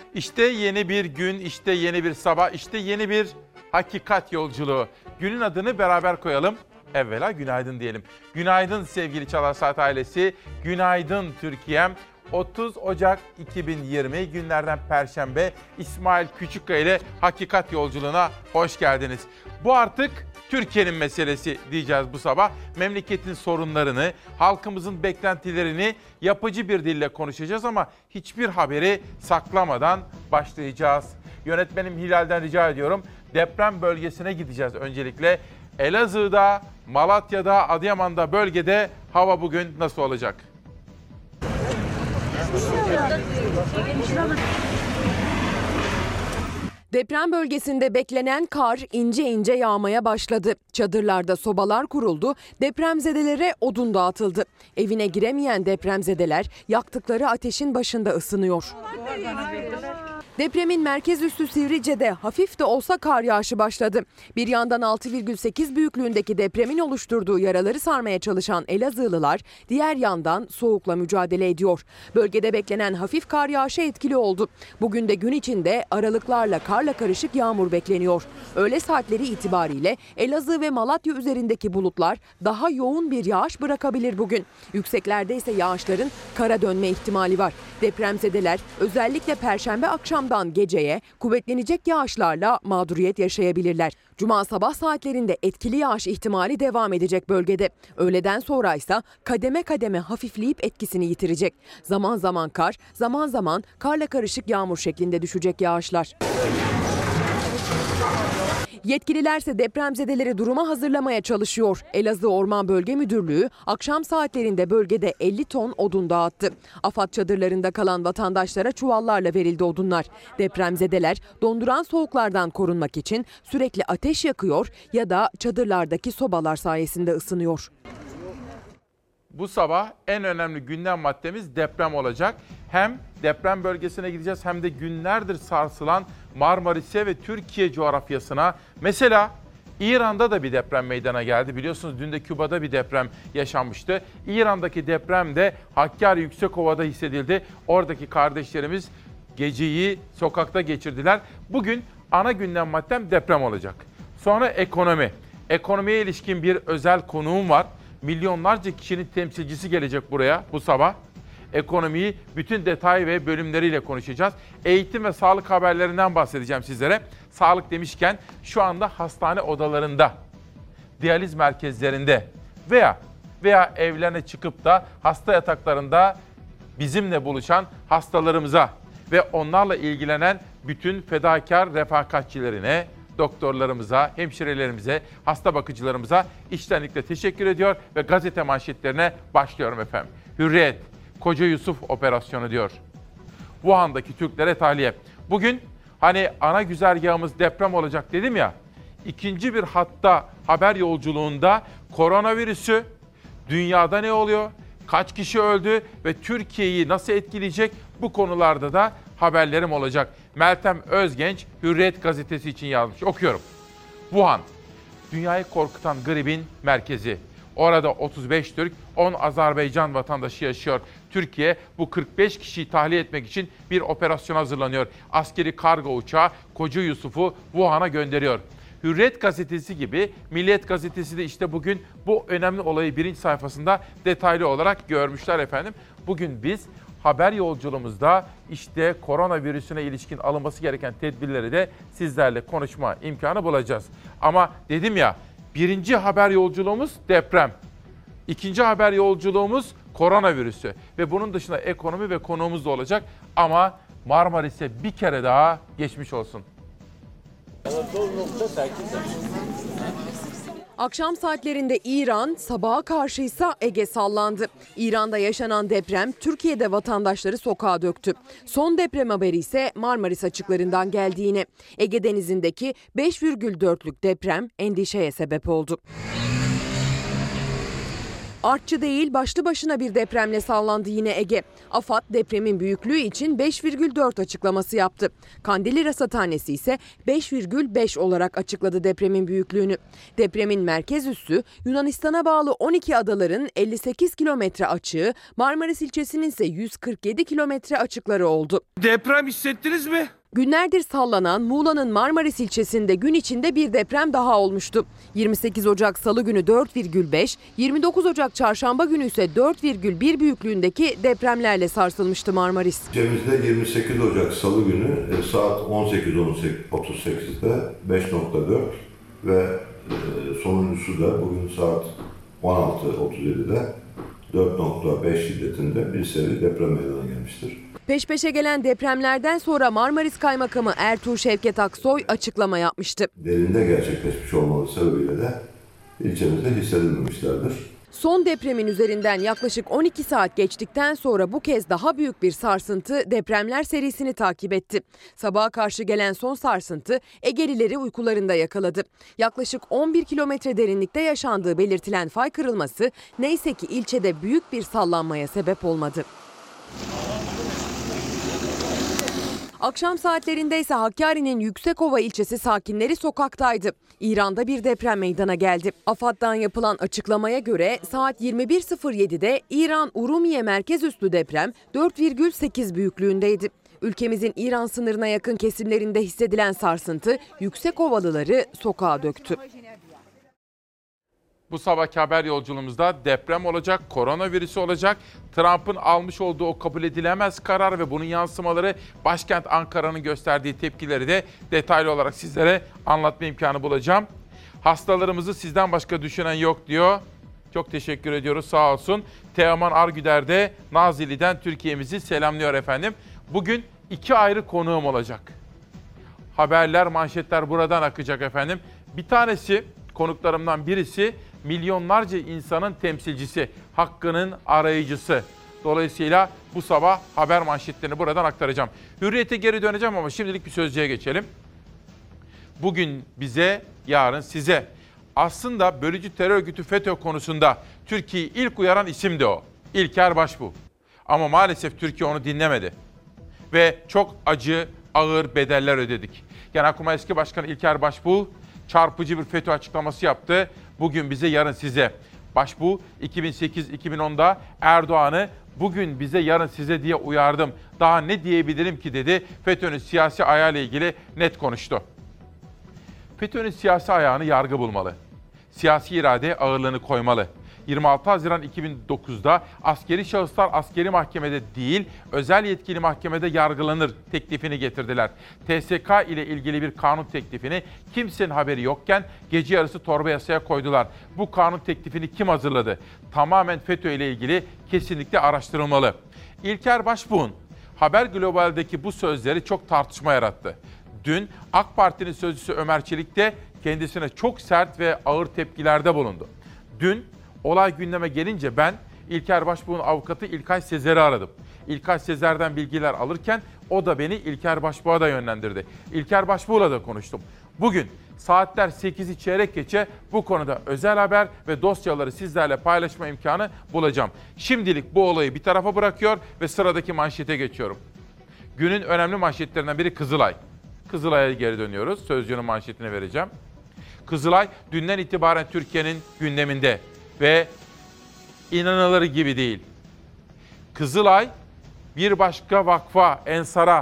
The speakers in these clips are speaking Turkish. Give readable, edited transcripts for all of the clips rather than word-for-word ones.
İşte yeni bir gün, işte yeni bir sabah, işte yeni bir hakikat yolculuğu. Günün adını beraber koyalım. Evvela günaydın diyelim. Günaydın sevgili Çalar Saat ailesi. Günaydın Türkiye'm. 30 Ocak 2020 günlerden Perşembe, İsmail Küçükkaya ile Hakikat Yolculuğuna hoş geldiniz. Bu artık Türkiye'nin meselesi diyeceğiz bu sabah. Memleketin sorunlarını, halkımızın beklentilerini yapıcı bir dille konuşacağız ama hiçbir haberi saklamadan başlayacağız. Yönetmenim Hilal'den rica ediyorum. Deprem bölgesine gideceğiz öncelikle. Elazığ'da, Malatya'da, Adıyaman'da bölgede hava bugün nasıl olacak? Deprem bölgesinde beklenen kar ince ince yağmaya başladı. Çadırlarda sobalar kuruldu, depremzedelere odun dağıtıldı. Evine giremeyen depremzedeler yaktıkları ateşin başında ısınıyor. Depremin merkez üssü Sivrice'de hafif de olsa kar yağışı başladı. Bir yandan 6,8 büyüklüğündeki depremin oluşturduğu yaraları sarmaya çalışan Elazığlılar diğer yandan soğukla mücadele ediyor. Bölgede beklenen hafif kar yağışı etkili oldu. Bugün de gün içinde aralıklarla karla karışık yağmur bekleniyor. Öğle saatleri itibariyle Elazığ ve Malatya üzerindeki bulutlar daha yoğun bir yağış bırakabilir bugün. Yükseklerde ise yağışların kara dönme ihtimali var. Depremzedeler özellikle Perşembe akşamdan geceye kuvvetlenecek yağışlarla mağduriyet yaşayabilirler. Cuma sabah saatlerinde etkili yağış ihtimali devam edecek bölgede. Öğleden sonra ise kademe kademe hafifleyip etkisini yitirecek. Zaman zaman kar, zaman zaman karla karışık yağmur şeklinde düşecek yağışlar. Yetkililerse depremzedeleri duruma hazırlamaya çalışıyor. Elazığ Orman Bölge Müdürlüğü akşam saatlerinde bölgede 50 ton odun dağıttı. AFAD çadırlarında kalan vatandaşlara çuvallarla verildi odunlar. Depremzedeler donduran soğuklardan korunmak için sürekli ateş yakıyor ya da çadırlardaki sobalar sayesinde ısınıyor. Bu sabah en önemli gündem maddemiz deprem olacak. Hem deprem bölgesine gideceğiz hem de günlerdir sarsılan Marmaris'e ve Türkiye coğrafyasına. Mesela İran'da da bir deprem meydana geldi. Biliyorsunuz dün de Küba'da bir deprem yaşanmıştı. İran'daki deprem de Hakkari Yüksekova'da hissedildi. Oradaki kardeşlerimiz geceyi sokakta geçirdiler. Bugün ana gündem maddem deprem olacak. Sonra ekonomi. Ekonomiye ilişkin bir özel konuğum var. Milyonlarca kişinin temsilcisi gelecek buraya bu sabah. Ekonomiyi bütün detay ve bölümleriyle konuşacağız. Eğitim ve sağlık haberlerinden bahsedeceğim sizlere. Sağlık demişken şu anda hastane odalarında, diyaliz merkezlerinde veya evlerine çıkıp da hasta yataklarında bizimle buluşan hastalarımıza ve onlarla ilgilenen bütün fedakar refakatçilerine, doktorlarımıza, hemşirelerimize, hasta bakıcılarımıza içtenlikle teşekkür ediyor ve gazete manşetlerine başlıyorum efendim. Hürriyet, Koca Yusuf operasyonu diyor. Wuhan'daki Türklere tahliye. Bugün hani ana güzergahımız deprem olacak dedim ya, ikinci bir hatta haber yolculuğunda koronavirüsü, dünyada ne oluyor, kaç kişi öldü ve Türkiye'yi nasıl etkileyecek bu konularda da haberlerim olacak. Meltem Özgenç Hürriyet gazetesi için yazmış. Okuyorum. Wuhan, dünyayı korkutan gripin merkezi. Orada 35 Türk, 10 Azerbaycan vatandaşı yaşıyor. Türkiye bu 45 kişiyi tahliye etmek için bir operasyon hazırlanıyor. Askeri kargo uçağı Koca Yusuf'u Wuhan'a gönderiyor. Hürriyet gazetesi gibi Milliyet gazetesi de işte bugün bu önemli olayı birinci sayfasında detaylı olarak görmüşler efendim. Bugün biz haber yolculuğumuzda işte koronavirüsüne ilişkin alınması gereken tedbirleri de sizlerle konuşma imkanı bulacağız. Ama dedim ya, birinci haber yolculuğumuz deprem. İkinci haber yolculuğumuz koronavirüsü ve bunun dışında ekonomi ve konuğumuz da olacak. Ama Marmaris'e bir kere daha geçmiş olsun. Akşam saatlerinde İran, sabaha karşıysa Ege sallandı. İran'da yaşanan deprem Türkiye'de vatandaşları sokağa döktü. Son deprem haberi ise Marmaris açıklarından geldi yine. Ege Denizi'ndeki 5,4'lük deprem endişeye sebep oldu. Artçı değil başlı başına bir depremle sallandı yine Ege. AFAD depremin büyüklüğü için 5,4 açıklaması yaptı. Kandilli Rasathanesi ise 5,5 olarak açıkladı depremin büyüklüğünü. Depremin merkez üssü Yunanistan'a bağlı 12 adaların 58 kilometre açığı, Marmaris ilçesinin ise 147 kilometre açıkları oldu. Deprem hissettiniz mi? Günlerdir sallanan Muğla'nın Marmaris ilçesinde gün içinde bir deprem daha olmuştu. 28 Ocak Salı günü 4,5, 29 Ocak Çarşamba günü ise 4,1 büyüklüğündeki depremlerle sarsılmıştı Marmaris. İlçemizde 28 Ocak Salı günü saat 18.38'de 5.4 ve sonuncusu da bugün saat 16.37'de 4.5 şiddetinde bir seri deprem meydana gelmiştir. Peş peşe gelen depremlerden sonra Marmaris Kaymakamı Ertuğ Şevket Aksoy açıklama yapmıştı. Derinde gerçekleşmiş olmaları sebebiyle de ilçemizde hissedilmemişlerdir. Son depremin üzerinden yaklaşık 12 saat geçtikten sonra bu kez daha büyük bir sarsıntı depremler serisini takip etti. Sabaha karşı gelen son sarsıntı Egelileri uykularında yakaladı. Yaklaşık 11 kilometre derinlikte yaşandığı belirtilen fay kırılması neyse ki ilçede büyük bir sallanmaya sebep olmadı. Akşam saatlerinde ise Hakkari'nin Yüksekova ilçesi sakinleri sokaktaydı. İran'da bir deprem meydana geldi. AFAD'dan yapılan açıklamaya göre saat 21.07'de İran Urumiye merkez üssü deprem 4,8 büyüklüğündeydi. Ülkemizin İran sınırına yakın kesimlerinde hissedilen sarsıntı Yüksekovalıları sokağa döktü. Bu sabahki haber yolculuğumuzda deprem olacak, koronavirüsü olacak, Trump'ın almış olduğu o kabul edilemez karar ve bunun yansımaları, başkent Ankara'nın gösterdiği tepkileri de detaylı olarak sizlere anlatma imkanı bulacağım. Hastalarımızı sizden başka düşünen yok diyor. Çok teşekkür ediyoruz, sağ olsun. Teoman Arguder de Nazilli'den Türkiye'mizi selamlıyor efendim. Bugün 2 ayrı konuğum olacak. Haberler, manşetler buradan akacak efendim. Bir tanesi, konuklarımdan birisi milyonlarca insanın temsilcisi, hakkının arayıcısı. Dolayısıyla bu sabah haber manşetlerini buradan aktaracağım. Hürriyet'e geri döneceğim ama şimdilik bir sözcüye geçelim. Bugün bize, yarın size. Aslında bölücü terör örgütü FETÖ konusunda Türkiye'yi ilk uyaran isim de o. İlker Başbuğ. Ama maalesef Türkiye onu dinlemedi. Ve çok acı, ağır bedeller ödedik. Genelkurmay eski Başkanı İlker Başbuğ çarpıcı bir FETÖ açıklaması yaptı. Bugün bize, yarın size. Başbuğ 2008-2010'da Erdoğan'ı bugün bize, yarın size diye uyardım. Daha ne diyebilirim ki dedi. FETÖ'nün siyasi ayağıyla ilgili net konuştu. FETÖ'nün siyasi ayağını yargı bulmalı. Siyasi irade ağırlığını koymalı. 26 Haziran 2009'da askeri şahıslar askeri mahkemede değil, özel yetkili mahkemede yargılanır teklifini getirdiler. TSK ile ilgili bir kanun teklifini kimsenin haberi yokken gece yarısı torba yasaya koydular. Bu kanun teklifini kim hazırladı? Tamamen FETÖ ile ilgili, kesinlikle araştırılmalı. İlker Başbuğ'un Haber Global'deki bu sözleri çok tartışma yarattı. Dün AK Parti'nin sözcüsü Ömer Çelik de kendisine çok sert ve ağır tepkilerde bulundu. Dün olay gündeme gelince ben İlker Başbuğ'un avukatı İlkay Sezer'i aradım. İlkay Sezer'den bilgiler alırken o da beni İlker Başbuğ'a da yönlendirdi. İlker Başbuğ'la da konuştum. Bugün saatler 8'i çeyrek geçe bu konuda özel haber ve dosyaları sizlerle paylaşma imkanı bulacağım. Şimdilik bu olayı bir tarafa bırakıyor ve sıradaki manşete geçiyorum. Günün önemli manşetlerinden biri Kızılay. Kızılay'a geri dönüyoruz. Sözcüğünün manşetini vereceğim. Kızılay dünden itibaren Türkiye'nin gündeminde ve inanılır gibi değil. Kızılay bir başka vakfa, Ensar'a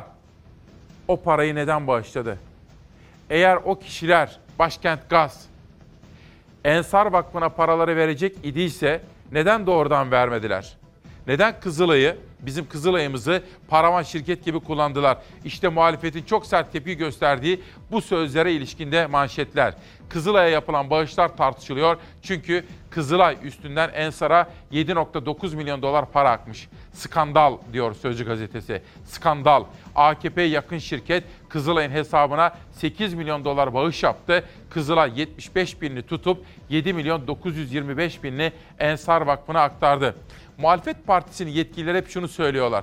o parayı neden bağışladı? Eğer o kişiler Başkent Gaz, Ensar Vakfı'na paraları verecek idiyse neden doğrudan vermediler? Neden Kızılay'ı, bizim Kızılay'ımızı paravan şirket gibi kullandılar? İşte muhalefetin çok sert tepki gösterdiği bu sözlere ilişkinde manşetler. Kızılay'a yapılan bağışlar tartışılıyor. Çünkü Kızılay üstünden Ensar'a 7,9 milyon dolar para akmış. Skandal diyor Sözcü gazetesi. Skandal. AKP'ye yakın şirket Kızılay'ın hesabına 8 milyon dolar bağış yaptı. Kızılay 75 binini tutup 7 milyon 925 binini Ensar Vakfı'na aktardı. Muhalefet Partisi'nin yetkilileri hep şunu söylüyorlar.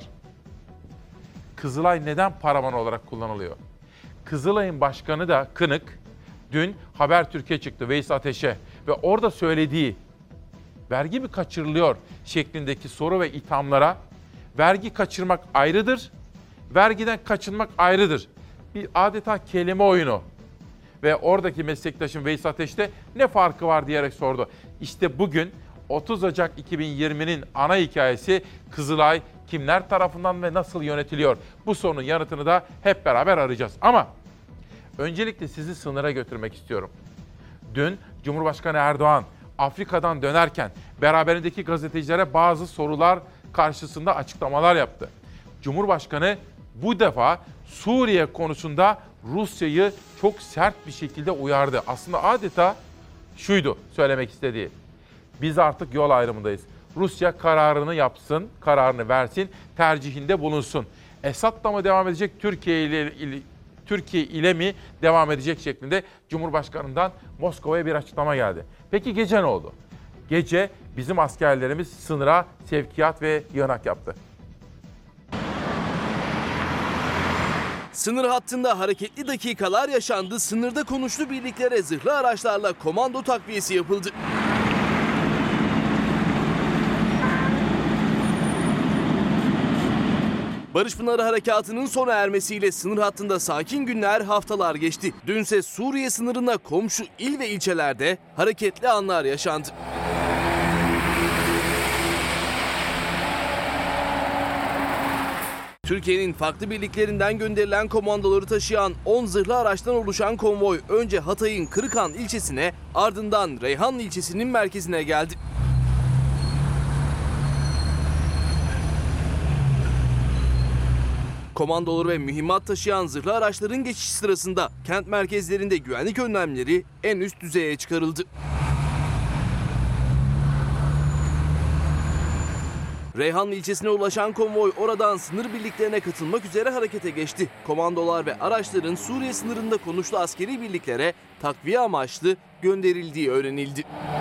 Kızılay neden paravan olarak kullanılıyor? Kızılay'ın başkanı da Kınık dün Habertürk'e çıktı, Veys Ateş'e ve orada söylediği, vergi mi kaçırılıyor şeklindeki soru ve ithamlara vergi kaçırmak ayrıdır, vergiden kaçınmak ayrıdır. Bir adeta kelime oyunu. Ve oradaki meslektaşım Veys Ateş'te ne farkı var diyerek sordu. İşte bugün 30 Ocak 2020'nin ana hikayesi Kızılay kimler tarafından ve nasıl yönetiliyor? Bu sorunun yanıtını da hep beraber arayacağız. Ama öncelikle sizi sınıra götürmek istiyorum. Dün Cumhurbaşkanı Erdoğan Afrika'dan dönerken beraberindeki gazetecilere bazı sorular karşısında açıklamalar yaptı. Cumhurbaşkanı bu defa Suriye konusunda Rusya'yı çok sert bir şekilde uyardı. Aslında adeta şuydu söylemek istediği. Biz artık yol ayrımındayız. Rusya kararını yapsın, kararını versin, tercihinde bulunsun. Esad'la mı devam edecek, Türkiye ile mi devam edecek şeklinde Cumhurbaşkanı'ndan Moskova'ya bir açıklama geldi. Peki gece ne oldu? Gece bizim askerlerimiz sınıra sevkiyat ve yığınak yaptı. Sınır hattında hareketli dakikalar yaşandı. Sınırda konuşlu birliklere zırhlı araçlarla komando takviyesi yapıldı. Barış Pınarı Harekatı'nın sona ermesiyle sınır hattında sakin günler, haftalar geçti. Dünse Suriye sınırında komşu il ve ilçelerde hareketli anlar yaşandı. Türkiye'nin farklı birliklerinden gönderilen komandoları taşıyan 10 zırhlı araçtan oluşan konvoy önce Hatay'ın Kırıkhan ilçesine, ardından Reyhanlı ilçesinin merkezine geldi. Komandoları ve mühimmat taşıyan zırhlı araçların geçiş sırasında kent merkezlerinde güvenlik önlemleri en üst düzeye çıkarıldı. Reyhanlı ilçesine ulaşan konvoy oradan sınır birliklerine katılmak üzere harekete geçti. Komandolar ve araçların Suriye sınırında konuşlu askeri birliklere takviye amaçlı gönderildiği öğrenildi.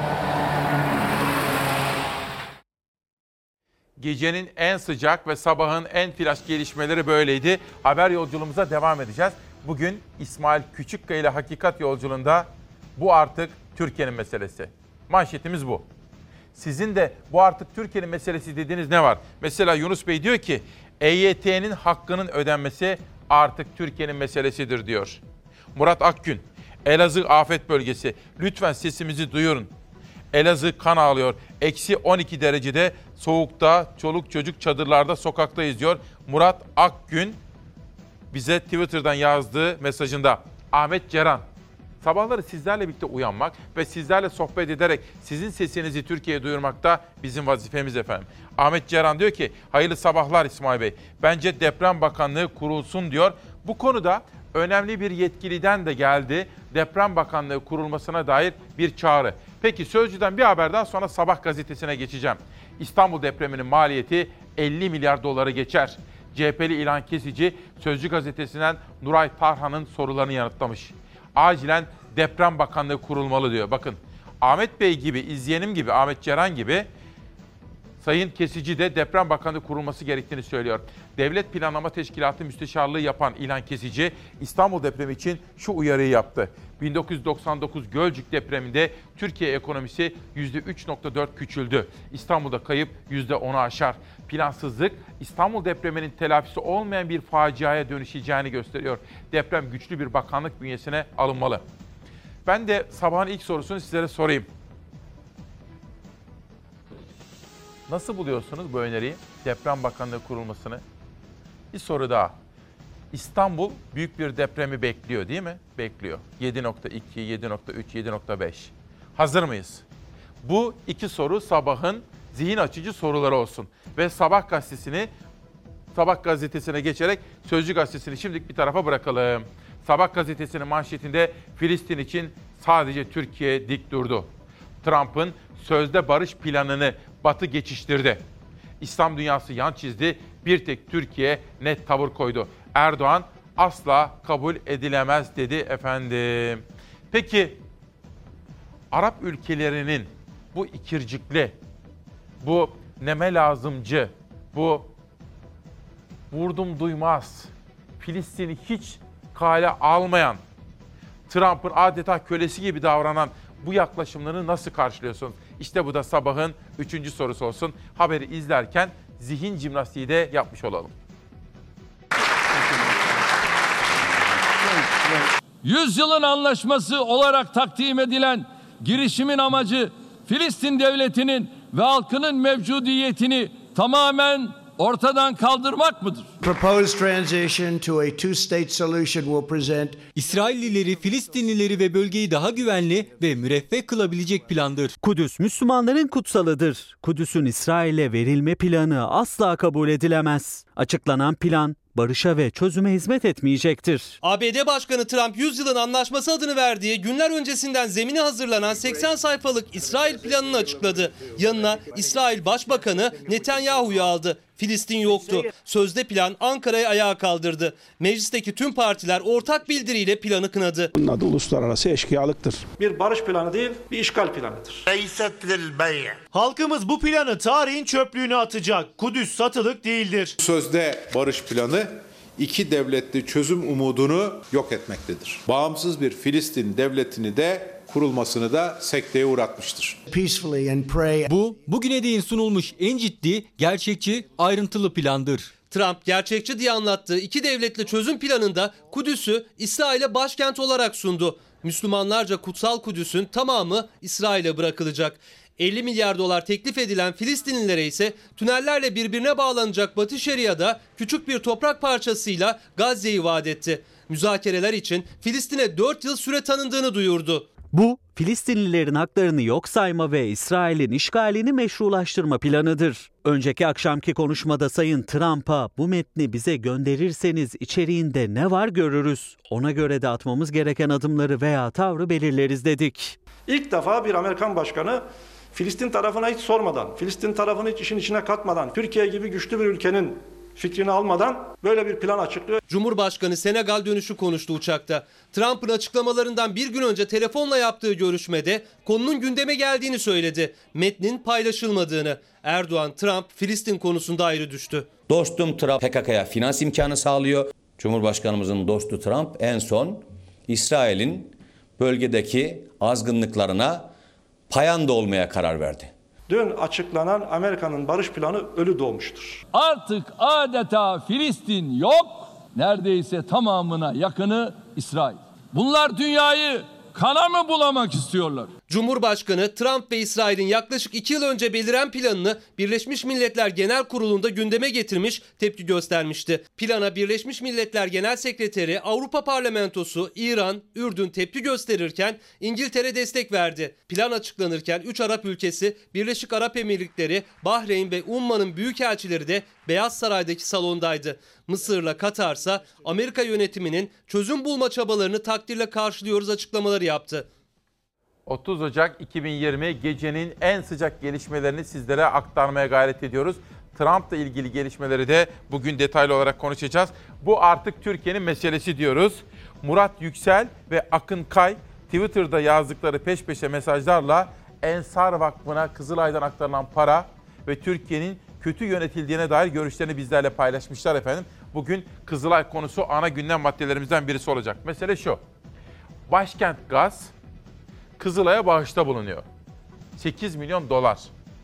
Gecenin en sıcak ve sabahın en flash gelişmeleri böyleydi. Haber yolculuğumuza devam edeceğiz. Bugün İsmail Küçükkaya ile Hakikat Yolculuğunda bu artık Türkiye'nin meselesi. Manşetimiz bu. Sizin de bu artık Türkiye'nin meselesi dediğiniz ne var? Mesela Yunus Bey diyor ki EYT'nin hakkının ödenmesi artık Türkiye'nin meselesidir diyor. Murat Akgün, Elazığ afet bölgesi. Lütfen sesimizi duyurun. Elazığ kan ağlıyor. Eksi 12 derecede soğukta çoluk çocuk çadırlarda sokaktayız diyor. Murat Akgün bize Twitter'dan yazdığı mesajında. Ahmet Ceren, sabahları sizlerle birlikte uyanmak ve sizlerle sohbet ederek sizin sesinizi Türkiye'ye duyurmak da bizim vazifemiz efendim. Ahmet Ceren diyor ki hayırlı sabahlar İsmail Bey. Bence Deprem Bakanlığı kurulsun diyor. Bu konuda önemli bir yetkiliden de geldi. Deprem Bakanlığı kurulmasına dair bir çağrı. Peki Sözcü'den bir haberden sonra Sabah gazetesine geçeceğim. İstanbul depreminin maliyeti 50 milyar doları geçer. CHP'li İlhan Kesici Sözcü gazetesinden Nuray Tarhan'ın sorularını yanıtlamış. Acilen Deprem Bakanlığı kurulmalı diyor. Bakın Ahmet Bey gibi, izleyenim gibi, Ahmet Ceren gibi Sayın Kesici de Deprem Bakanlığı kurulması gerektiğini söylüyor. Devlet Planlama Teşkilatı Müsteşarlığı yapan İlhan Kesici İstanbul depremi için şu uyarıyı yaptı. 1999 Gölcük depreminde Türkiye ekonomisi %3.4 küçüldü. İstanbul'da kayıp %10'u aşar. Plansızlık İstanbul depreminin telafisi olmayan bir faciaya dönüşeceğini gösteriyor. Deprem güçlü bir bakanlık bünyesine alınmalı. Ben de sabahın ilk sorusunu sizlere sorayım. Nasıl buluyorsunuz bu öneriyi, Deprem Bakanlığı kurulmasını? Bir soru daha. İstanbul büyük bir depremi bekliyor değil mi? Bekliyor. 7.2, 7.3, 7.5. Hazır mıyız? Bu iki soru sabahın zihin açıcı soruları olsun. Ve Sabah gazetesine geçerek Sözcü gazetesini şimdilik bir tarafa bırakalım. Sabah gazetesinin manşetinde Filistin için sadece Türkiye dik durdu. Trump'ın sözde barış planını Batı geçiştirdi. İslam dünyası yan çizdi, bir tek Türkiye net tavır koydu. Erdoğan asla kabul edilemez dedi efendim. Peki Arap ülkelerinin bu ikircikli, bu neme lazımcı, bu vurdum duymaz, Filistin'i hiç kale almayan, Trump'ın adeta kölesi gibi davranan bu yaklaşımlarını nasıl karşılıyorsunuz? İşte bu da sabahın 3. sorusu olsun. Haberi izlerken zihin jimnastiği de yapmış olalım. 100 yılın anlaşması olarak takdim edilen girişimin amacı Filistin devletinin ve halkının mevcudiyetini tamamen ortadan kaldırmak mıdır? Proposed transition to a two-state solution will present İsraillileri, Filistinlileri ve bölgeyi daha güvenli ve müreffeh kılabilecek plandır. Kudüs Müslümanların kutsalıdır. Kudüs'ün İsrail'e verilme planı asla kabul edilemez. Açıklanan plan barışa ve çözüme hizmet etmeyecektir. ABD Başkanı Trump 100 yılın anlaşması adını verdiği günler öncesinden zemini hazırlanan 80 sayfalık İsrail planını açıkladı. Yanına İsrail Başbakanı Netanyahu'yu aldı. Filistin yoktu. Sözde plan Ankara'yı ayağa kaldırdı. Meclisteki tüm partiler ortak bildiriyle planı kınadı. Bunun adı uluslararası eşkıyalıktır. Bir barış planı değil, bir işgal planıdır. Halkımız bu planı tarihin çöplüğüne atacak. Kudüs satılık değildir. Sözde barış planı iki devletli çözüm umudunu yok etmektedir. Bağımsız bir Filistin devletini de kurulmasını da sekteye uğratmıştır. Bu, bugüne değin sunulmuş en ciddi, gerçekçi, ayrıntılı plandır. Trump gerçekçi diye anlattığı iki devletli çözüm planında Kudüs'ü İsrail'e başkent olarak sundu. Müslümanlarca kutsal Kudüs'ün tamamı İsrail'e bırakılacak. 50 milyar dolar teklif edilen Filistinlilere ise tünellerle birbirine bağlanacak Batı Şeria'da küçük bir toprak parçasıyla Gazze'yi vaat etti. Müzakereler için Filistin'e 4 yıl süre tanındığını duyurdu. Bu, Filistinlilerin haklarını yok sayma ve İsrail'in işgalini meşrulaştırma planıdır. Önceki akşamki konuşmada Sayın Trump'a bu metni bize gönderirseniz içeriğinde ne var görürüz. Ona göre de atmamız gereken adımları veya tavrı belirleriz dedik. İlk defa bir Amerikan başkanı Filistin tarafına hiç sormadan, Filistin tarafını hiç işin içine katmadan, Türkiye gibi güçlü bir ülkenin fikrini almadan böyle bir plan açıklıyor. Cumhurbaşkanı Senegal dönüşü konuştu uçakta. Trump'ın açıklamalarından bir gün önce telefonla yaptığı görüşmede konunun gündeme geldiğini söyledi. Metnin paylaşılmadığını. Erdoğan, Trump Filistin konusunda ayrı düştü. Dostum Trump PKK'ya finans imkanı sağlıyor. Cumhurbaşkanımızın dostu Trump en son İsrail'in bölgedeki azgınlıklarına payanda olmaya karar verdi. Dün açıklanan Amerika'nın barış planı ölü doğmuştur. Artık adeta Filistin yok, neredeyse tamamına yakını İsrail. Bunlar dünyayı kana mı bulamak istiyorlar? Cumhurbaşkanı Trump ve İsrail'in yaklaşık 2 yıl önce beliren planını Birleşmiş Milletler Genel Kurulu'nda gündeme getirmiş, tepki göstermişti. Plana Birleşmiş Milletler Genel Sekreteri, Avrupa Parlamentosu, İran, Ürdün tepki gösterirken İngiltere destek verdi. Plan açıklanırken 3 Arap ülkesi, Birleşik Arap Emirlikleri, Bahreyn ve Umman'ın büyükelçileri de Beyaz Saray'daki salondaydı. Mısır'la Katar'sa Amerika yönetiminin çözüm bulma çabalarını takdirle karşılıyoruz açıklamaları yaptı. 30 Ocak 2020 gecenin en sıcak gelişmelerini sizlere aktarmaya gayret ediyoruz. Trump'la ilgili gelişmeleri de bugün detaylı olarak konuşacağız. Bu artık Türkiye'nin meselesi diyoruz. Murat Yüksel ve Akın Kay Twitter'da yazdıkları peş peşe mesajlarla Ensar Vakfı'na Kızılay'dan aktarılan para ve Türkiye'nin kötü yönetildiğine dair görüşlerini bizlerle paylaşmışlar efendim. Bugün Kızılay konusu ana gündem maddelerimizden birisi olacak. Mesele şu: Başkent Gaz Kızılay'a bağışta bulunuyor. 8 milyon dolar.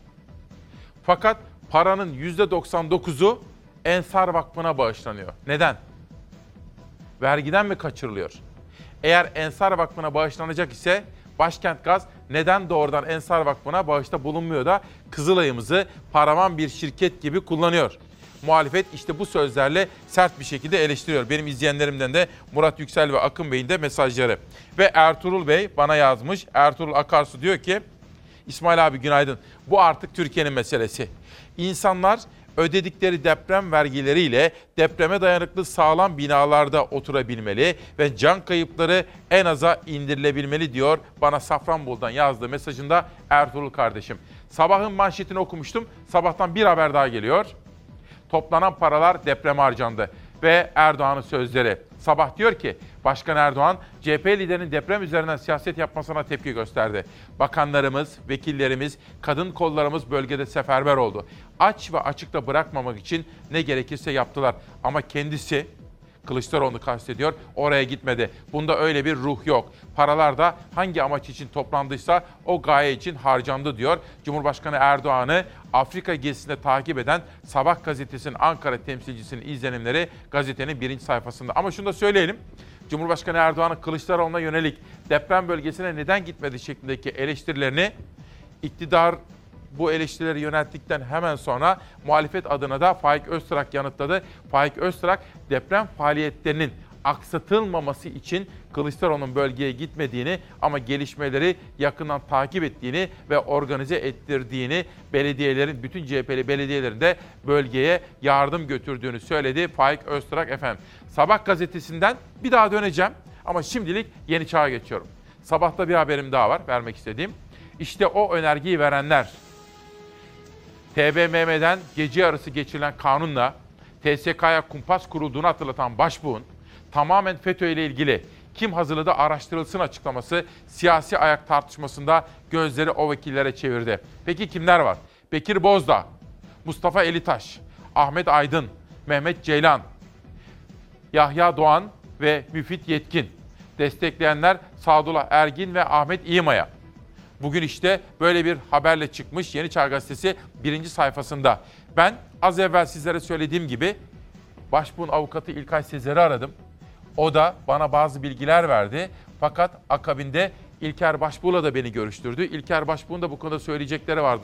Fakat paranın %99'u Ensar Vakfı'na bağışlanıyor. Neden? Vergiden mi kaçırılıyor? Eğer Ensar Vakfı'na bağışlanacak ise Başkent Gaz neden doğrudan Ensar Vakfı'na bağışta bulunmuyor da Kızılay'ımızı paravan bir şirket gibi kullanıyor? Muhalefet işte bu sözlerle sert bir şekilde eleştiriyor. Benim izleyenlerimden de Murat Yüksel ve Akın Bey'in de mesajları. Ve Ertuğrul Bey bana yazmış. Ertuğrul Akarsu diyor ki, İsmail abi günaydın. Bu artık Türkiye'nin meselesi. İnsanlar ödedikleri deprem vergileriyle depreme dayanıklı sağlam binalarda oturabilmeli ve can kayıpları en aza indirilebilmeli diyor bana Safranbolu'dan yazdığı mesajında Ertuğrul kardeşim. Sabahın manşetini okumuştum. Sabahtan bir haber daha geliyor. Toplanan paralar depreme harcandı ve Erdoğan'ın sözleri. Sabah diyor ki, Başkan Erdoğan, CHP liderinin deprem üzerinden siyaset yapmasına tepki gösterdi. Bakanlarımız, vekillerimiz, kadın kollarımız bölgede seferber oldu. Aç ve açıkta bırakmamak için ne gerekirse yaptılar. Ama kendisi Kılıçdaroğlu kastediyor. Oraya gitmedi. Bunda öyle bir ruh yok. Paralar da hangi amaç için toplandıysa o gaye için harcandı diyor. Cumhurbaşkanı Erdoğan'ı Afrika gezisinde takip eden Sabah gazetesinin Ankara temsilcisinin izlenimleri gazetenin birinci sayfasında. Ama şunu da söyleyelim. Cumhurbaşkanı Erdoğan'ın Kılıçdaroğlu'na yönelik deprem bölgesine neden gitmedi şeklindeki eleştirilerini iktidar bu eleştirileri yönelttikten hemen sonra muhalefet adına da Faik Öztürk yanıtladı. Faik Öztürk deprem faaliyetlerinin aksatılmaması için Kılıçdaroğlu'nun bölgeye gitmediğini ama gelişmeleri yakından takip ettiğini ve organize ettirdiğini, belediyelerin, bütün CHP'li belediyelerin de bölgeye yardım götürdüğünü söyledi Faik Öztürk efendim. Sabah gazetesinden bir daha döneceğim ama şimdilik Yeni Çağ'a geçiyorum. Sabahta bir haberim daha var vermek istediğim. İşte o önergeyi verenler. TBMM'den gece yarısı geçirilen kanunla TSK'ya kumpas kurulduğunu hatırlatan Başbuğ'un tamamen FETÖ ile ilgili kim hazırladı araştırılsın açıklaması siyasi ayak tartışmasında gözleri o vekillere çevirdi. Peki kimler var? Bekir Bozdağ, Mustafa Elitaş, Ahmet Aydın, Mehmet Ceylan, Yahya Doğan ve Müfit Yetkin. Destekleyenler Sadullah Ergin ve Ahmet İğma'ya. Bugün işte böyle bir haberle çıkmış Yeni Çağ Gazetesi birinci sayfasında. Ben az evvel sizlere söylediğim gibi Başbuğ'un avukatı İlkay Sezer'i aradım. O da bana bazı bilgiler verdi. Fakat akabinde İlker Başbuğ'la da beni görüştürdü. İlker Başbuğ'un da bu konuda söyleyecekleri vardı.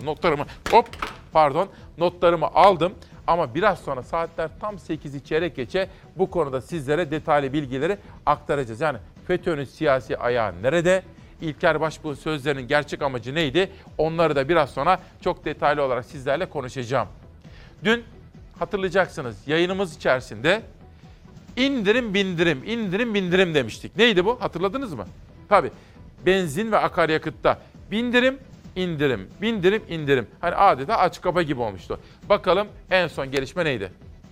Notlarımı aldım. Ama biraz sonra saatler tam 8'i çeyrek geçe bu konuda sizlere detaylı bilgileri aktaracağız. Yani FETÖ'nün siyasi ayağı nerede? İlker Başbuğ'un sözlerinin gerçek amacı neydi? Onları da biraz sonra çok detaylı olarak sizlerle konuşacağım. Dün hatırlayacaksınız yayınımız içerisinde indirim bindirim demiştik. Neydi bu? Hatırladınız mı? Tabii benzin ve akaryakıtta indirim. Hani adeta aç kapa gibi olmuştu. Bakalım en son gelişme neydi?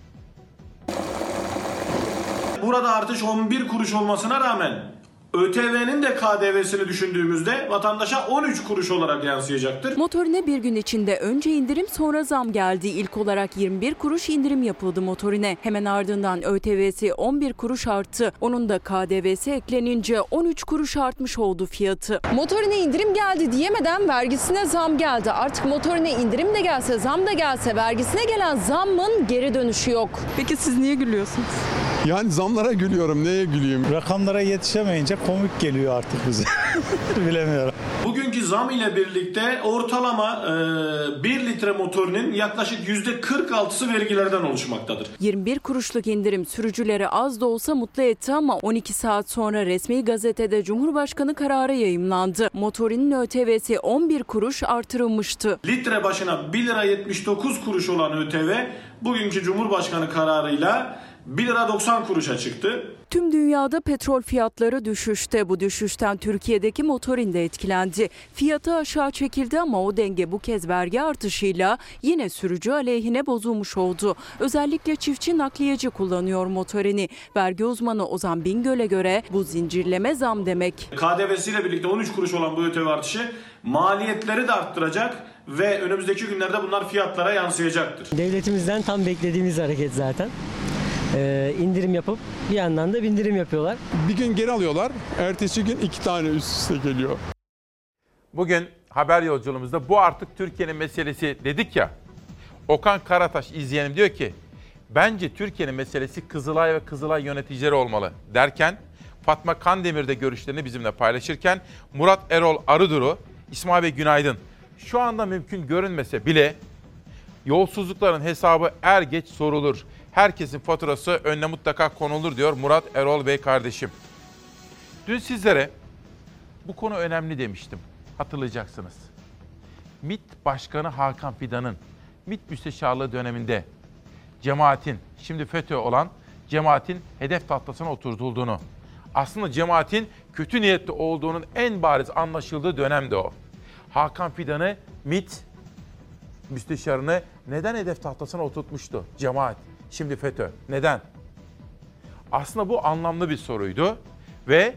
Burada artış 11 kuruş olmasına rağmen ÖTV'nin de KDV'sini düşündüğümüzde vatandaşa 13 kuruş olarak yansıyacaktır. Motorine bir gün içinde önce indirim sonra zam geldi. İlk olarak 21 kuruş indirim yapıldı motorine. Hemen ardından ÖTV'si 11 kuruş arttı. Onun da KDV'si eklenince 13 kuruş artmış oldu fiyatı. Motorine indirim geldi diyemeden vergisine zam geldi. Artık motorine indirim de gelse zam da gelse vergisine gelen zammın geri dönüşü yok. Peki siz niye gülüyorsunuz? Yani zamlara gülüyorum. Neye güleyim? Rakamlara yetişemeyince komik geliyor artık bize. Bilemiyorum. Bugünkü zam ile birlikte ortalama 1 litre motorinin yaklaşık %46'sı vergilerden oluşmaktadır. 21 kuruşluk indirim sürücüleri az da olsa mutlu etti ama 12 saat sonra resmi gazetede Cumhurbaşkanı kararı yayımlandı. Motorinin ÖTV'si 11 kuruş artırılmıştı. Litre başına 1 lira 79 kuruş olan ÖTV bugünkü Cumhurbaşkanı kararıyla 1 lira 90 kuruşa çıktı. Tüm dünyada petrol fiyatları düşüşte. Bu düşüşten Türkiye'deki motorin de etkilendi. Fiyatı aşağı çekildi ama o denge bu kez vergi artışıyla yine sürücü aleyhine bozulmuş oldu. Özellikle çiftçi nakliyeci kullanıyor motorini. Vergi uzmanı Ozan Bingöl'e göre bu zincirleme zam demek. KDV'siyle birlikte 13 kuruş olan bu ÖTV artışı maliyetleri de arttıracak ve önümüzdeki günlerde bunlar fiyatlara yansıyacaktır. Devletimizden tam beklediğimiz hareket zaten. İndirim yapıp bir yandan da bindirim yapıyorlar. Bir gün geri alıyorlar, ertesi gün 2 tane üst üste geliyor. Bugün haber yolculuğumuzda bu artık Türkiye'nin meselesi dedik ya. Okan Karataş izleyenim diyor ki, bence Türkiye'nin meselesi Kızılay ve Kızılay yöneticileri olmalı derken, Fatma Kandemir de görüşlerini bizimle paylaşırken, Murat Erol Arıduru, İsmail Bey günaydın. Şu anda mümkün görünmese bile yolsuzlukların hesabı er geç sorulur. Herkesin faturası önüne mutlaka konulur diyor Murat Erol Bey kardeşim. Dün sizlere bu konu önemli demiştim. Hatırlayacaksınız. MİT Başkanı Hakan Fidan'ın MİT Müsteşarlığı döneminde cemaatin, şimdi FETÖ olan cemaatin hedef tahtasına oturtulduğunu, aslında cemaatin kötü niyetli olduğunun en bariz anlaşıldığı dönemde o. Hakan Fidan'ı MİT müsteşarını neden hedef tahtasına oturtmuştu cemaat? Şimdi FETÖ. Neden? Aslında bu anlamlı bir soruydu ve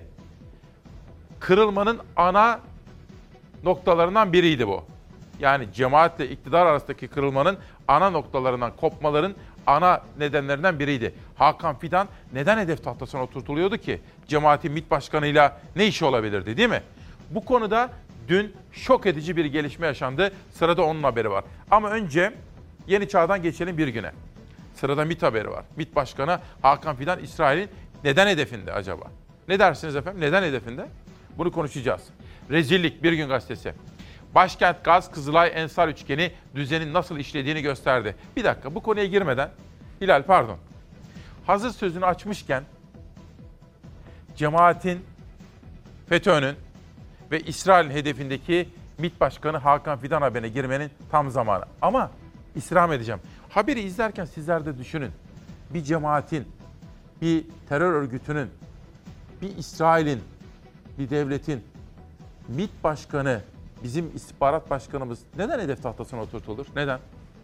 kırılmanın ana noktalarından biriydi bu. Yani cemaatle iktidar arasındaki kırılmanın ana noktalarından, kopmaların ana nedenlerinden biriydi. Hakan Fidan neden hedef tahtasına oturtuluyordu ki? Cemaatin MİT Başkanı'yla ne işi olabilirdi, değil mi? Bu konuda dün şok edici bir gelişme yaşandı. Sırada onun haberi var. Ama önce Yeni Çağ'dan geçelim bir güne. Sırada MİT haberi var. MİT Başkanı Hakan Fidan İsrail'in neden hedefinde acaba? Ne dersiniz efendim? Neden hedefinde? Bunu konuşacağız. Rezillik, Bir Gün Gazetesi. Başkent Gaz, Kızılay, Ensar üçgeni düzenin nasıl işlediğini gösterdi. Bir dakika, bu konuya girmeden, Hilal pardon. Hazır sözünü açmışken, cemaatin, FETÖ'nün ve İsrail'in hedefindeki MİT Başkanı Hakan Fidan haberine girmenin tam zamanı. Ama istirham edeceğim. Haberi izlerken sizler de düşünün. Bir cemaatin, bir terör örgütünün, bir İsrail'in, bir devletin MİT Başkanı, bizim istihbarat başkanımız neden hedef tahtasına oturtulur? Neden?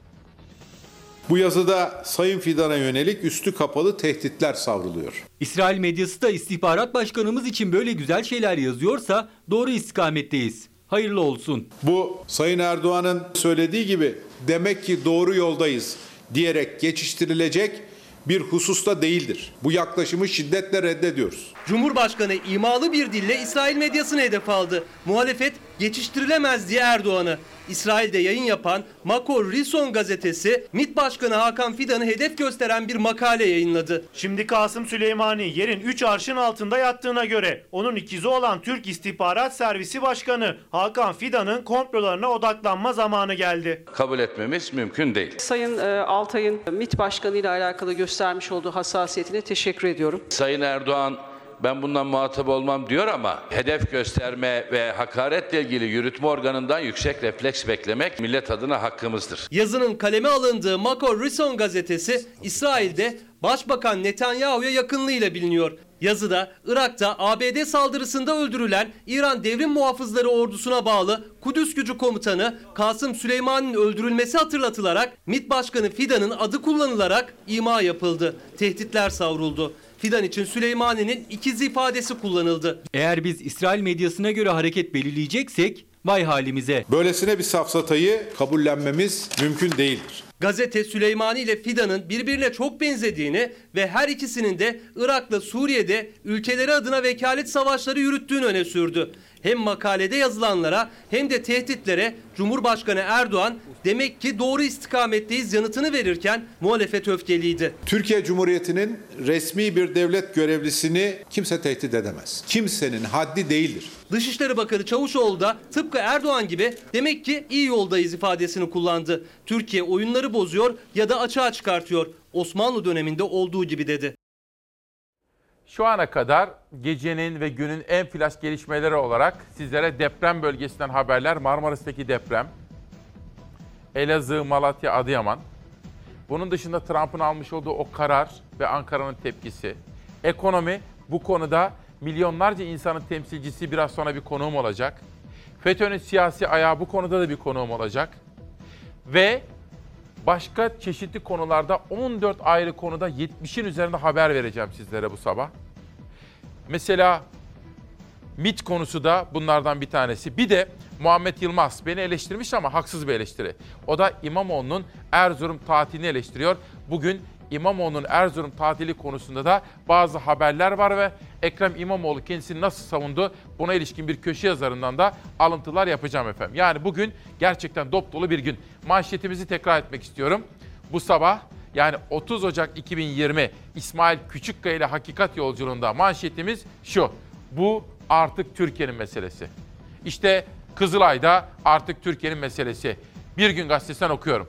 Bu yazıda Sayın Fidan'a yönelik üstü kapalı tehditler savruluyor. İsrail medyası da istihbarat başkanımız için böyle güzel şeyler yazıyorsa doğru istikametteyiz. Hayırlı olsun. Bu Sayın Erdoğan'ın söylediği gibi demek ki doğru yoldayız diyerek geçiştirilecek bir hususta değildir. Bu yaklaşımı şiddetle reddediyoruz. Cumhurbaşkanı imalı bir dille İsrail medyasını hedef aldı. Muhalefet geçiştirilemez diye Erdoğan'ı. İsrail'de yayın yapan Makor Rison gazetesi MİT Başkanı Hakan Fidan'ı hedef gösteren bir makale yayınladı. Şimdi Kasım Süleymani yerin 3 arşın altında yattığına göre onun ikizi olan Türk İstihbarat Servisi Başkanı Hakan Fidan'ın komplolarına odaklanma zamanı geldi. Kabul etmemiz mümkün değil. Sayın Altay'ın MİT Başkanı ile alakalı göstermiş olduğu hassasiyetine teşekkür ediyorum. Sayın Erdoğan ben bundan muhatap olmam diyor ama hedef gösterme ve hakaretle ilgili yürütme organından yüksek refleks beklemek millet adına hakkımızdır. Yazının kaleme alındığı Makor Rison gazetesi İsrail'de Başbakan Netanyahu'ya yakınlığıyla biliniyor. Yazıda Irak'ta ABD saldırısında öldürülen İran Devrim Muhafızları Ordusu'na bağlı Kudüs Gücü Komutanı Kasım Süleyman'ın öldürülmesi hatırlatılarak MİT Başkanı Fidan'ın adı kullanılarak ima yapıldı. Tehditler savruldu. Fidan için Süleymani'nin ikizi ifadesi kullanıldı. Eğer biz İsrail medyasına göre hareket belirleyeceksek vay halimize. Böylesine bir safsatayı kabullenmemiz mümkün değildir. Gazete Süleymani ile Fidan'ın birbirine çok benzediğini ve her ikisinin de Irak'la Suriye'de ülkeleri adına vekalet savaşları yürüttüğünü öne sürdü. Hem makalede yazılanlara hem de tehditlere Cumhurbaşkanı Erdoğan demek ki doğru istikametteyiz yanıtını verirken muhalefet öfkeliydi. Türkiye Cumhuriyeti'nin resmi bir devlet görevlisini kimse tehdit edemez. Kimsenin haddi değildir. Dışişleri Bakanı Çavuşoğlu da tıpkı Erdoğan gibi demek ki iyi yoldayız ifadesini kullandı. Türkiye oyunları bozuyor ya da açığa çıkartıyor. Osmanlı döneminde olduğu gibi dedi. Şu ana kadar gecenin ve günün en flash gelişmeleri olarak sizlere deprem bölgesinden haberler. Marmaris'teki deprem, Elazığ, Malatya, Adıyaman. Bunun dışında Trump'ın almış olduğu o karar ve Ankara'nın tepkisi. Ekonomi, bu konuda milyonlarca insanın temsilcisi, biraz sonra bir konuğum olacak. FETÖ'nün siyasi ayağı, bu konuda da bir konuğum olacak. Ve başka çeşitli konularda 14 ayrı konuda 70'in üzerinde haber vereceğim sizlere bu sabah. Mesela MİT konusu da bunlardan bir tanesi. Bir de Muhammed Yılmaz beni eleştirmiş ama haksız bir eleştiri. O da İmamoğlu'nun Erzurum tatilini eleştiriyor. Bugün İmamoğlu'nun Erzurum tatili konusunda da bazı haberler var ve Ekrem İmamoğlu kendisini nasıl savundu, buna ilişkin bir köşe yazarından da alıntılar yapacağım efendim. Yani bugün gerçekten dop dolu bir gün. Manşetimizi tekrar etmek istiyorum. Bu sabah, yani 30 Ocak 2020 İsmail Küçükkaya ile Hakikat Yolculuğunda manşetimiz şu: bu artık Türkiye'nin meselesi. İşte Kızılay'da artık Türkiye'nin meselesi. Bir Gün Gazetesi'nden okuyorum.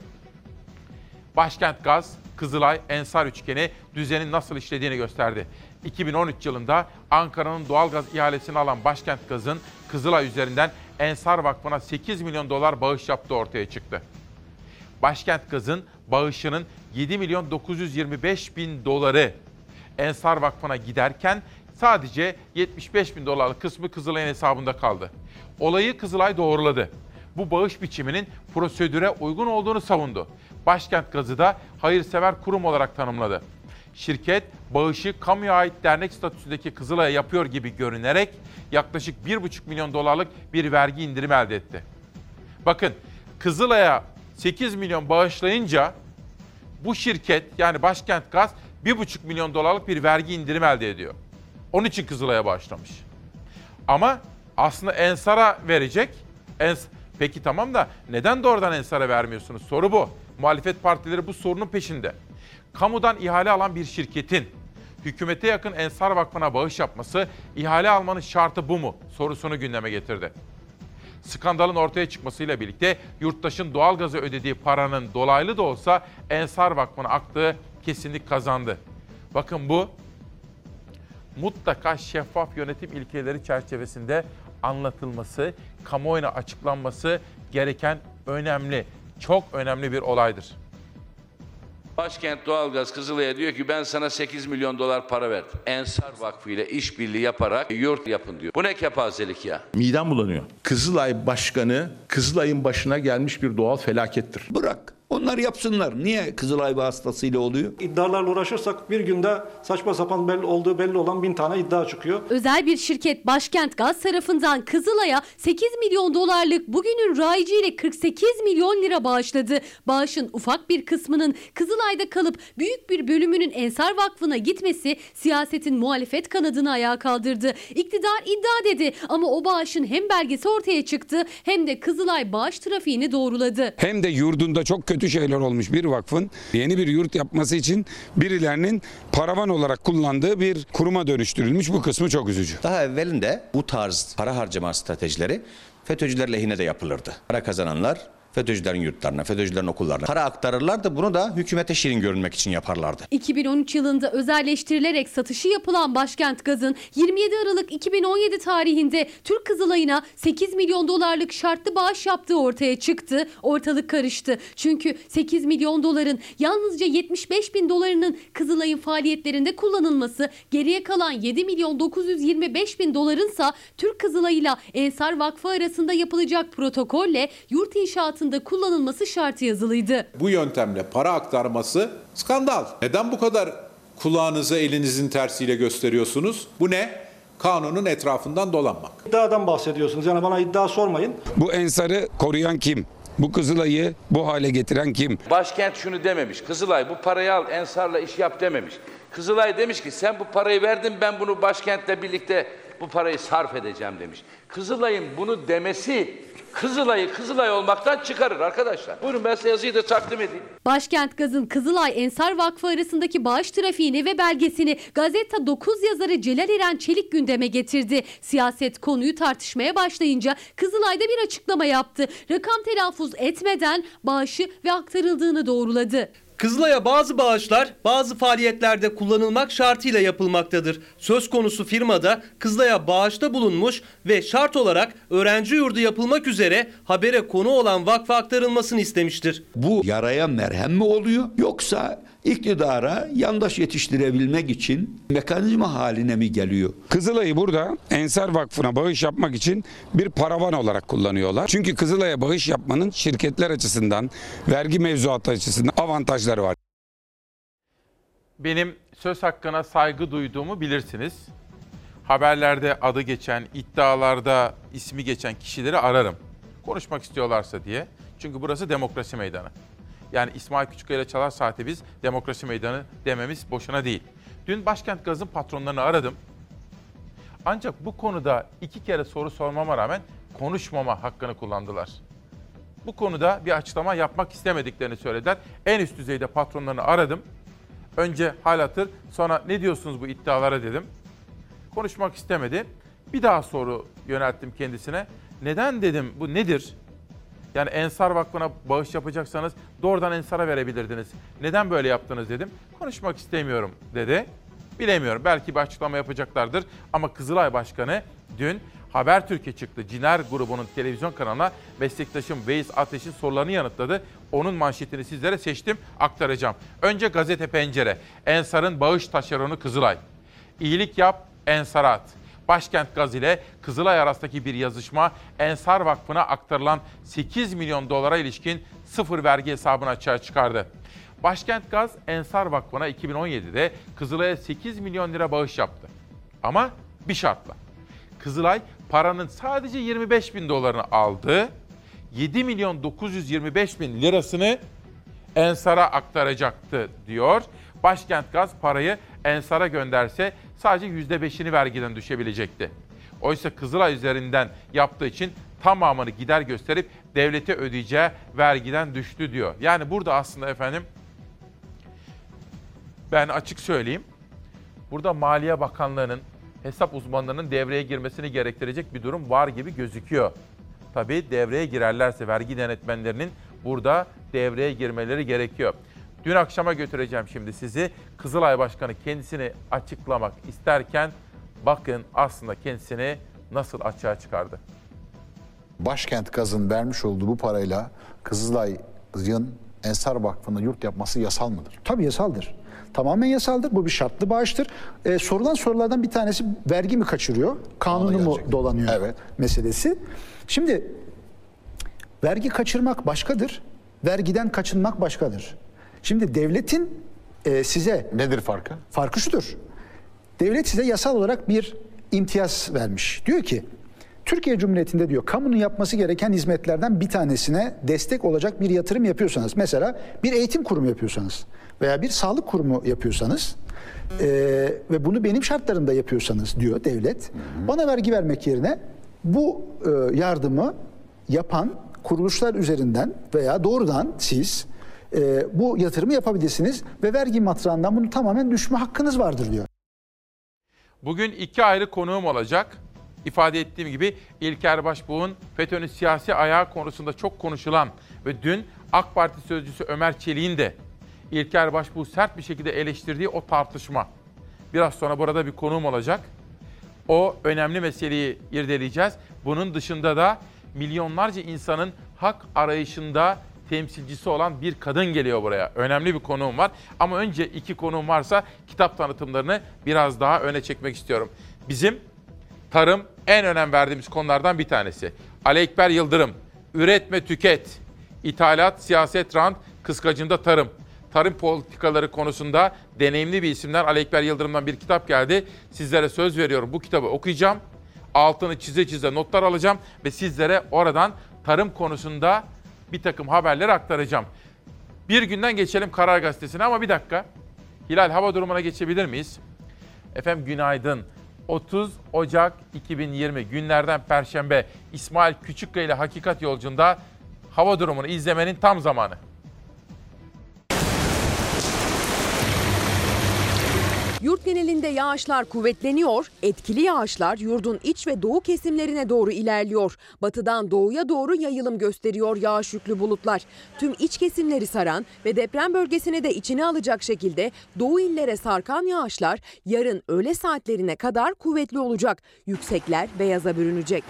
Başkent Gaz, Kızılay, Ensar üçgeni düzenin nasıl işlediğini gösterdi. 2013 yılında Ankara'nın doğalgaz ihalesini alan Başkent Gaz'ın Kızılay üzerinden Ensar Vakfı'na 8 milyon dolar bağış yaptığı ortaya çıktı. Başkent Gaz'ın bağışının 7 milyon 925 bin doları Ensar Vakfı'na giderken sadece 75 bin dolarlık kısmı Kızılay'ın hesabında kaldı. Olayı Kızılay doğruladı. Bu bağış biçiminin prosedüre uygun olduğunu savundu. Başkent Gaz'ı da hayırsever kurum olarak tanımladı. Şirket bağışı kamuya ait dernek statüsündeki Kızılay'a yapıyor gibi görünerek yaklaşık 1,5 milyon dolarlık bir vergi indirimi elde etti. Bakın, Kızılay'a 8 milyon bağışlayınca Bu şirket yani Başkent Gaz 1,5 milyon dolarlık bir vergi indirimi elde ediyor. Onun için Kızılay'a bağışlamış. Ama aslında Ensar'a verecek. Peki tamam da neden doğrudan Ensar'a vermiyorsunuz? Soru bu. Muhalefet partileri bu sorunun peşinde. Kamudan ihale alan bir şirketin hükümete yakın Ensar Vakfı'na bağış yapması, ihale almanın şartı bu mu sorusunu gündeme getirdi. Skandalın ortaya çıkmasıyla birlikte yurttaşın doğalgaza ödediği paranın dolaylı da olsa Ensar Vakfı'na aktığı kesinlik kazandı. Bakın bu mutlaka şeffaf yönetim ilkeleri çerçevesinde anlatılması, kamuoyuna açıklanması gereken önemli, çok önemli bir olaydır. Başkent Doğalgaz Kızılay'a diyor ki ben sana 8 milyon dolar para verdim. Ensar Vakfı ile işbirliği yaparak yurt yapın diyor. Bu ne kepazelik ya? Midem bulanıyor. Kızılay Başkanı Kızılay'ın başına gelmiş bir doğal felakettir. Bırak. Onlar yapsınlar. Niye Kızılay vasıtasıyla oluyor? İddialarla uğraşırsak bir günde saçma sapan olduğu belli olan 1000 tane iddia çıkıyor. Özel bir şirket Başkent Gaz tarafından Kızılay'a 8 milyon dolarlık bugünün rayiciyle 48 milyon lira bağışladı. Bağışın ufak bir kısmının Kızılay'da kalıp büyük bir bölümünün Ensar Vakfı'na gitmesi siyasetin muhalefet kanadını ayağa kaldırdı. İktidar iddia dedi ama o bağışın hem belgesi ortaya çıktı hem de Kızılay bağış trafiğini doğruladı. Hem de yurdunda çok kötü şeyler olmuş bir vakfın yeni bir yurt yapması için birilerinin paravan olarak kullandığı bir kuruma dönüştürülmüş. Bu kısmı çok üzücü. Daha evvelinde bu tarz para harcama stratejileri FETÖ'cüler lehine de yapılırdı. Para kazananlar FETÖ'cülerin yurtlarına, FETÖ'cülerin okullarına para aktarırlardı. Bunu da hükümete şirin görünmek için yaparlardı. 2013 yılında özelleştirilerek satışı yapılan Başkent Gaz'ın 27 Aralık 2017 tarihinde Türk Kızılay'ına 8 milyon dolarlık şartlı bağış yaptığı ortaya çıktı. Ortalık karıştı. Çünkü 8 milyon doların yalnızca 75 bin dolarının Kızılay'ın faaliyetlerinde kullanılması, geriye kalan 7 milyon 925 bin dolarınsa Türk Kızılay'ıyla Ensar Vakfı arasında yapılacak protokolle yurt inşaatı kullanılması şartı yazılıydı. Bu yöntemle para aktarması skandal. Neden bu kadar kulağınızı elinizin tersiyle gösteriyorsunuz? Bu ne? Kanunun etrafından dolanmak. İddiadan bahsediyorsunuz. Yani bana iddia sormayın. Bu Ensar'ı koruyan kim? Bu Kızılay'ı bu hale getiren kim? Başkent şunu dememiş. Kızılay bu parayı al Ensar'la iş yap dememiş. Kızılay demiş ki sen bu parayı verdin ben bunu Başkent'le birlikte bu parayı sarf edeceğim demiş. Kızılay'ın bunu demesi Kızılay'ı Kızılay olmaktan çıkarır arkadaşlar. Buyurun ben size yazıyı da takdim edeyim. Başkent Gaz'ın Kızılay Ensar Vakfı arasındaki bağış trafiğini ve belgesini Gazeta 9 yazarı Celal Eren Çelik gündeme getirdi. Siyaset konuyu tartışmaya başlayınca Kızılay'da bir açıklama yaptı. Rakam telaffuz etmeden bağışı ve aktarıldığını doğruladı. Kızılay'a bazı bağışlar bazı faaliyetlerde kullanılmak şartıyla yapılmaktadır. Söz konusu firmada Kızılay'a bağışta bulunmuş ve şart olarak öğrenci yurdu yapılmak üzere habere konu olan vakfa aktarılmasını istemiştir. Bu yaraya merhem mi oluyor yoksa iktidara yandaş yetiştirebilmek için mekanizma haline mi geliyor? Kızılay'ı burada Ensar Vakfı'na bağış yapmak için bir paravan olarak kullanıyorlar. Çünkü Kızılay'a bağış yapmanın şirketler açısından, vergi mevzuatı açısından avantajları var. Benim söz hakkına saygı duyduğumu bilirsiniz. Haberlerde adı geçen, iddialarda ismi geçen kişileri ararım. Konuşmak istiyorlarsa diye. Çünkü burası demokrasi meydanı. Yani İsmail Küçükkaya ile Çalar Saat'e biz demokrasi meydanı dememiz boşuna değil. Dün Başkent Gaz'ın patronlarını aradım. Ancak bu konuda 2 kere soru sormama rağmen konuşmama hakkını kullandılar. Bu konuda bir açıklama yapmak istemediklerini söylediler. En üst düzeyde patronlarını aradım. Önce hal hatır, sonra ne diyorsunuz bu iddialara dedim. Konuşmak istemedi. Bir daha soru yönelttim kendisine. Neden dedim, bu nedir? Yani Ensar Vakfı'na bağış yapacaksanız doğrudan Ensar'a verebilirdiniz. Neden böyle yaptınız dedim. Konuşmak istemiyorum dedi. Bilemiyorum, belki bir açıklama yapacaklardır. Ama Kızılay Başkanı dün Habertürk'e çıktı. Ciner grubunun televizyon kanalına meslektaşım Veys Ateş'in sorularını yanıtladı. Onun manşetini sizlere seçtim, aktaracağım. Önce Gazete Pencere. Ensar'ın bağış taşeronu Kızılay. İyilik yap, Ensar'a at. Başkent Gaz ile Kızılay arasındaki bir yazışma Ensar Vakfı'na aktarılan 8 milyon dolara ilişkin sıfır vergi hesabını açığa çıkardı. Başkent Gaz, Ensar Vakfı'na 2017'de Kızılay'a 8 milyon lira bağış yaptı. Ama bir şartla. Kızılay paranın sadece 25 bin dolarını aldı. 7 milyon 925 bin lirasını Ensar'a aktaracaktı diyor. Başkent Gaz parayı Ensar'a gönderse sadece %5'ini vergiden düşebilecekti. Oysa Kızılay üzerinden yaptığı için tamamını gider gösterip devlete ödeyeceği vergiden düştü diyor. Yani burada aslında efendim ben açık söyleyeyim. Burada Maliye Bakanlığı'nın hesap uzmanlarının devreye girmesini gerektirecek bir durum var gibi gözüküyor. Tabii devreye girerlerse vergi denetmenlerinin burada devreye girmeleri gerekiyor. Dün akşama götüreceğim şimdi sizi. Kızılay Başkanı kendisini açıklamak isterken bakın aslında kendisini nasıl açığa çıkardı. Başkent Gaz'ın vermiş olduğu bu parayla Kızılay'ın Ensar Vakfı'na yurt yapması yasal mıdır? Tabii yasaldır. Tamamen yasaldır. Bu bir şartlı bağıştır. Sorulan sorulardan bir tanesi vergi mi kaçırıyor? Kanunu mu dolanıyor? Evet. Meselesi. Şimdi vergi kaçırmak başkadır. Vergiden kaçınmak başkadır. Şimdi devletin size... Nedir farkı? Farkı şudur. Devlet size yasal olarak bir imtiyaz vermiş. Diyor ki Türkiye Cumhuriyeti'nde diyor kamunun yapması gereken hizmetlerden bir tanesine destek olacak bir yatırım yapıyorsanız, mesela bir eğitim kurumu yapıyorsanız veya bir sağlık kurumu yapıyorsanız ve bunu benim şartlarımda yapıyorsanız diyor devlet, bana vergi vermek yerine bu yardımı yapan kuruluşlar üzerinden veya doğrudan siz bu yatırımı yapabilirsiniz ve vergi matrağından bunu tamamen düşme hakkınız vardır diyor. Bugün iki ayrı konuğum olacak. İfade ettiğim gibi İlker Başbuğ'un FETÖ'nün siyasi ayağı konusunda çok konuşulan ve dün AK Parti sözcüsü Ömer Çelik'in de İlker Başbuğ'u sert bir şekilde eleştirdiği o tartışma. Biraz sonra burada bir konuğum olacak. O önemli meseleyi irdeleyeceğiz. Bunun dışında da milyonlarca insanın hak arayışında temsilcisi olan bir kadın geliyor buraya. Önemli bir konuğum var. Ama önce iki konuğum varsa kitap tanıtımlarını biraz daha öne çekmek istiyorum. Bizim tarım en önem verdiğimiz konulardan bir tanesi. Ali Ekber Yıldırım, Üretme Tüket, İthalat, Siyaset, Rant, Kıskacında Tarım. Tarım politikaları konusunda deneyimli bir isimden Ali Ekber Yıldırım'dan bir kitap geldi. Sizlere söz veriyorum, bu kitabı okuyacağım. Altını çize çize notlar alacağım ve sizlere oradan tarım konusunda bir takım haberleri aktaracağım. Bir günden geçelim Karar Gazetesi'ne ama bir dakika. Hilal, hava durumuna geçebilir miyiz? Efendim günaydın. 30 Ocak 2020 günlerden Perşembe, İsmail Küçükkaya ile Hakikat Yolcu'nda hava durumunu izlemenin tam zamanı. Yurt genelinde yağışlar kuvvetleniyor, etkili yağışlar yurdun iç ve doğu kesimlerine doğru ilerliyor. Batıdan doğuya doğru yayılım gösteriyor yağış yüklü bulutlar. Tüm iç kesimleri saran ve deprem bölgesini de içine alacak şekilde doğu illere sarkan yağışlar yarın öğle saatlerine kadar kuvvetli olacak. Yüksekler beyaza bürünecek.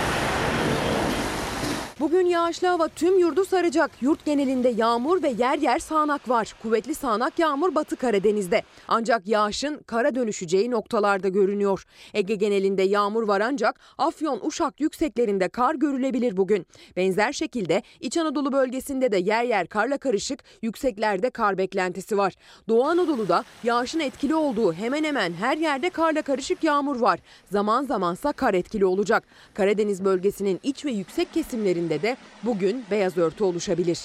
Bugün yağışlı hava tüm yurdu saracak. Yurt genelinde yağmur ve yer yer sağanak var. Kuvvetli sağanak yağmur Batı Karadeniz'de. Ancak yağışın kara dönüşeceği noktalarda görünüyor. Ege genelinde yağmur var ancak Afyon, Uşak yükseklerinde kar görülebilir bugün. Benzer şekilde İç Anadolu bölgesinde de yer yer karla karışık, yükseklerde kar beklentisi var. Doğu Anadolu'da yağışın etkili olduğu hemen hemen her yerde karla karışık yağmur var. Zaman zamansa kar etkili olacak. Karadeniz bölgesinin iç ve yüksek kesimlerinde de bugün beyaz örtü oluşabilir.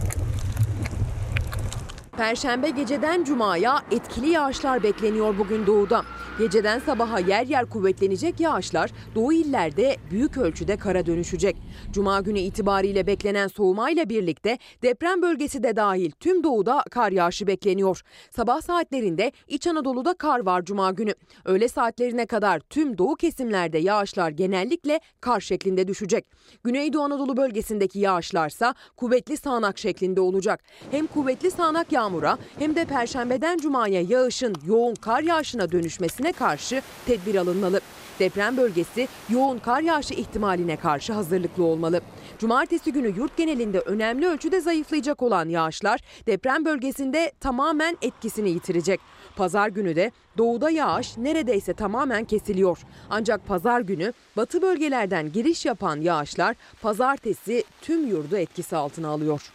Perşembe geceden Cuma'ya etkili yağışlar bekleniyor bugün doğuda. Geceden sabaha yer yer kuvvetlenecek yağışlar doğu illerde büyük ölçüde kara dönüşecek. Cuma günü itibariyle beklenen soğumayla birlikte deprem bölgesi de dahil tüm doğuda kar yağışı bekleniyor. Sabah saatlerinde İç Anadolu'da kar var Cuma günü. Öğle saatlerine kadar tüm doğu kesimlerde yağışlar genellikle kar şeklinde düşecek. Güneydoğu Anadolu bölgesindeki yağışlarsa kuvvetli sağanak şeklinde olacak. Hem kuvvetli sağanak yağmura hem de Perşembeden Cuma'ya yağışın yoğun kar yağışına dönüşmesine karşı tedbir alınmalı. Deprem bölgesi yoğun kar yağışı ihtimaline karşı hazırlıklı olmalı. Cumartesi günü yurt genelinde önemli ölçüde zayıflayacak olan yağışlar deprem bölgesinde tamamen etkisini yitirecek. Pazar günü de doğuda yağış neredeyse tamamen kesiliyor. Ancak pazar günü batı bölgelerden giriş yapan yağışlar pazartesi tüm yurdu etkisi altına alıyor.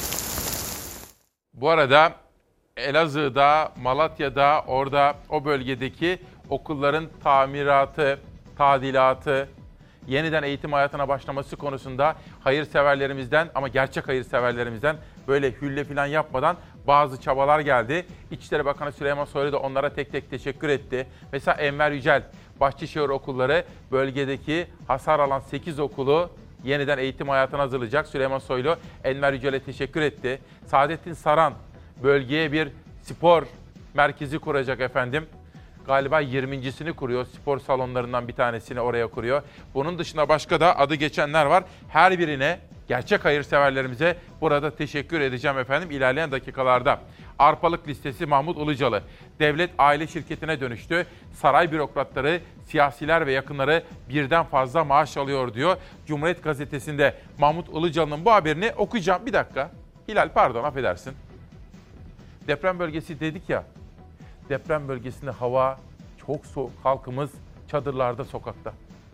Bu arada Elazığ'da, Malatya'da, orada o bölgedeki okulların tamiratı, tadilatı, yeniden eğitim hayatına başlaması konusunda hayırseverlerimizden ama gerçek hayırseverlerimizden böyle hülle falan yapmadan bazı çabalar geldi. İçişleri Bakanı Süleyman Soylu da onlara tek tek teşekkür etti. Mesela Enver Yücel, Bahçeşehir okulları bölgedeki hasar alan 8 okulu yeniden eğitim hayatına hazırlayacak. Süleyman Soylu Enver Yücel'e teşekkür etti. Saadettin Saran bölgeye bir spor merkezi kuracak efendim. Galiba 20.sini kuruyor. Spor salonlarından bir tanesini oraya kuruyor. Bunun dışında başka da adı geçenler var. Her birine, gerçek hayırseverlerimize burada teşekkür edeceğim efendim ilerleyen dakikalarda. Arpalık listesi Mahmut Ilıcalı. Devlet aile şirketine dönüştü. Saray bürokratları, siyasiler ve yakınları birden fazla maaş alıyor diyor. Cumhuriyet Gazetesi'nde Mahmut Ilıcalı'nın bu haberini okuyacağım. Bir dakika. Hilal pardon affedersin. Deprem bölgesi dedik ya. Deprem bölgesinde hava çok soğuk. Halkımız çadırlarda, sokakta.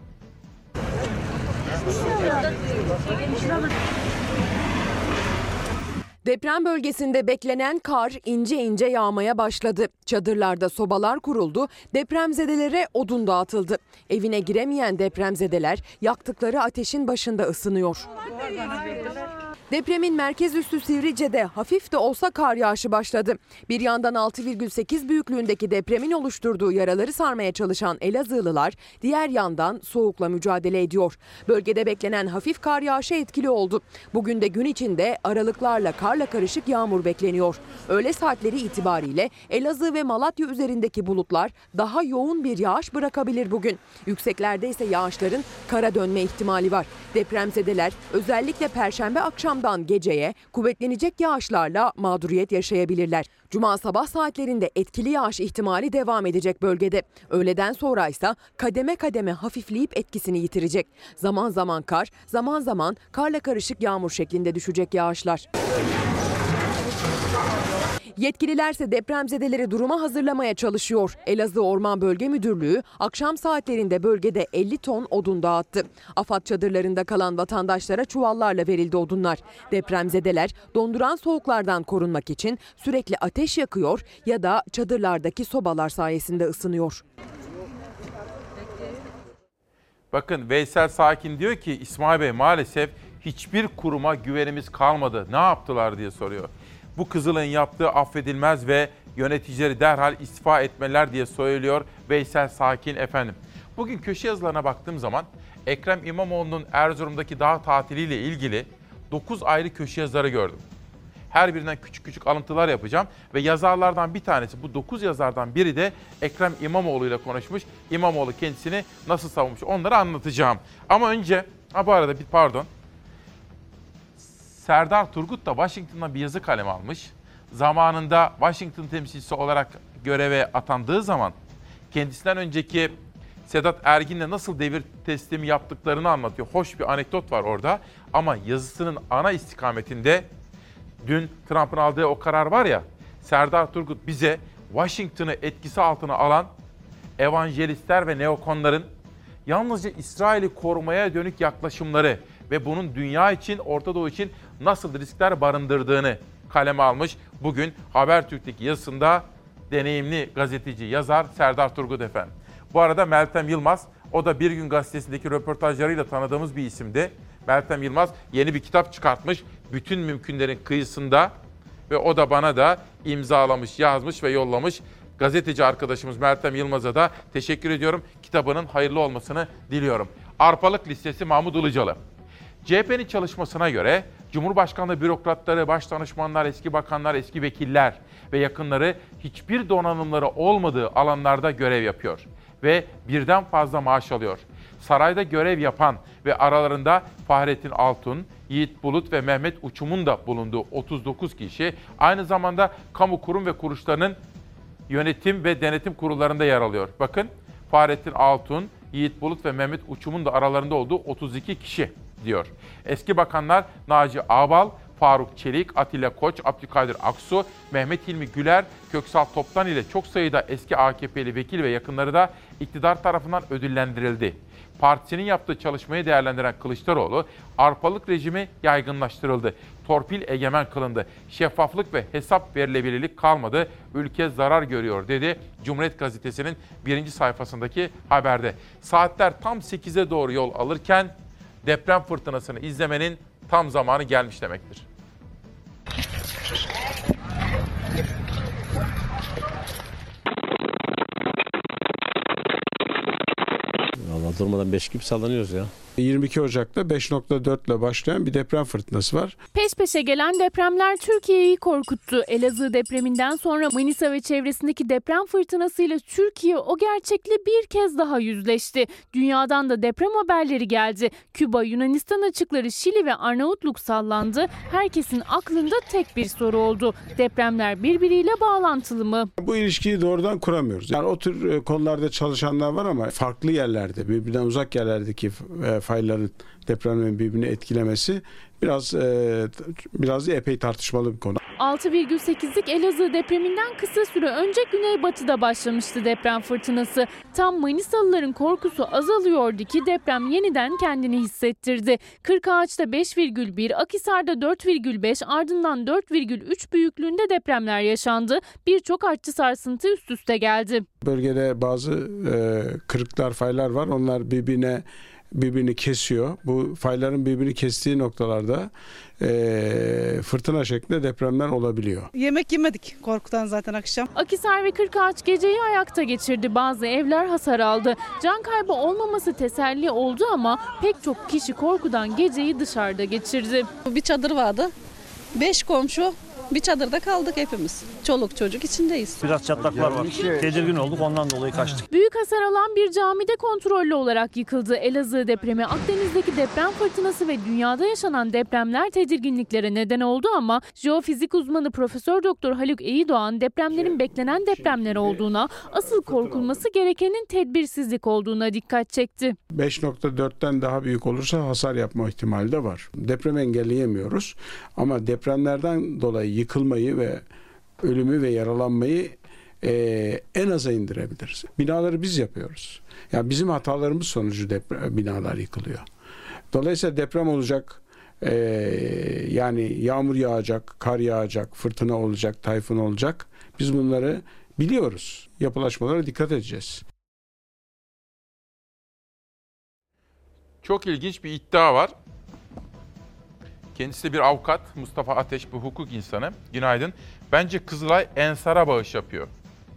Deprem bölgesinde beklenen kar ince ince yağmaya başladı. Çadırlarda sobalar kuruldu, depremzedelere odun dağıtıldı. Evine giremeyen depremzedeler yaktıkları ateşin başında ısınıyor. Depremin merkez üssü Sivrice'de hafif de olsa kar yağışı başladı. Bir yandan 6,8 büyüklüğündeki depremin oluşturduğu yaraları sarmaya çalışan Elazığlılar diğer yandan soğukla mücadele ediyor. Bölgede beklenen hafif kar yağışı etkili oldu. Bugün de gün içinde aralıklarla karla karışık yağmur bekleniyor. Öğle saatleri itibariyle Elazığ ve Malatya üzerindeki bulutlar daha yoğun bir yağış bırakabilir bugün. Yükseklerde ise yağışların kara dönme ihtimali var. Depremzedeler özellikle Perşembe akşamdan geceye kuvvetlenecek yağışlarla mağduriyet yaşayabilirler. Cuma sabah saatlerinde etkili yağış ihtimali devam edecek bölgede. Öğleden sonra ise kademe kademe hafifleyip etkisini yitirecek. Zaman zaman kar, zaman zaman karla karışık yağmur şeklinde düşecek yağışlar. Yetkililerse depremzedeleri duruma hazırlamaya çalışıyor. Elazığ Orman Bölge Müdürlüğü akşam saatlerinde bölgede 50 ton odun dağıttı. AFAD çadırlarında kalan vatandaşlara çuvallarla verildi odunlar. Depremzedeler donduran soğuklardan korunmak için sürekli ateş yakıyor ya da çadırlardaki sobalar sayesinde ısınıyor. Bakın Veysel Sakin diyor ki İsmail Bey maalesef hiçbir kuruma güvenimiz kalmadı. Ne yaptılar diye soruyor. Bu Kızılay'ın yaptığı affedilmez ve yöneticileri derhal istifa etmeler diye söylüyor Veysel Sakin efendim. Bugün köşe yazılarına baktığım zaman Ekrem İmamoğlu'nun Erzurum'daki dağ tatiliyle ilgili 9 ayrı köşe yazarı gördüm. Her birinden küçük küçük alıntılar yapacağım ve yazarlardan bir tanesi, bu 9 yazardan biri de Ekrem İmamoğlu ile konuşmuş. İmamoğlu kendisini nasıl savunmuş onları anlatacağım. Ama önce, bu arada bir pardon. Serdar Turgut da Washington'dan bir yazı kaleme almış. Zamanında Washington temsilcisi olarak göreve atandığı zaman kendisinden önceki Sedat Ergin'le nasıl devir teslimi yaptıklarını anlatıyor. Hoş bir anekdot var orada ama yazısının ana istikametinde dün Trump'ın aldığı o karar var ya, Serdar Turgut bize Washington'ı etkisi altına alan evangelistler ve neokonların yalnızca İsrail'i korumaya dönük yaklaşımları ve bunun dünya için, Orta Doğu için nasıl riskler barındırdığını kaleme almış. Bugün Habertürk'teki yazısında deneyimli gazeteci, yazar Serdar Turgut efendim. Bu arada Meltem Yılmaz, o da Bir Gün Gazetesi'ndeki röportajlarıyla tanıdığımız bir isimdi. Meltem Yılmaz yeni bir kitap çıkartmış. Bütün mümkünlerin kıyısında ve o da bana da imzalamış, yazmış ve yollamış. Gazeteci arkadaşımız Meltem Yılmaz'a da teşekkür ediyorum. Kitabının hayırlı olmasını diliyorum. Arpalık listesi Mahmut Ilıcalı. CHP'nin çalışmasına göre Cumhurbaşkanlığı bürokratları, başdanışmanlar, eski bakanlar, eski vekiller ve yakınları hiçbir donanımları olmadığı alanlarda görev yapıyor ve birden fazla maaş alıyor. Sarayda görev yapan ve aralarında Fahrettin Altun, Yiğit Bulut ve Mehmet Uçum'un da bulunduğu 39 kişi aynı zamanda kamu kurum ve kuruluşlarının yönetim ve denetim kurullarında yer alıyor. Bakın Fahrettin Altun, Yiğit Bulut ve Mehmet Uçum'un da aralarında olduğu 32 kişi diyor. Eski bakanlar Naci Ağbal, Faruk Çelik, Atilla Koç, Abdülkadir Aksu, Mehmet Hilmi Güler, Köksal Toptan ile çok sayıda eski AKP'li vekil ve yakınları da iktidar tarafından ödüllendirildi. Partisinin yaptığı çalışmayı değerlendiren Kılıçdaroğlu, arpalık rejimi yaygınlaştırıldı. Torpil egemen kılındı. Şeffaflık ve hesap verilebilirlik kalmadı. Ülke zarar görüyor dedi Cumhuriyet Gazetesi'nin 1. sayfasındaki haberde. Saatler tam 8'e doğru yol alırken deprem fırtınasını izlemenin tam zamanı gelmiş demektir. durmadan 5 gibi sallanıyoruz ya. 22 Ocak'ta 5.4 ile başlayan bir deprem fırtınası var. Peş peşe gelen depremler Türkiye'yi korkuttu. Elazığ depreminden sonra Manisa ve çevresindeki deprem fırtınasıyla Türkiye o gerçekle bir kez daha yüzleşti. Dünyadan da deprem haberleri geldi. Küba, Yunanistan açıkları, Şili ve Arnavutluk sallandı. Herkesin aklında tek bir soru oldu. Depremler birbiriyle bağlantılı mı? Bu ilişkiyi doğrudan kuramıyoruz. Yani o tür konularda çalışanlar var ama farklı yerlerde, birbirinden uzak yerlerdeki fayların depremlerin birbirini etkilemesi biraz epey tartışmalı bir konu. 6,8'lik Elazığ depreminden kısa süre önce güneybatıda başlamıştı deprem fırtınası. Tam Manisalıların korkusu azalıyordu ki deprem yeniden kendini hissettirdi. Kırkağaç'ta 5,1, Akhisar'da 4,5, ardından 4,3 büyüklüğünde depremler yaşandı. Birçok artçı sarsıntı üst üste geldi. Bölgede bazı kırıklar, faylar var. Onlar birbirini kesiyor. Bu fayların birbirini kestiği noktalarda fırtına şeklinde depremler olabiliyor. Yemek yemedik korkudan zaten akşam. Akhisar ve Kırkağaç geceyi ayakta geçirdi. Bazı evler hasar aldı. Can kaybı olmaması teselli oldu ama pek çok kişi korkudan geceyi dışarıda geçirdi. Bir çadır vardı. 5 komşu bir çadırda kaldık hepimiz. Çoluk çocuk içindeyiz. Biraz çatlaklar var. Tedirgin olduk, ondan dolayı kaçtık. Büyük hasar alan bir camide kontrollü olarak yıkıldı. Elazığ depremi, Akdeniz'deki deprem fırtınası ve dünyada yaşanan depremler tedirginliklere neden oldu ama jeofizik uzmanı Profesör Doktor Haluk Eydoğan depremlerin beklenen depremler olduğuna, asıl korkulması gerekenin tedbirsizlik olduğuna dikkat çekti. 5.4'ten daha büyük olursa hasar yapma ihtimali de var. Depremi engelleyemiyoruz ama depremlerden dolayı yıkılmayı ve ölümü ve yaralanmayı en aza indirebiliriz. Binaları biz yapıyoruz. Yani bizim hatalarımız sonucu binalar yıkılıyor. Dolayısıyla deprem olacak, yani yağmur yağacak, kar yağacak, fırtına olacak, tayfun olacak. Biz bunları biliyoruz. Yapılaşmalara dikkat edeceğiz. Çok ilginç bir iddia var. Kendisi de bir avukat, Mustafa Ateş, bir hukuk insanı. Günaydın. Bence Kızılay Ensar'a bağış yapıyor.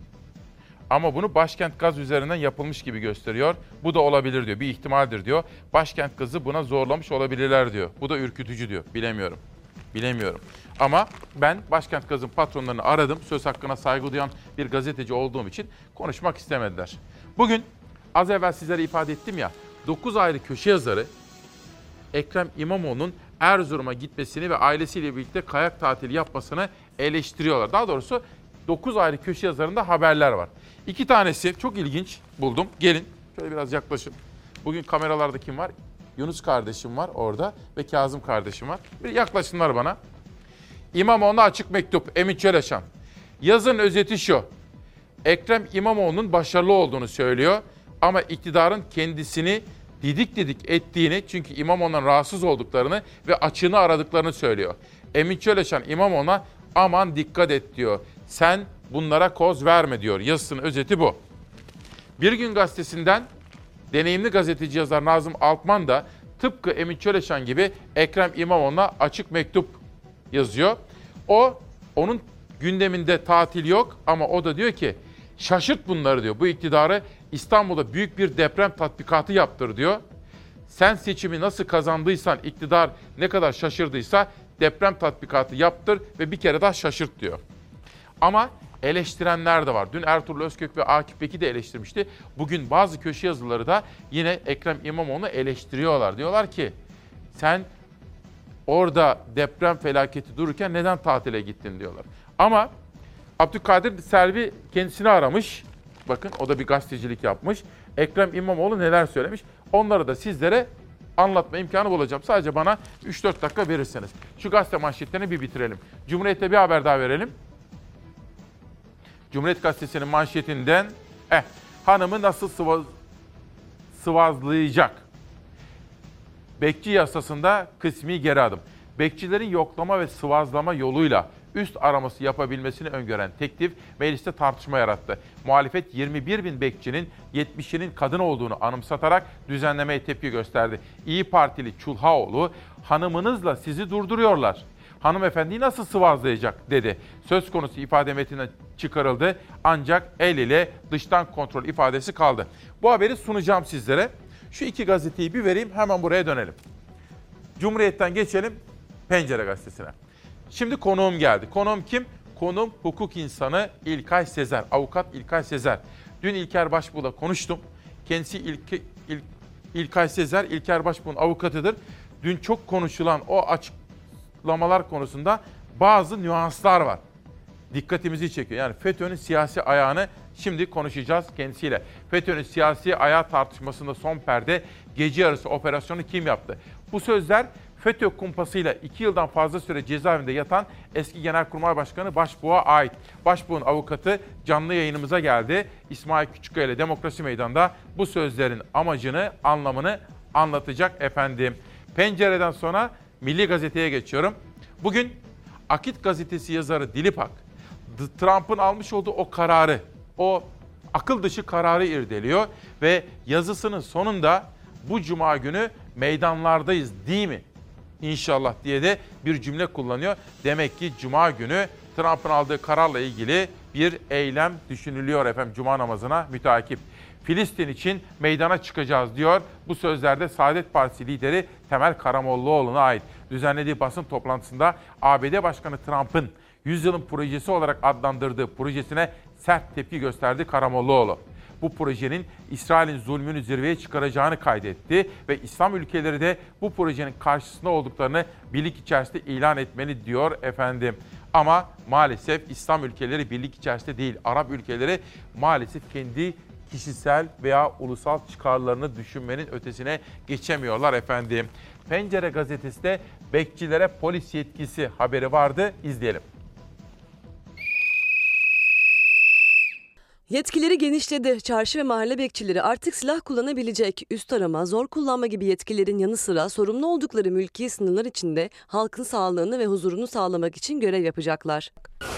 Ama bunu Başkent Gaz üzerinden yapılmış gibi gösteriyor. Bu da olabilir diyor, bir ihtimaldir diyor. Başkent Gaz'ı buna zorlamış olabilirler diyor. Bu da ürkütücü diyor. Bilemiyorum. Ama ben Başkent Gaz'ın patronlarını aradım. Söz hakkına saygı duyan bir gazeteci olduğum için konuşmak istemediler. Bugün az evvel sizlere ifade ettim ya, 9 ayrı köşe yazarı Ekrem İmamoğlu'nun Erzurum'a gitmesini ve ailesiyle birlikte kayak tatili yapmasını eleştiriyorlar. Daha doğrusu 9 ayrı köşe yazarında haberler var. 2 tanesi çok ilginç buldum. Gelin şöyle biraz yaklaşın. Bugün kameralarda kim var? Yunus kardeşim var orada ve Kazım kardeşim var. Bir yaklaşınlar bana. İmamoğlu'na açık mektup, Emin Çeleşan. Yazın özeti şu: Ekrem İmamoğlu'nun başarılı olduğunu söylüyor ama iktidarın kendisini didik ettiğini, çünkü İmamoğlu'ndan rahatsız olduklarını ve açığını aradıklarını söylüyor. Emin Çeleşan İmamoğlu'na aman dikkat et diyor. Sen bunlara koz verme diyor. Yazısının özeti bu. Bir Gün Gazetesi'nden deneyimli gazeteci yazar Nazım Altman da tıpkı Emin Çeleşan gibi Ekrem İmamoğlu'na açık mektup yazıyor. Onun gündeminde tatil yok ama o da diyor ki şaşırt bunları diyor. Bu iktidarı İstanbul'da büyük bir deprem tatbikatı yaptır diyor. Sen seçimi nasıl kazandıysan, iktidar ne kadar şaşırdıysa deprem tatbikatı yaptır ve bir kere daha şaşırt diyor. Ama eleştirenler de var. Dün Ertuğrul Özkök ve Akif Beki de eleştirmişti. Bugün bazı köşe yazıları da yine Ekrem İmamoğlu'nu eleştiriyorlar. Diyorlar ki sen orada deprem felaketi dururken neden tatile gittin diyorlar. Ama Abdülkadir Selvi kendisini aramış. Bakın o da bir gazetecilik yapmış. Ekrem İmamoğlu neler söylemiş. Onları da sizlere anlatma imkanı bulacağım. Sadece bana 3-4 dakika verirseniz. Şu gazete manşetlerini bir bitirelim. Cumhuriyet'te bir haber daha verelim. Cumhuriyet Gazetesi'nin manşetinden hanımı nasıl sıvazlayacak? Bekçi yasasında kısmi geri adım. Bekçilerin yoklama ve sıvazlama yoluyla üst araması yapabilmesini öngören teklif mecliste tartışma yarattı. Muhalefet 21 bin bekçinin 70'inin kadın olduğunu anımsatarak düzenlemeye tepki gösterdi. İyi Partili Çulhaoğlu, hanımınızla sizi durduruyorlar. Hanımefendiyi nasıl sıvazlayacak dedi. Söz konusu ifade metninden çıkarıldı ancak el ile dıştan kontrol ifadesi kaldı. Bu haberi sunacağım sizlere. Şu iki gazeteyi bir vereyim, hemen buraya dönelim. Cumhuriyet'ten geçelim Pencere Gazetesi'ne. Şimdi konuğum geldi. Konuğum kim? Konuğum hukuk insanı İlkay Sezer, avukat İlkay Sezer. Dün İlker Başbuğ'la konuştum. Kendisi İlkay Sezer, İlker Başbuğ'un avukatıdır. Dün çok konuşulan o açıklamalar konusunda bazı nüanslar var. Dikkatimizi çekiyor. Yani FETÖ'nün siyasi ayağını şimdi konuşacağız kendisiyle. FETÖ'nün siyasi ayağı tartışmasında son perde, gece yarısı operasyonu kim yaptı? Bu sözler FETÖ kumpasıyla 2 yıldan fazla süre cezaevinde yatan eski Genelkurmay Başkanı Başbuğ'a ait. Başbuğ'un avukatı canlı yayınımıza geldi. İsmail Küçükkaya ile Demokrasi Meydanı'nda bu sözlerin amacını, anlamını anlatacak efendim. Pencereden sonra Milli Gazete'ye geçiyorum. Bugün Akit Gazetesi yazarı Dilipak, Trump'ın almış olduğu o kararı, o akıl dışı kararı irdeliyor ve yazısının sonunda bu cuma günü meydanlardayız değil mi? İnşallah diye de bir cümle kullanıyor. Demek ki cuma günü Trump'ın aldığı kararla ilgili bir eylem düşünülüyor efendim cuma namazına müteakip. Filistin için meydana çıkacağız diyor. Bu sözlerde Saadet Partisi lideri Temel Karamollaoğlu'na ait. Düzenlediği basın toplantısında ABD Başkanı Trump'ın 100 yılın projesi olarak adlandırdığı projesine sert tepki gösterdi Karamollaoğlu. Bu projenin İsrail'in zulmünü zirveye çıkaracağını kaydetti ve İslam ülkeleri de bu projenin karşısında olduklarını birlik içerisinde ilan etmeli diyor efendim. Ama maalesef İslam ülkeleri birlik içerisinde değil, Arap ülkeleri maalesef kendi kişisel veya ulusal çıkarlarını düşünmenin ötesine geçemiyorlar efendim. Pencere gazetesi de bekçilere polis yetkisi haberi vardı. İzleyelim. Yetkileri genişledi. Çarşı ve mahalle bekçileri artık silah kullanabilecek. Üst arama, zor kullanma gibi yetkilerin yanı sıra sorumlu oldukları mülki sınırlar içinde halkın sağlığını ve huzurunu sağlamak için görev yapacaklar.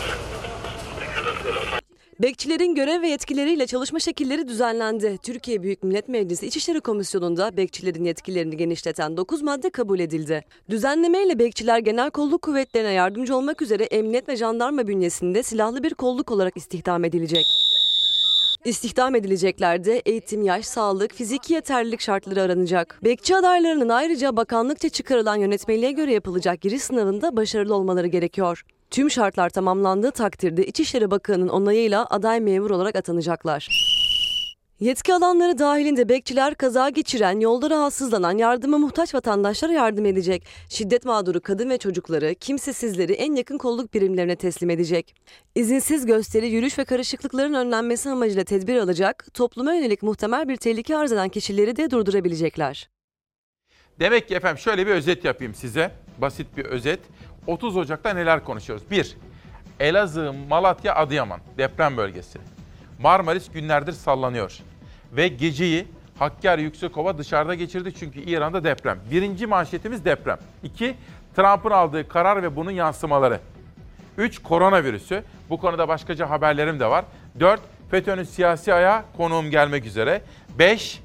Bekçilerin görev ve yetkileriyle çalışma şekilleri düzenlendi. Türkiye Büyük Millet Meclisi İçişleri Komisyonu'nda bekçilerin yetkilerini genişleten 9 madde kabul edildi. Düzenlemeyle bekçiler genel kolluk kuvvetlerine yardımcı olmak üzere emniyet ve jandarma bünyesinde silahlı bir kolluk olarak istihdam edilecek. İstihdam edilecekler eğitim, yaş, sağlık, fiziki yeterlilik şartları aranacak. Bekçi adaylarının ayrıca bakanlıkça çıkarılan yönetmeliğe göre yapılacak giriş sınavında başarılı olmaları gerekiyor. Tüm şartlar tamamlandığı takdirde İçişleri Bakanı'nın onayıyla aday memur olarak atanacaklar. Yetki alanları dahilinde bekçiler kaza geçiren, yolda rahatsızlanan, yardıma muhtaç vatandaşlara yardım edecek. Şiddet mağduru kadın ve çocukları, kimsesizleri en yakın kolluk birimlerine teslim edecek. İzinsiz gösteri, yürüyüş ve karışıklıkların önlenmesi amacıyla tedbir alacak, topluma yönelik muhtemel bir tehlike arz eden kişileri de durdurabilecekler. Demek ki efendim şöyle bir özet yapayım size. Basit bir özet. 30 Ocak'ta neler konuşuyoruz? 1. Elazığ, Malatya, Adıyaman deprem bölgesi. Marmaris günlerdir sallanıyor. Ve geceyi Hakkari, Yüksekova dışarıda geçirdi çünkü İran'da deprem. 1. manşetimiz deprem. 2. Trump'ın aldığı karar ve bunun yansımaları. 3. Koronavirüsü. Bu konuda başkaca haberlerim de var. 4. FETÖ'nün siyasi ayağı konuğum gelmek üzere. 5.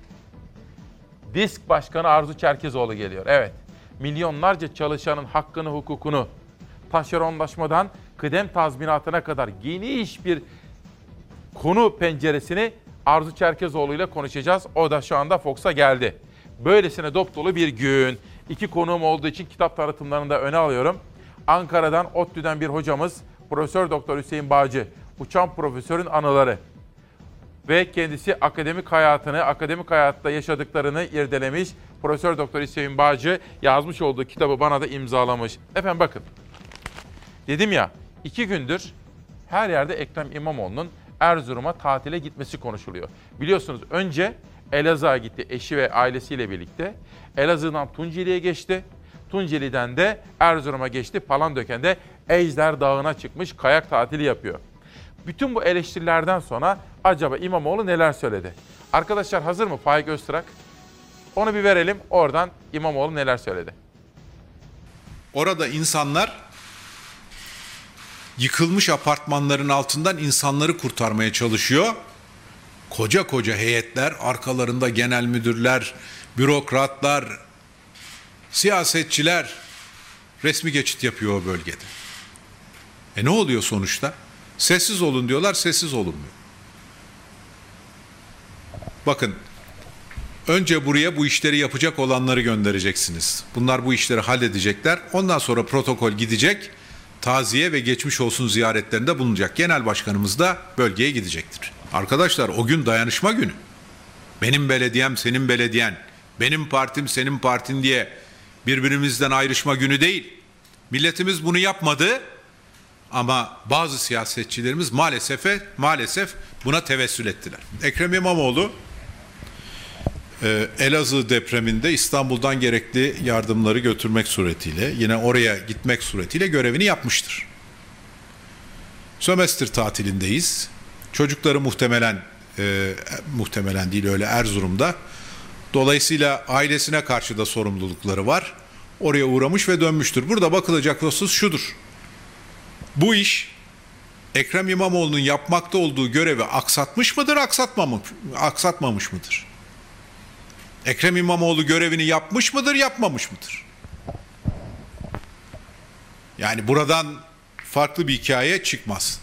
DİSK Başkanı Arzu Çerkezoğlu geliyor. Evet. Milyonlarca çalışanın hakkını, hukukunu, taşeronlaşmadan kıdem tazminatına kadar geniş bir konu penceresini Arzu Çerkezoğlu ile konuşacağız. O da şu anda Fox'a geldi. Böylesine dop dolu bir gün. 2 konuğum olduğu için kitap tanıtımlarını da öne alıyorum. Ankara'dan, ODTÜ'den bir hocamız Profesör Doktor Hüseyin Bağcı, uçan profesörün anıları. Ve kendisi akademik hayatta yaşadıklarını irdelemiş. Profesör Doktor Hüseyin Bağcı yazmış olduğu kitabı bana da imzalamış. Efendim bakın, dedim ya 2 gündür her yerde Ekrem İmamoğlu'nun Erzurum'a tatile gitmesi konuşuluyor. Biliyorsunuz önce Elazığ'a gitti eşi ve ailesiyle birlikte. Elazığ'dan Tunceli'ye geçti. Tunceli'den de Erzurum'a geçti. Palandöken'de Ejder Dağı'na çıkmış, kayak tatili yapıyor. Bütün bu eleştirilerden sonra acaba İmamoğlu neler söyledi? Arkadaşlar hazır mı Faik Öztürk? Onu bir verelim, oradan İmamoğlu neler söyledi? Orada insanlar yıkılmış apartmanların altından insanları kurtarmaya çalışıyor. Koca koca heyetler, arkalarında genel müdürler, bürokratlar, siyasetçiler resmi geçit yapıyor o bölgede. Ne oluyor sonuçta? Sessiz olun diyorlar, sessiz olunmuyor. Bakın, Önce buraya bu işleri yapacak olanları göndereceksiniz. Bunlar bu işleri halledecekler. Ondan sonra protokol gidecek. Taziye ve geçmiş olsun ziyaretlerinde bulunacak. Genel başkanımız da bölgeye gidecektir. Arkadaşlar o gün dayanışma günü. Benim belediyem senin belediyen, benim partim senin partin diye birbirimizden ayrışma günü değil. Milletimiz bunu yapmadı ama bazı siyasetçilerimiz maalesef buna tevessül ettiler. Ekrem İmamoğlu Elazığ depreminde İstanbul'dan gerekli yardımları götürmek suretiyle, yine oraya gitmek suretiyle görevini yapmıştır. Sömestr tatilindeyiz. Çocukları muhtemelen değil, öyle Erzurum'da. Dolayısıyla ailesine karşı da sorumlulukları var. Oraya uğramış ve dönmüştür. Burada bakılacak husus şudur. Bu iş Ekrem İmamoğlu'nun yapmakta olduğu görevi aksatmış mıdır, aksatmamış mıdır? Ekrem İmamoğlu görevini yapmış mıdır, yapmamış mıdır? Yani buradan farklı bir hikaye çıkmaz.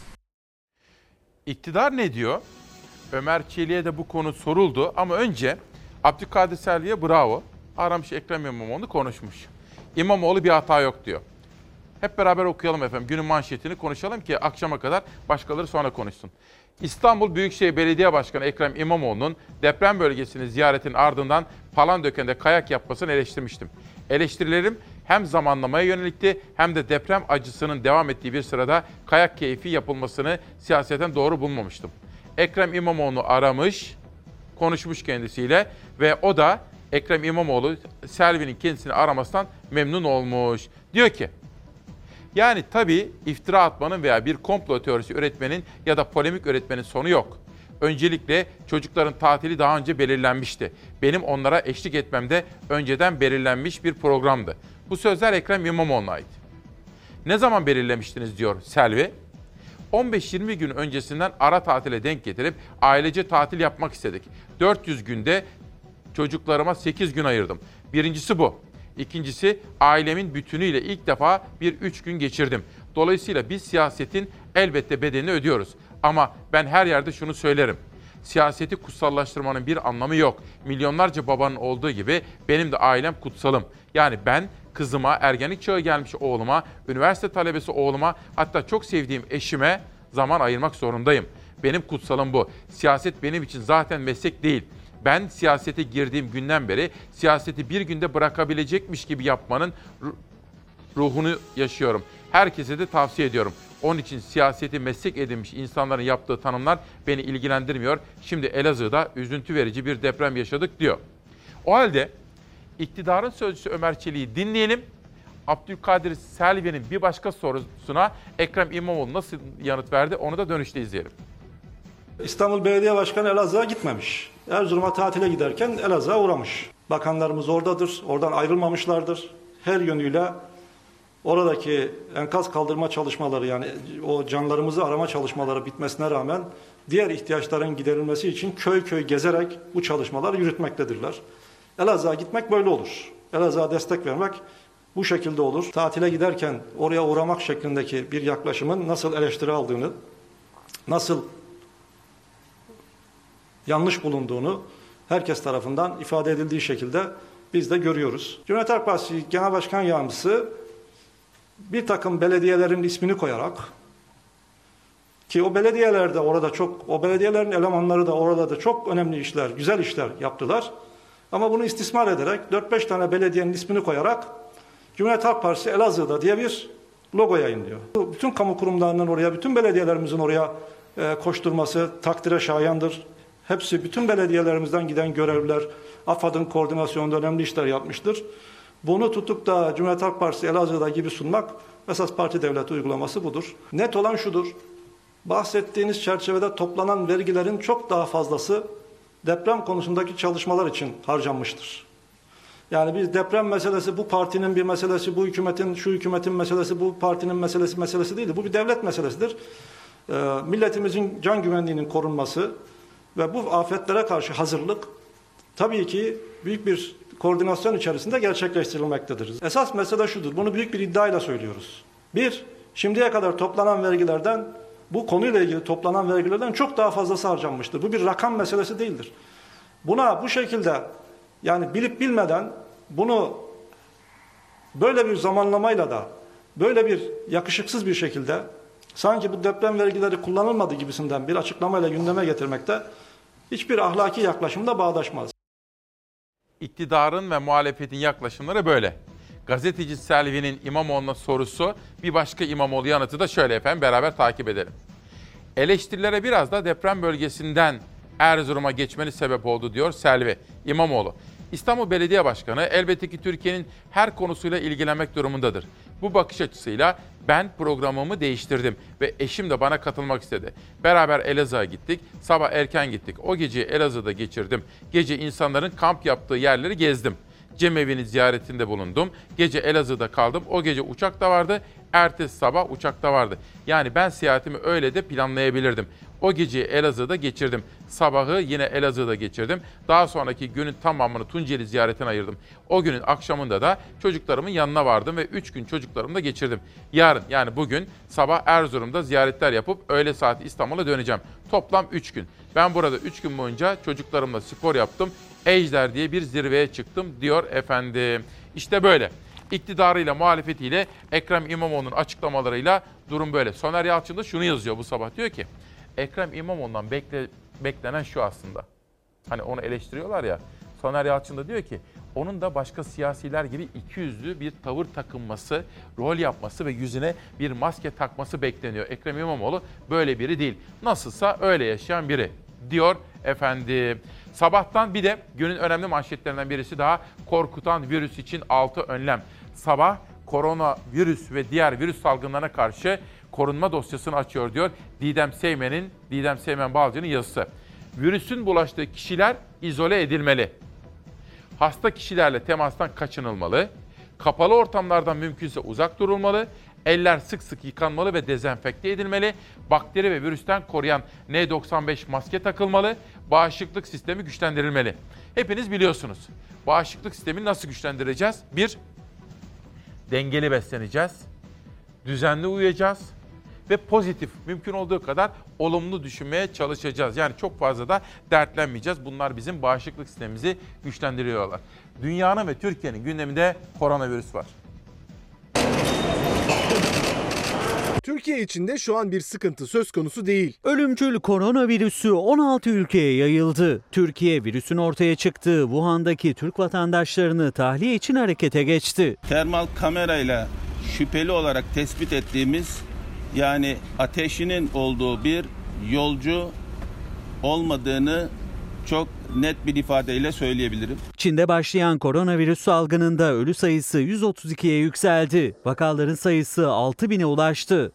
İktidar ne diyor? Ömer Çelik'e de bu konu soruldu ama önce Abdülkadir Selvi'ye bravo. Aramış Ekrem İmamoğlu'nu konuşmuş. İmamoğlu bir hata yok diyor. Hep beraber okuyalım efendim. Günün manşetini konuşalım ki akşama kadar başkaları sonra konuşsun. İstanbul Büyükşehir Belediye Başkanı Ekrem İmamoğlu'nun deprem bölgesini ziyaretin ardından Palandöken'de kayak yapmasını eleştirmiştim. Eleştirilerim hem zamanlamaya yönelikti hem de deprem acısının devam ettiği bir sırada kayak keyfi yapılmasını siyaseten doğru bulmamıştım. Ekrem İmamoğlu aramış, konuşmuş kendisiyle ve o da Ekrem İmamoğlu Selvi'nin kendisini aramasından memnun olmuş. Diyor ki, yani tabii iftira atmanın veya bir komplo teorisi üretmenin ya da polemik üretmenin sonu yok. Öncelikle çocukların tatili daha önce belirlenmişti. Benim onlara eşlik etmem de önceden belirlenmiş bir programdı. Bu sözler Ekrem İmamoğlu'na ait. Ne zaman belirlemiştiniz diyor Selvi. 15-20 gün öncesinden ara tatile denk getirip ailece tatil yapmak istedik. 400 günde çocuklarıma 8 gün ayırdım. Birincisi bu. İkincisi ailemin bütünüyle ilk defa bir 3 gün geçirdim. Dolayısıyla biz siyasetin elbette bedelini ödüyoruz. Ama ben her yerde şunu söylerim. Siyaseti kutsallaştırmanın bir anlamı yok. Milyonlarca babanın olduğu gibi benim de ailem kutsalım. Yani ben kızıma, ergenlik çağı gelmiş oğluma, üniversite talebesi oğluma, hatta çok sevdiğim eşime zaman ayırmak zorundayım. Benim kutsalım bu. Siyaset benim için zaten meslek değil. Ben siyasete girdiğim günden beri siyaseti bir günde bırakabilecekmiş gibi yapmanın ruhunu yaşıyorum. Herkese de tavsiye ediyorum. Onun için siyaseti meslek edinmiş insanların yaptığı tanımlar beni ilgilendirmiyor. Şimdi Elazığ'da üzüntü verici bir deprem yaşadık diyor. O halde iktidarın sözcüsü Ömer Çelik'i dinleyelim. Abdülkadir Selvi'nin bir başka sorusuna Ekrem İmamoğlu nasıl yanıt verdi onu da dönüşte izleyelim. İstanbul Belediye Başkanı Elazığ'a gitmemiş. Erzurum'a tatile giderken Elazığ'a uğramış. Bakanlarımız oradadır, oradan ayrılmamışlardır. Her yönüyle oradaki enkaz kaldırma çalışmaları, yani o canlarımızı arama çalışmaları bitmesine rağmen diğer ihtiyaçların giderilmesi için köy köy gezerek bu çalışmaları yürütmektedirler. Elazığ'a gitmek böyle olur. Elazığ'a destek vermek bu şekilde olur. Tatile giderken oraya uğramak şeklindeki bir yaklaşımın nasıl eleştiri aldığını, nasıl yanlış bulunduğunu herkes tarafından ifade edildiği şekilde biz de görüyoruz. Cumhuriyet Halk Partisi Genel Başkan Yardımcısı bir takım belediyelerin ismini koyarak, ki o belediyeler de orada o belediyelerin elemanları da orada da çok önemli işler, güzel işler yaptılar. Ama bunu istismar ederek 4-5 tane belediyenin ismini koyarak Cumhuriyet Halk Partisi Elazığ'da diye bir logo yayınlıyor. Bütün kamu kurumlarının oraya, bütün belediyelerimizin oraya koşturması takdire şayandır. Hepsi, bütün belediyelerimizden giden görevliler, AFAD'ın koordinasyonunda önemli işler yapmıştır. Bunu tutup da Cumhuriyet Halk Partisi Elazığ'da gibi sunmak, esas parti devleti uygulaması budur. Net olan şudur, bahsettiğiniz çerçevede toplanan vergilerin çok daha fazlası deprem konusundaki çalışmalar için harcanmıştır. Yani biz deprem meselesi bu partinin bir meselesi, bu hükümetin, şu hükümetin meselesi, bu partinin meselesi değildir. Bu bir devlet meselesidir. Milletimizin can güvenliğinin korunması ve bu afetlere karşı hazırlık tabii ki büyük bir koordinasyon içerisinde gerçekleştirilmektedir. Esas mesele şudur, bunu büyük bir iddiayla söylüyoruz. Bir, şimdiye kadar toplanan vergilerden, bu konuyla ilgili toplanan vergilerden çok daha fazlası harcanmıştır. Bu bir rakam meselesi değildir. Buna bu şekilde Yani bilip bilmeden bunu böyle bir zamanlamayla da böyle bir yakışıksız bir şekilde sanki bu deprem vergileri kullanılmadı gibisinden bir açıklamayla gündeme getirmekte hiçbir ahlaki yaklaşımda bağdaşmaz. İktidarın ve muhalefetin yaklaşımları böyle. Gazeteci Selvi'nin İmamoğlu'na sorusu, bir başka İmamoğlu yanıtı da şöyle efendim, beraber takip edelim. Eleştirilere biraz da deprem bölgesinden Erzurum'a geçmeni sebep oldu diyor Selvi. İmamoğlu, İstanbul Belediye Başkanı elbette ki Türkiye'nin her konusuyla ilgilenmek durumundadır. Bu bakış açısıyla ben programımı değiştirdim ve eşim de bana katılmak istedi. Beraber Elazığ'a gittik, sabah erken gittik. O geceyi Elazığ'da geçirdim. Gece insanların kamp yaptığı yerleri gezdim. Cemevi'nin ziyaretinde bulundum. Gece Elazığ'da kaldım. O gece uçak da vardı. Ertesi sabah uçak da vardı. Yani ben seyahatimi öyle de planlayabilirdim. O geceyi Elazığ'da geçirdim. Sabahı yine Elazığ'da geçirdim. Daha sonraki günün tamamını Tunceli ziyaretine ayırdım. O günün akşamında da çocuklarımın yanına vardım ve 3 gün çocuklarımla geçirdim. Yarın yani bugün sabah Erzurum'da ziyaretler yapıp öğle saati İstanbul'a döneceğim. Toplam 3 gün. Ben burada 3 gün boyunca çocuklarımla spor yaptım. Ejder diye bir zirveye çıktım diyor efendim. İşte böyle. İktidarıyla, muhalefetiyle, Ekrem İmamoğlu'nun açıklamalarıyla durum böyle. Soner Yalçın da şunu yazıyor bu sabah. Diyor ki, Ekrem İmamoğlu'ndan beklenen şu aslında. Hani onu eleştiriyorlar ya. Soner Yalçın da diyor ki, onun da başka siyasiler gibi ikiyüzlü bir tavır takınması, rol yapması ve yüzüne bir maske takması bekleniyor. Ekrem İmamoğlu böyle biri değil. Nasılsa öyle yaşayan biri diyor efendim. Sabahtan bir de günün önemli manşetlerinden birisi daha, korkutan virüs için 6 önlem. Sabah koronavirüs ve diğer virüs salgınlarına karşı korunma dosyasını açıyor diyor Didem Seymen Balcı'nın yazısı. Virüsün bulaştığı kişiler izole edilmeli. Hasta kişilerle temastan kaçınılmalı. Kapalı ortamlardan mümkünse uzak durulmalı. Eller sık sık yıkanmalı ve dezenfekte edilmeli. Bakteri ve virüsten koruyan N95 maske takılmalı. Bağışıklık sistemi güçlendirilmeli. Hepiniz biliyorsunuz. Bağışıklık sistemini nasıl güçlendireceğiz? 1. Dengeli besleneceğiz. Düzenli uyuyacağız. Ve pozitif, mümkün olduğu kadar olumlu düşünmeye çalışacağız. Yani çok fazla da dertlenmeyeceğiz. Bunlar bizim bağışıklık sistemimizi güçlendiriyorlar. Dünyanın ve Türkiye'nin gündeminde koronavirüs var. Türkiye içinde şu an bir sıkıntı söz konusu değil. Ölümcül koronavirüsü 16 ülkeye yayıldı. Türkiye virüsün ortaya çıktığı Wuhan'daki Türk vatandaşlarını tahliye için harekete geçti. Termal kamerayla şüpheli olarak tespit ettiğimiz, yani ateşinin olduğu bir yolcu olmadığını çok net bir ifadeyle söyleyebilirim. Çin'de başlayan koronavirüs salgınında ölü sayısı 132'ye yükseldi. Vakaların sayısı 6.000'e ulaştı.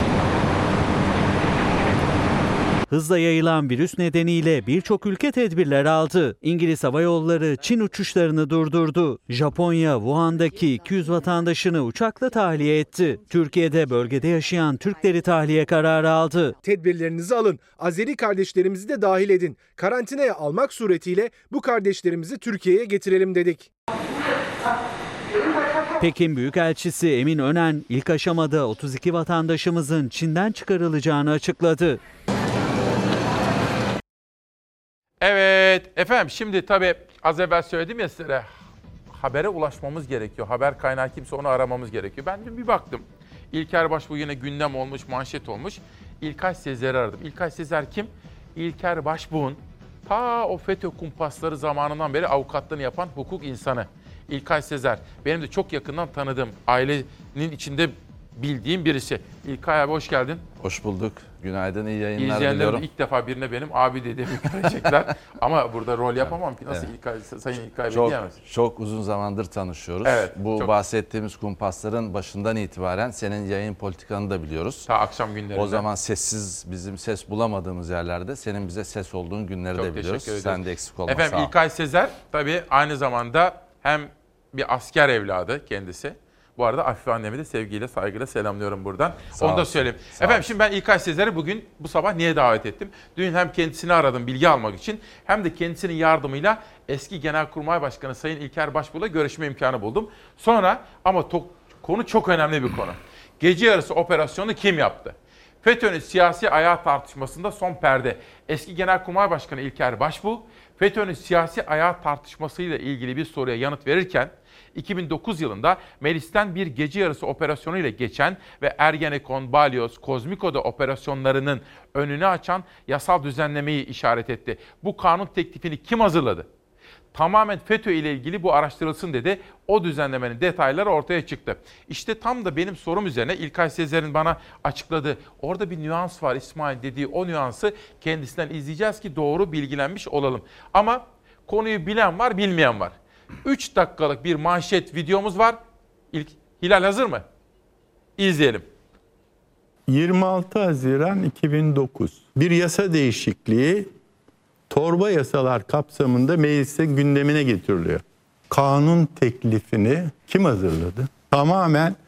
Hızla yayılan virüs nedeniyle birçok ülke tedbirler aldı. İngiliz Hava Yolları Çin uçuşlarını durdurdu. Japonya, Wuhan'daki 200 vatandaşını uçakla tahliye etti. Türkiye'de bölgede yaşayan Türkleri tahliye kararı aldı. Tedbirlerinizi alın. Azeri kardeşlerimizi de dahil edin. Karantinaya almak suretiyle bu kardeşlerimizi Türkiye'ye getirelim dedik. Pekin Büyükelçisi Emin Önen ilk aşamada 32 vatandaşımızın Çin'den çıkarılacağını açıkladı. Evet efendim, şimdi tabii az evvel söyledim ya size, habere ulaşmamız gerekiyor. Haber kaynağı kimse, onu aramamız gerekiyor. Ben dün bir baktım. İlker Başbuğ yine gündem olmuş, manşet olmuş. İlkay Sezer'i aradım. İlkay Sezer kim? İlker Başbuğ'un ta o FETÖ kumpasları zamanından beri avukatlığını yapan hukuk insanı. İlkay Sezer. Benim de çok yakından tanıdığım, ailenin içinde bildiğim birisi. İlkay abi hoş geldin. Hoş bulduk. Günaydın, iyi yayınlar diliyorum. İzleyenlerim ilk defa birine benim abi dediğimi görecekler. Ama burada rol yapamam ki. Nasıl evet. Sayın İlkay Bey diyemez. Çok uzun zamandır tanışıyoruz. Evet, bu bahsettiğimiz kumpasların başından itibaren senin yayın politikanı da biliyoruz. Ta akşam günlerinde. O zaman sessiz, bizim ses bulamadığımız yerlerde senin bize ses olduğun günleri de biliyoruz. Sen de eksik olma. Efendim İlkay Sezer tabii aynı zamanda hem bir asker evladı kendisi. Bu arada Afife annemi de sevgiyle, saygıyla selamlıyorum buradan. Onu da söyleyeyim. Efendim şimdi ben İlkay Sezer'i bugün bu sabah niye davet ettim? Dün hem kendisini aradım bilgi almak için, hem de kendisinin yardımıyla eski Genelkurmay Başkanı Sayın İlker Başbuğ'la görüşme imkanı buldum. Sonra ama konu çok önemli bir konu. Gece yarısı operasyonu kim yaptı? FETÖ'nün siyasi ayağı tartışmasında son perde. Eski Genelkurmay Başkanı İlker Başbuğ, FETÖ'nün siyasi ayağı tartışmasıyla ilgili bir soruya yanıt verirken 2009 yılında Melis'ten bir gece yarısı operasyonu ile geçen ve Ergenekon, Balyoz, Kozmiko'da operasyonlarının önünü açan yasal düzenlemeyi işaret etti. Bu kanun teklifini kim hazırladı? Tamamen FETÖ ile ilgili bu araştırılsın dedi. O düzenlemenin detayları ortaya çıktı. İşte tam da benim sorum üzerine İlkay Sezer'in bana açıkladığı, orada bir nüans var İsmail dediği o nüansı kendisinden izleyeceğiz ki doğru bilgilenmiş olalım. Ama konuyu bilen var, bilmeyen var. 3 dakikalık bir manşet videomuz var. Hilal hazır mı? İzleyelim. 26 Haziran 2009 bir yasa değişikliği torba yasalar kapsamında meclisin gündemine getiriliyor. Kanun teklifini kim hazırladı? Tamamen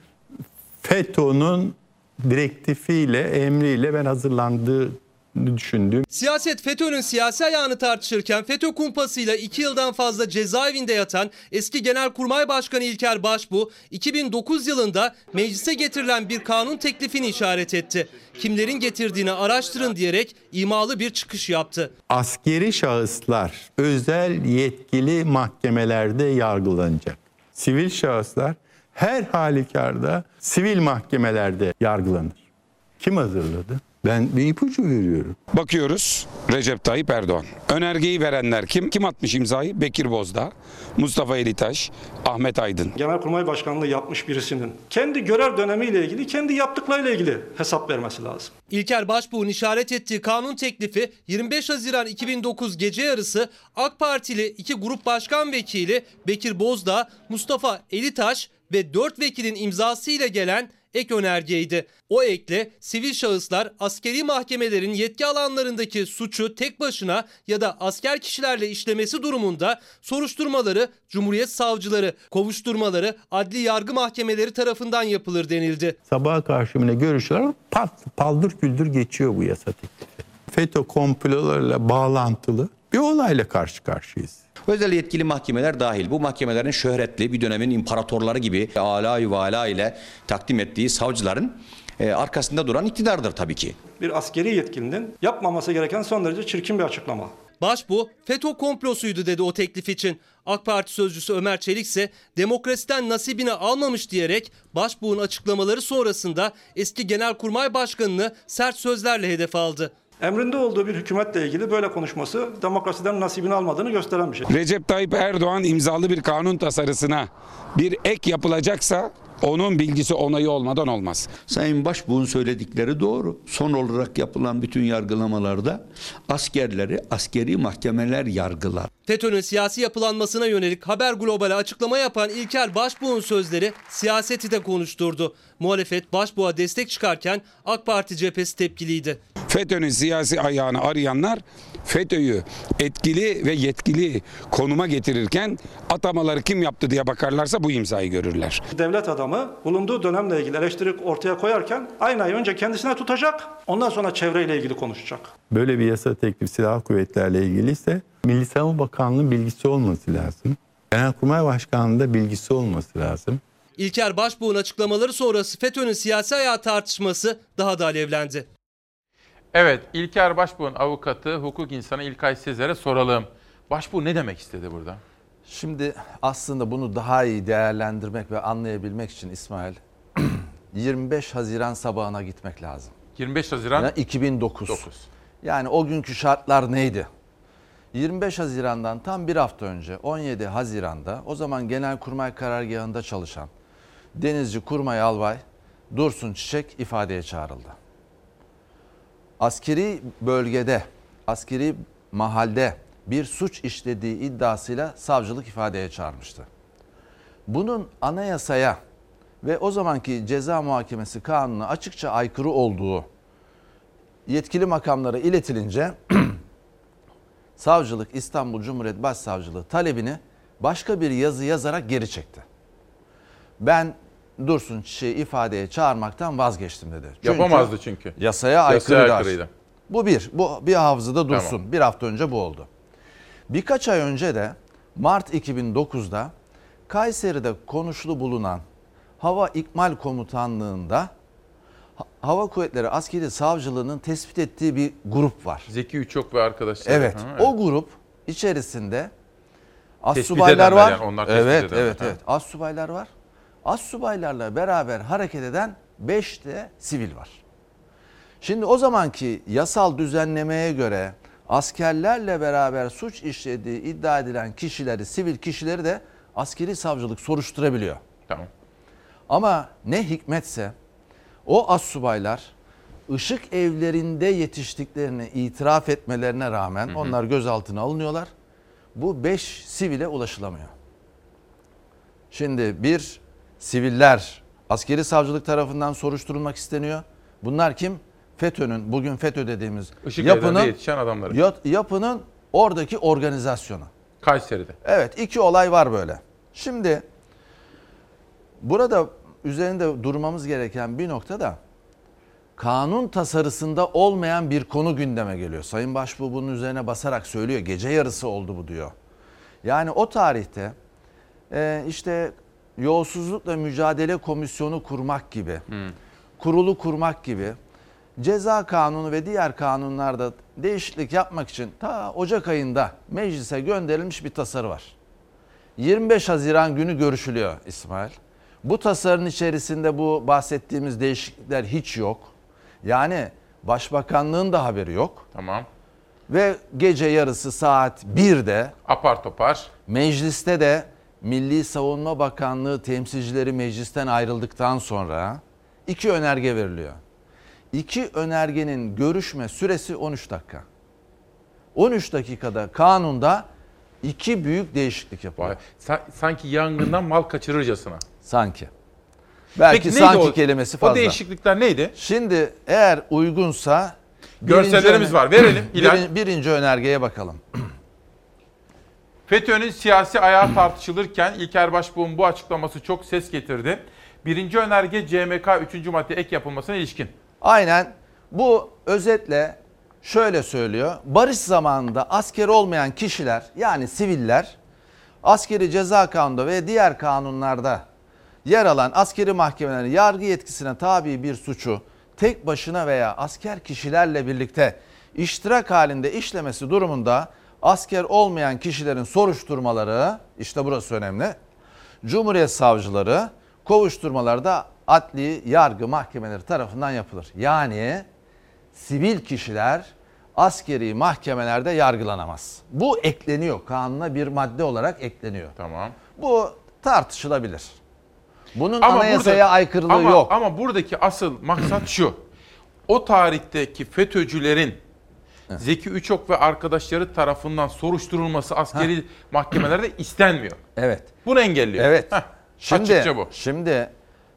FETÖ'nün direktifiyle, emriyle ben hazırlandığını düşündüğüm. Siyaset FETÖ'nün siyasi ayağını tartışırken FETÖ kumpasıyla 2 yıldan fazla cezaevinde yatan eski Genelkurmay Başkanı İlker Başbuğ 2009 yılında meclise getirilen bir kanun teklifini işaret etti. Kimlerin getirdiğini araştırın diyerek imalı bir çıkış yaptı. Askeri şahıslar özel yetkili mahkemelerde yargılanacak. Sivil şahıslar her halükarda sivil mahkemelerde yargılanır. Kim hazırladı? Ben bir ipucu veriyorum. Bakıyoruz Recep Tayyip Erdoğan. Önergeyi verenler kim? Kim atmış imzayı? Bekir Bozdağ, Mustafa Elitaş, Ahmet Aydın. Genelkurmay Başkanlığı yapmış birisinin kendi görev dönemiyle ilgili, kendi yaptıklarıyla ilgili hesap vermesi lazım. İlker Başbuğ'un işaret ettiği kanun teklifi 25 Haziran 2009 gece yarısı AK Partili 2 grup başkan vekili Bekir Bozdağ, Mustafa Elitaş ve 4 vekilin imzasıyla gelen ek önergeydi. O ekle sivil şahıslar askeri mahkemelerin yetki alanlarındaki suçu tek başına ya da asker kişilerle işlemesi durumunda soruşturmaları Cumhuriyet savcıları, kovuşturmaları adli yargı mahkemeleri tarafından yapılır denildi. Sabaha karşı görüşler paldır küldür geçiyor bu yasa teklifi. FETÖ komplolarıyla bağlantılı bir olayla karşı karşıyayız. Özel yetkili mahkemeler dahil bu mahkemelerin şöhretli bir dönemin imparatorları gibi âlâ-i vâlâ ile takdim ettiği savcıların arkasında duran iktidardır tabii ki. Bir askeri yetkilinin yapmaması gereken son derece çirkin bir açıklama. Başbuğ FETÖ komplosuydu dedi o teklif için. AK Parti sözcüsü Ömer Çelik ise demokrasiden nasibini almamış diyerek Başbuğ'un açıklamaları sonrasında eski Genelkurmay Başkanı'nı sert sözlerle hedef aldı. Emrinde olduğu bir hükümetle ilgili böyle konuşması demokrasiden nasibini almadığını gösteren bir şey. Recep Tayyip Erdoğan imzalı bir kanun tasarısına bir ek yapılacaksa onun bilgisi onayı olmadan olmaz. Sayın Başbuğ'un söyledikleri doğru. Son olarak yapılan bütün yargılamalarda askerleri askeri mahkemeler yargılar. FETÖ'nün siyasi yapılanmasına yönelik Haber Global'e açıklama yapan İlker Başbuğ'un sözleri siyaseti de konuşturdu. Muhalefet Başbuğ'a destek çıkarken AK Parti cephesi tepkiliydi. FETÖ'nün siyasi ayağını arayanlar FETÖ'yü etkili ve yetkili konuma getirirken atamaları kim yaptı diye bakarlarsa bu imzayı görürler. Devlet adamı bulunduğu dönemle ilgili eleştiri ortaya koyarken aynayı önce kendisine tutacak, ondan sonra çevreyle ilgili konuşacak. Böyle bir yasa teklifi silahlı kuvvetlerle ilgili ise Milli Savunma Bakanlığı'nın bilgisi olması lazım. Genelkurmay Başkanlığı'nın da bilgisi olması lazım. İlker Başbuğ'un açıklamaları sonrası FETÖ'nün siyasi ayağı tartışması daha da alevlendi. Evet, İlker Başbuğ'un avukatı, hukuk insanı İlkay Sezer'e soralım. Başbuğ ne demek istedi burada? Şimdi aslında bunu daha iyi değerlendirmek ve anlayabilmek için İsmail 25 Haziran sabahına gitmek lazım. 25 Haziran yani 2009. Yani o günkü şartlar neydi? 25 Haziran'dan tam bir hafta önce 17 Haziran'da o zaman Genelkurmay Karargahı'nda çalışan Denizci Kurmay Albay Dursun Çiçek ifadeye çağrıldı. Askeri bölgede, askeri mahalde bir suç işlediği iddiasıyla savcılık ifadeye çağırmıştı. Bunun anayasaya ve o zamanki ceza muhakemesi kanununa açıkça aykırı olduğu yetkili makamlara iletilince savcılık İstanbul Cumhuriyet Başsavcılığı talebini başka bir yazı yazarak geri çekti. Ben Dursun Çiçek'i ifadeye çağırmaktan vazgeçtim dedi. Yapamazdı çünkü. Yasaya aykırıydı. Aykırıydı. Bu bir hafızada dursun. Tamam. Bir hafta önce bu oldu. Birkaç ay önce de Mart 2009'da Kayseri'de konuşulu bulunan Hava İkmal Komutanlığı'nda Hava Kuvvetleri Askeri Savcılığı'nın tespit ettiği bir grup var. Zeki Üçok ve arkadaşları. Evet. O grup içerisinde Tespit astsubaylar edenler var. yani, onlar tespit Evet, edenler. evet, evet. Astsubaylar var. Astsubaylarla beraber hareket eden 5 de sivil var. Şimdi o zamanki yasal düzenlemeye göre askerlerle beraber suç işlediği iddia edilen kişileri, sivil kişileri de askeri savcılık soruşturabiliyor. Tamam. Ama ne hikmetse o astsubaylar Işık evlerinde yetiştiklerini itiraf etmelerine rağmen onlar gözaltına alınıyorlar. Bu 5 sivile ulaşılamıyor. Şimdi bir siviller askeri savcılık tarafından soruşturulmak isteniyor. Bunlar kim? FETÖ'nün, bugün FETÖ dediğimiz Işık evlerinde yetişen adamları. Yapının oradaki organizasyonu. Kayseri'de. Evet, 2 olay var böyle. Şimdi burada üzerinde durmamız gereken bir nokta da kanun tasarısında olmayan bir konu gündeme geliyor. Sayın Başbuğ bunun üzerine basarak söylüyor. Gece yarısı oldu bu diyor. Yani o tarihte işte yolsuzlukla mücadele komisyonu kurmak gibi, kurulu kurmak gibi ceza kanunu ve diğer kanunlarda değişiklik yapmak için ta Ocak ayında meclise gönderilmiş bir tasarı var. 25 Haziran günü görüşülüyor İsmail. Bu tasarının içerisinde bu bahsettiğimiz değişiklikler hiç yok. Yani Başbakanlığın da haberi yok. Tamam. Ve gece yarısı saat 1'de apar topar mecliste de Milli Savunma Bakanlığı temsilcileri meclisten ayrıldıktan sonra 2 önerge veriliyor. 2 önergenin görüşme süresi 13 dakika. 13 dakikada kanunda 2 büyük değişiklik yapıyor. Sanki yangından mal kaçırırcasına. Sanki. Belki peki, sanki kelimesi fazla. O değişiklikler neydi? Şimdi eğer uygunsa görsellerimiz var. Verelim. Birinci önergeye bakalım. FETÖ'nün siyasi ayağı tartışılırken İlker Başbuğ'un bu açıklaması çok ses getirdi. Birinci önerge CMK 3. madde ek yapılmasına ilişkin. Aynen. Bu özetle şöyle söylüyor. Barış zamanında asker olmayan kişiler, yani siviller, askeri ceza kanunu ve diğer kanunlarda yer alan askeri mahkemelerin yargı yetkisine tabi bir suçu tek başına veya asker kişilerle birlikte iştirak halinde işlemesi durumunda asker olmayan kişilerin soruşturmaları, işte burası önemli, Cumhuriyet savcıları kovuşturmalarda adli yargı mahkemeleri tarafından yapılır. Yani sivil kişiler askeri mahkemelerde yargılanamaz. Bu ekleniyor, kanuna bir madde olarak ekleniyor. Tamam. Bu tartışılabilir. Bunun anayasaya aykırılığı yok. Ama buradaki asıl maksat şu. O tarihteki FETÖ'cülerin Zeki Üçok ve arkadaşları tarafından soruşturulması askeri mahkemelerde istenmiyor. Evet. Bunu engelliyor. Evet. Açıkça bu. Şimdi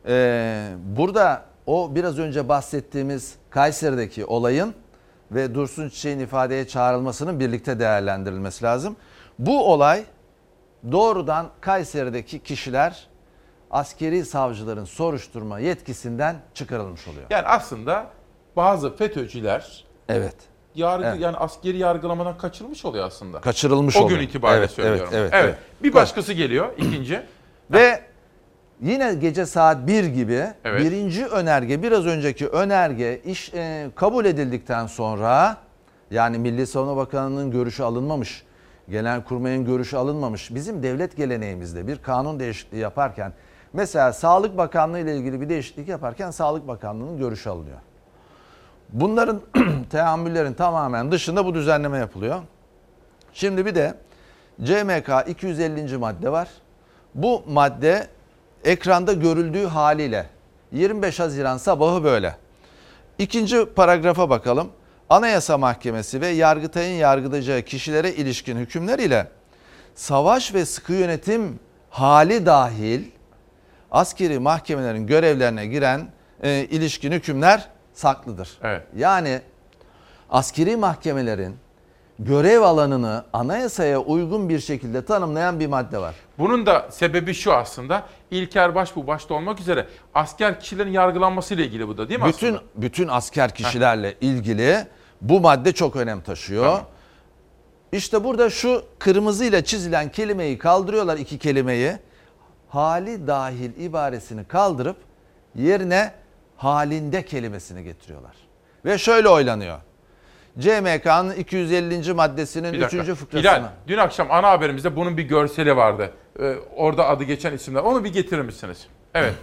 burada o biraz önce bahsettiğimiz Kayseri'deki olayın ve Dursun Çiçek'in ifadeye çağrılmasının birlikte değerlendirilmesi lazım. Bu olay doğrudan Kayseri'deki kişiler askeri savcıların soruşturma yetkisinden çıkarılmış oluyor. Yani aslında bazı FETÖ'cüler yani askeri yargılamadan kaçırılmış oluyor aslında. Kaçırılmış o oluyor. gün itibariyle söylüyorum. Evet. Bir başkası geliyor ikinci. Ve yine gece saat 1 gibi birinci önerge, biraz önceki önerge kabul edildikten sonra, yani Milli Savunma Bakanlığı'nın görüşü alınmamış, Genelkurmay'ın görüşü alınmamış. Bizim devlet geleneğimizde bir kanun değişikliği yaparken, mesela Sağlık Bakanlığı ile ilgili bir değişiklik yaparken Sağlık Bakanlığı'nın görüşü alınıyor. Bunların teamüllerin tamamen dışında bu düzenleme yapılıyor. Şimdi bir de CMK 250. madde var. Bu madde ekranda görüldüğü haliyle 25 Haziran sabahı böyle. İkinci paragrafa bakalım. Anayasa Mahkemesi ve Yargıtay'ın yargılayacağı kişilere ilişkin hükümler ile savaş ve sıkı yönetim hali dahil askeri mahkemelerin görevlerine giren ilişkin hükümler saklıdır. Evet. Yani askeri mahkemelerin görev alanını anayasaya uygun bir şekilde tanımlayan bir madde var. Bunun da sebebi şu aslında. İlker Başbuğ başta olmak üzere asker kişilerin yargılanmasıyla ilgili bu da değil mi aslında? Bütün asker kişilerle ilgili bu madde çok önem taşıyor. Tamam. İşte burada şu kırmızıyla çizilen kelimeyi kaldırıyorlar, 2 kelimeyi. Hali dahil ibaresini kaldırıp yerine halinde kelimesini getiriyorlar. Ve şöyle oylanıyor. CMK'nın 250. maddesinin 3. fıkrasını. Hilal, dün akşam ana haberimizde bunun bir görseli vardı. Orada adı geçen isimler. Onu bir getirir misiniz? Evet.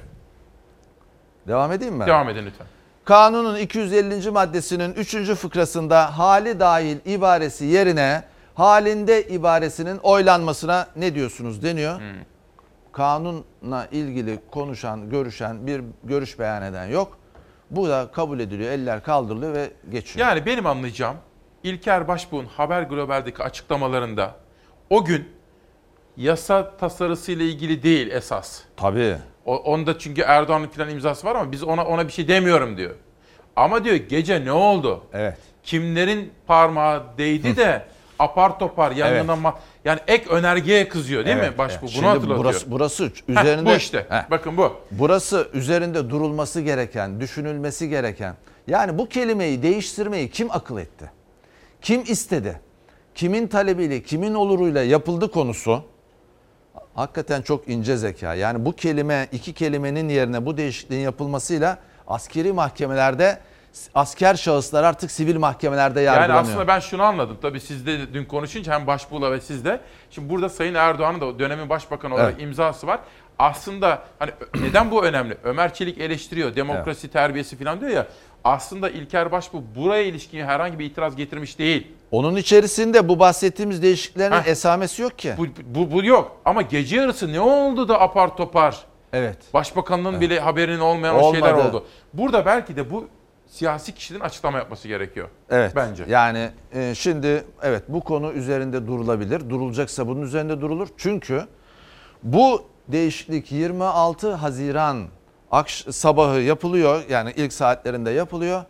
Devam edeyim mi? Devam edin lütfen. Kanunun 250. maddesinin 3. fıkrasında hali dahil ibaresi yerine halinde ibaresinin oylanmasına ne diyorsunuz deniyor. Kanunla ilgili konuşan, görüşen, bir görüş beyan eden yok. Bu da kabul ediliyor, eller kaldırılıyor ve geçiyor. Yani benim anlayacağım İlker Başbuğ'un Haber Global'deki açıklamalarında o gün yasa tasarısıyla ilgili değil esas. Tabii. Onda çünkü Erdoğan'ın falan imzası var ama biz ona bir şey demiyorum diyor. Ama diyor gece ne oldu? Evet. Kimlerin parmağı değdi de apar topar yanına yani ek önergeye kızıyor değil mi Başbuğ? Bunu Şimdi hatırlatıyor. burası üzerinde. Bu işte. Bakın bu. Burası üzerinde durulması gereken, düşünülmesi gereken. Yani bu kelimeyi değiştirmeyi kim akıl etti? Kim istedi? Kimin talebiyle, kimin oluruyla yapıldı konusu hakikaten çok ince zeka. Yani bu kelime, iki kelimenin yerine bu değişikliğin yapılmasıyla askeri mahkemelerde asker şahıslar artık sivil mahkemelerde yargılanıyor. Yani aslında ben şunu anladım. Tabii siz de dün konuşunca hem Başbuğ'la ve siz de. Şimdi burada Sayın Erdoğan'ın da dönemin başbakanı olarak imzası var. Aslında hani neden bu önemli? Ömer Çelik eleştiriyor. Demokrasi terbiyesi falan diyor ya. Aslında İlker Başbuğ buraya ilişkin herhangi bir itiraz getirmiş değil. Onun içerisinde bu bahsettiğimiz değişikliklerin esamesi yok ki. Bu yok. Ama gece yarısı ne oldu da apar topar? Evet. Başbakanlığın bile haberinin olmayan o şeyler oldu. Burada belki de bu siyasi kişinin açıklama yapması gerekiyor. Evet. Bence. Yani şimdi evet bu konu üzerinde durulabilir. Durulacaksa bunun üzerinde durulur. Çünkü bu değişiklik 26 Haziran sabahı yapılıyor. Yani ilk saatlerinde yapılıyor.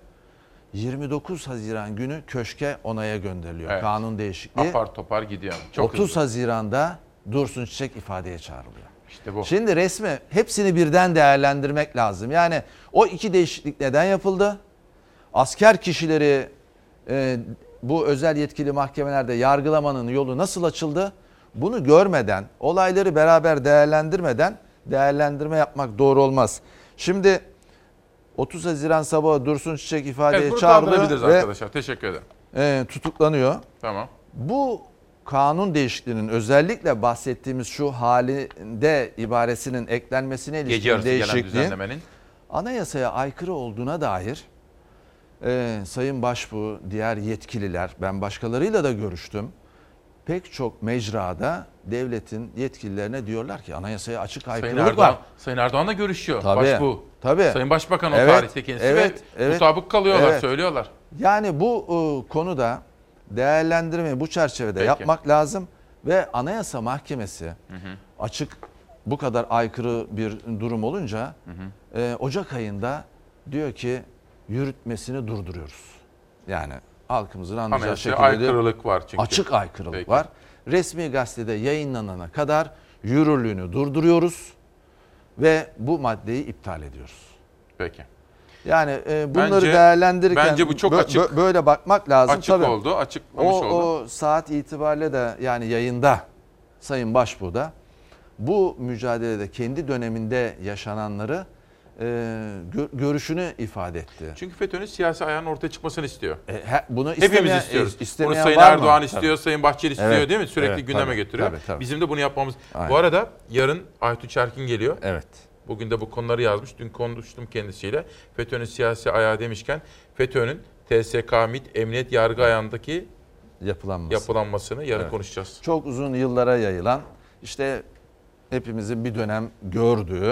29 Haziran günü köşke onaya gönderiliyor kanun değişikliği. Apar topar gidiyor. Çok 30 hızlı. Haziran'da Dursun Çiçek ifadeye çağrılıyor. İşte bu. Şimdi resmi hepsini birden değerlendirmek lazım. Yani o iki değişiklik neden yapıldı? Asker kişileri bu özel yetkili mahkemelerde yargılamanın yolu nasıl açıldı? Bunu görmeden, olayları beraber değerlendirmeden değerlendirme yapmak doğru olmaz. Şimdi 30 Haziran sabahı Dursun Çiçek ifadeye çağrılıyor ve arkadaşlar. Teşekkür ederim. Tutuklanıyor. Tamam. Bu kanun değişikliğinin özellikle bahsettiğimiz şu halinde ibaresinin eklenmesine ilişkin değişikliğin anayasaya aykırı olduğuna dair Sayın Başbuğ, diğer yetkililer, ben başkalarıyla da görüştüm. Pek çok mecrada devletin yetkililerine diyorlar ki anayasaya açık aykırılık var. Sayın Erdoğan'la görüşüyor. Tabii, Başbuğ. tabii. Sayın Başbakan o tarihte kendisi ve mutabık kalıyorlar, söylüyorlar. Yani bu konuda değerlendirmeyi bu çerçevede yapmak lazım ve Anayasa Mahkemesi açık bu kadar aykırı bir durum olunca Ocak ayında diyor ki yürütmesini durduruyoruz. Yani halkımızın anlayacağı şekilde aykırılık var çünkü. Açık aykırılık var. Resmi gazetede yayınlanana kadar yürürlüğünü durduruyoruz ve bu maddeyi iptal ediyoruz. Peki. Yani bunları değerlendirirken bence bu çok açık. Böyle bakmak lazım. Açık tabii. oldu, açıklamış oldu. O saat itibariyle de yani yayında Sayın Başbuğ da bu mücadelede kendi döneminde yaşananları görüşünü ifade etti. Çünkü FETÖ'nün siyasi ayağının ortaya çıkmasını istiyor. Bunu hepimiz istiyoruz. Bunu Sayın Erdoğan istiyor, Sayın Bahçeli istiyor değil mi? Sürekli gündeme getiriyor. Tabii. Bizim de bunu yapmamız. Aynen. Bu arada yarın Aytuç Erkin geliyor. Evet. Bugün de bu konuları yazmış. Dün konuştum kendisiyle. FETÖ'nün siyasi ayağı demişken FETÖ'nün TSK, MİT, Emniyet, Yargı ayağındaki yapılanmasını yarın konuşacağız. Çok uzun yıllara yayılan işte hepimizin bir dönem gördüğü,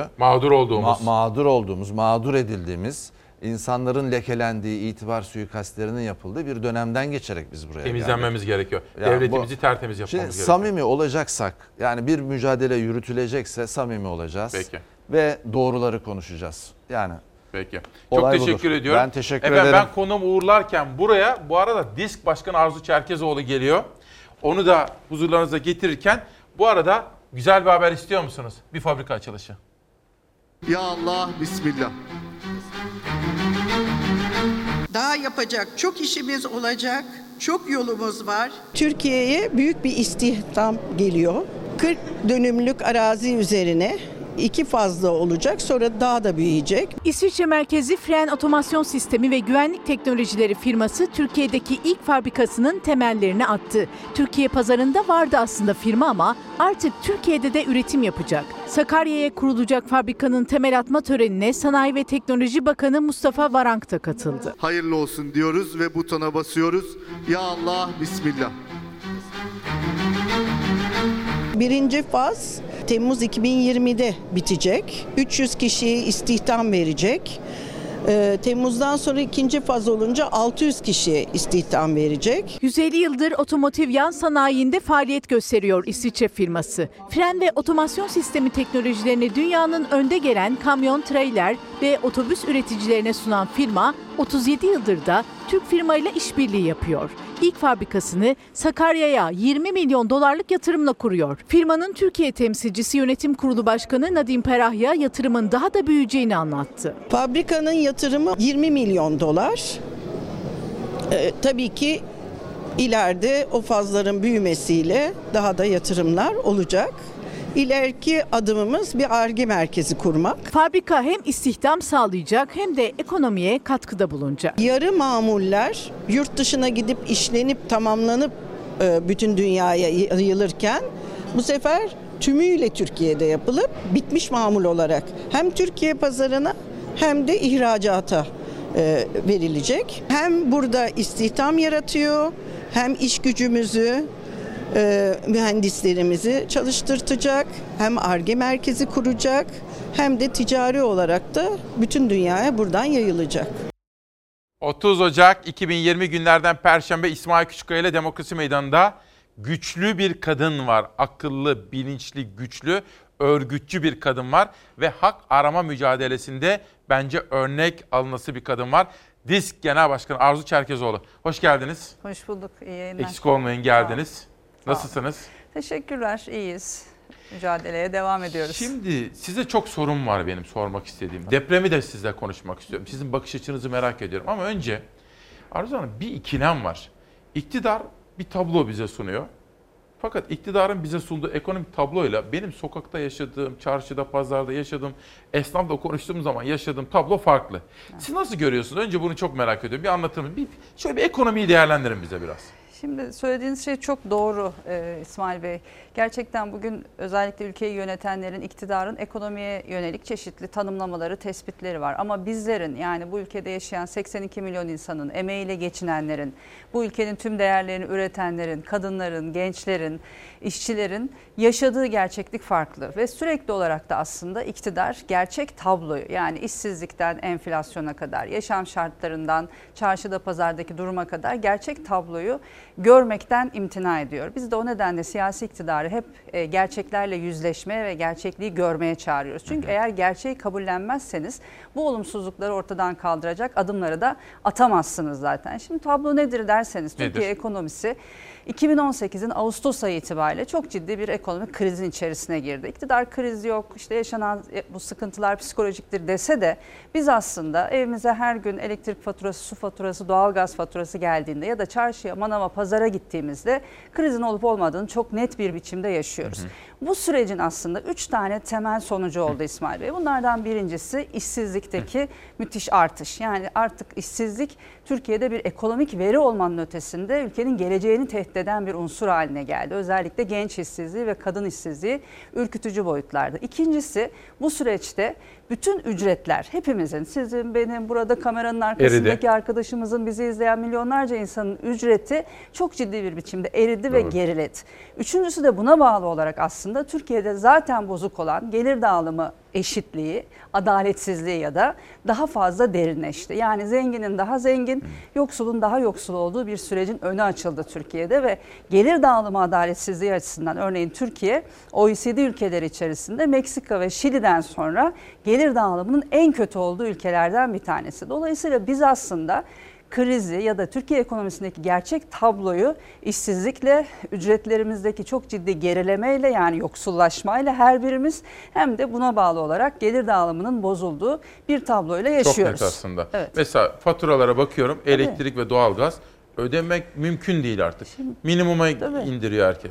mağdur edildiğimiz, insanların lekelendiği, itibar suikastlerinin yapıldığı bir dönemden geçerek biz buraya temizlenmemiz gerekiyor. Yani devletimizi tertemiz yapmamız gerekiyor. Samimi olacaksak, yani bir mücadele yürütülecekse samimi olacağız. Peki. Ve doğruları konuşacağız. Yani peki. Çok teşekkür ediyorum. Ben teşekkür ederim. Ben konuğumu uğurlarken buraya bu arada DİSK Başkanı Arzu Çerkezoğlu geliyor. Onu da huzurlarınıza getirirken bu arada güzel bir haber istiyor musunuz? Bir fabrika açılışı. Ya Allah, Bismillah. Daha yapacak çok işimiz olacak, çok yolumuz var. Türkiye'ye büyük bir istihdam geliyor. 40 dönümlük arazi üzerine 2 fazla olacak, sonra daha da büyüyecek. İsviçre merkezli fren otomasyon sistemi ve güvenlik teknolojileri firması Türkiye'deki ilk fabrikasının temellerini attı. Türkiye pazarında vardı aslında firma ama artık Türkiye'de de üretim yapacak. Sakarya'ya kurulacak fabrikanın temel atma törenine Sanayi ve Teknoloji Bakanı Mustafa Varank da katıldı. Hayırlı olsun diyoruz ve butona basıyoruz. Ya Allah, Bismillah. Birinci faz Temmuz 2020'de bitecek. 300 kişiye istihdam verecek. Temmuz'dan sonra ikinci faz olunca 600 kişiye istihdam verecek. 150 yıldır otomotiv yan sanayinde faaliyet gösteriyor İsviçre firması. Fren ve otomasyon sistemi teknolojilerini dünyanın önde gelen kamyon, trailer ve otobüs üreticilerine sunan firma 37 yıldır da Türk firmayla işbirliği yapıyor. İlk fabrikasını Sakarya'ya 20 milyon dolarlık yatırımla kuruyor. Firmanın Türkiye temsilcisi Yönetim Kurulu Başkanı Nadim Perahya yatırımın daha da büyüyeceğini anlattı. Fabrikanın yatırımı 20 milyon dolar. Tabii ki ileride o fazların büyümesiyle daha da yatırımlar olacak. İleriki adımımız bir Ar-Ge merkezi kurmak. Fabrika hem istihdam sağlayacak hem de ekonomiye katkıda bulunacak. Yarı mamuller yurt dışına gidip işlenip tamamlanıp bütün dünyaya yayılırken bu sefer tümüyle Türkiye'de yapılıp bitmiş mamul olarak hem Türkiye pazarına hem de ihracata verilecek. Hem burada istihdam yaratıyor, hem iş gücümüzü, mühendislerimizi çalıştırtacak, hem Ar-Ge merkezi kuracak, hem de ticari olarak da bütün dünyaya buradan yayılacak. 30 Ocak 2020 günlerden Perşembe İsmail Küçükkaya ile Demokrasi Meydanı'nda güçlü bir kadın var. Akıllı, bilinçli, güçlü, örgütçü bir kadın var ve hak arama mücadelesinde bence örnek alınası bir kadın var. DİSK Genel Başkanı Arzu Çerkezoğlu. Hoş geldiniz. Hoş bulduk. İyi yayınlar. Eksik olmayın, geldiniz. Nasılsınız? Teşekkürler, iyiyiz. Mücadeleye devam ediyoruz. Şimdi size çok sorum var benim sormak istediğim. Depremi de sizle konuşmak istiyorum. Sizin bakış açınızı merak ediyorum. Ama önce Arzu Hanım, bir ikilem var. İktidar bir tablo bize sunuyor. Fakat iktidarın bize sunduğu ekonomik tabloyla benim sokakta yaşadığım, çarşıda, pazarda yaşadığım, esnafla konuştuğum zaman yaşadığım tablo farklı. Siz nasıl görüyorsunuz? Önce bunu çok merak ediyorum. Bir anlatır mısınız? Şöyle bir ekonomiyi değerlendirin bize biraz. Şimdi söylediğiniz şey çok doğru İsmail Bey. Gerçekten bugün özellikle ülkeyi yönetenlerin, iktidarın ekonomiye yönelik çeşitli tanımlamaları, tespitleri var. Ama bizlerin, yani bu ülkede yaşayan 82 milyon insanın, emeğiyle geçinenlerin, bu ülkenin tüm değerlerini üretenlerin, kadınların, gençlerin, işçilerin yaşadığı gerçeklik farklı. Ve sürekli olarak da aslında iktidar gerçek tabloyu, yani işsizlikten enflasyona kadar, yaşam şartlarından çarşıda pazardaki duruma kadar gerçek tabloyu görmekten imtina ediyor. Biz de o nedenle siyasi iktidarı hep gerçeklerle yüzleşmeye ve gerçekliği görmeye çağırıyoruz. Çünkü eğer gerçeği kabullenmezseniz bu olumsuzlukları ortadan kaldıracak adımları da atamazsınız zaten. Şimdi tablo nedir derseniz, Türkiye ekonomisi 2018'in Ağustos ayı itibariyle çok ciddi bir ekonomik krizin içerisine girdi. İktidar kriz yok, işte yaşanan bu sıkıntılar psikolojiktir dese de biz aslında evimize her gün elektrik faturası, su faturası, doğalgaz faturası geldiğinde ya da çarşıya, manava, pazara gittiğimizde krizin olup olmadığını çok net bir biçimde yaşıyoruz. Bu sürecin aslında 3 tane temel sonucu oldu İsmail Bey. Bunlardan birincisi işsizlikteki müthiş artış. Yani artık işsizlik Türkiye'de bir ekonomik veri olmanın ötesinde ülkenin geleceğini tehdit eden bir unsur haline geldi. Özellikle genç işsizliği ve kadın işsizliği ürkütücü boyutlarda. İkincisi, bu süreçte bütün ücretler, hepimizin, sizin, benim, burada kameranın arkasındaki arkadaşımızın, bizi izleyen milyonlarca insanın ücreti çok ciddi bir biçimde eridi ve geriledi. Üçüncüsü de buna bağlı olarak aslında Türkiye'de zaten bozuk olan gelir dağılımı eşitliği, adaletsizliği ya da daha fazla derinleşti. Yani zenginin daha zengin, yoksulun daha yoksul olduğu bir sürecin önü açıldı Türkiye'de ve gelir dağılımı adaletsizliği açısından örneğin Türkiye OECD ülkeleri içerisinde Meksika ve Şili'den sonra gelir dağılımının en kötü olduğu ülkelerden bir tanesi. Dolayısıyla biz aslında krizi ya da Türkiye ekonomisindeki gerçek tabloyu işsizlikle, ücretlerimizdeki çok ciddi gerilemeyle, yani yoksullaşmayla her birimiz, hem de buna bağlı olarak gelir dağılımının bozulduğu bir tabloyla yaşıyoruz. Çok net aslında. Evet. Mesela faturalara bakıyorum, elektrik ve doğalgaz ödemek mümkün değil artık. Minimuma indiriyor herkes.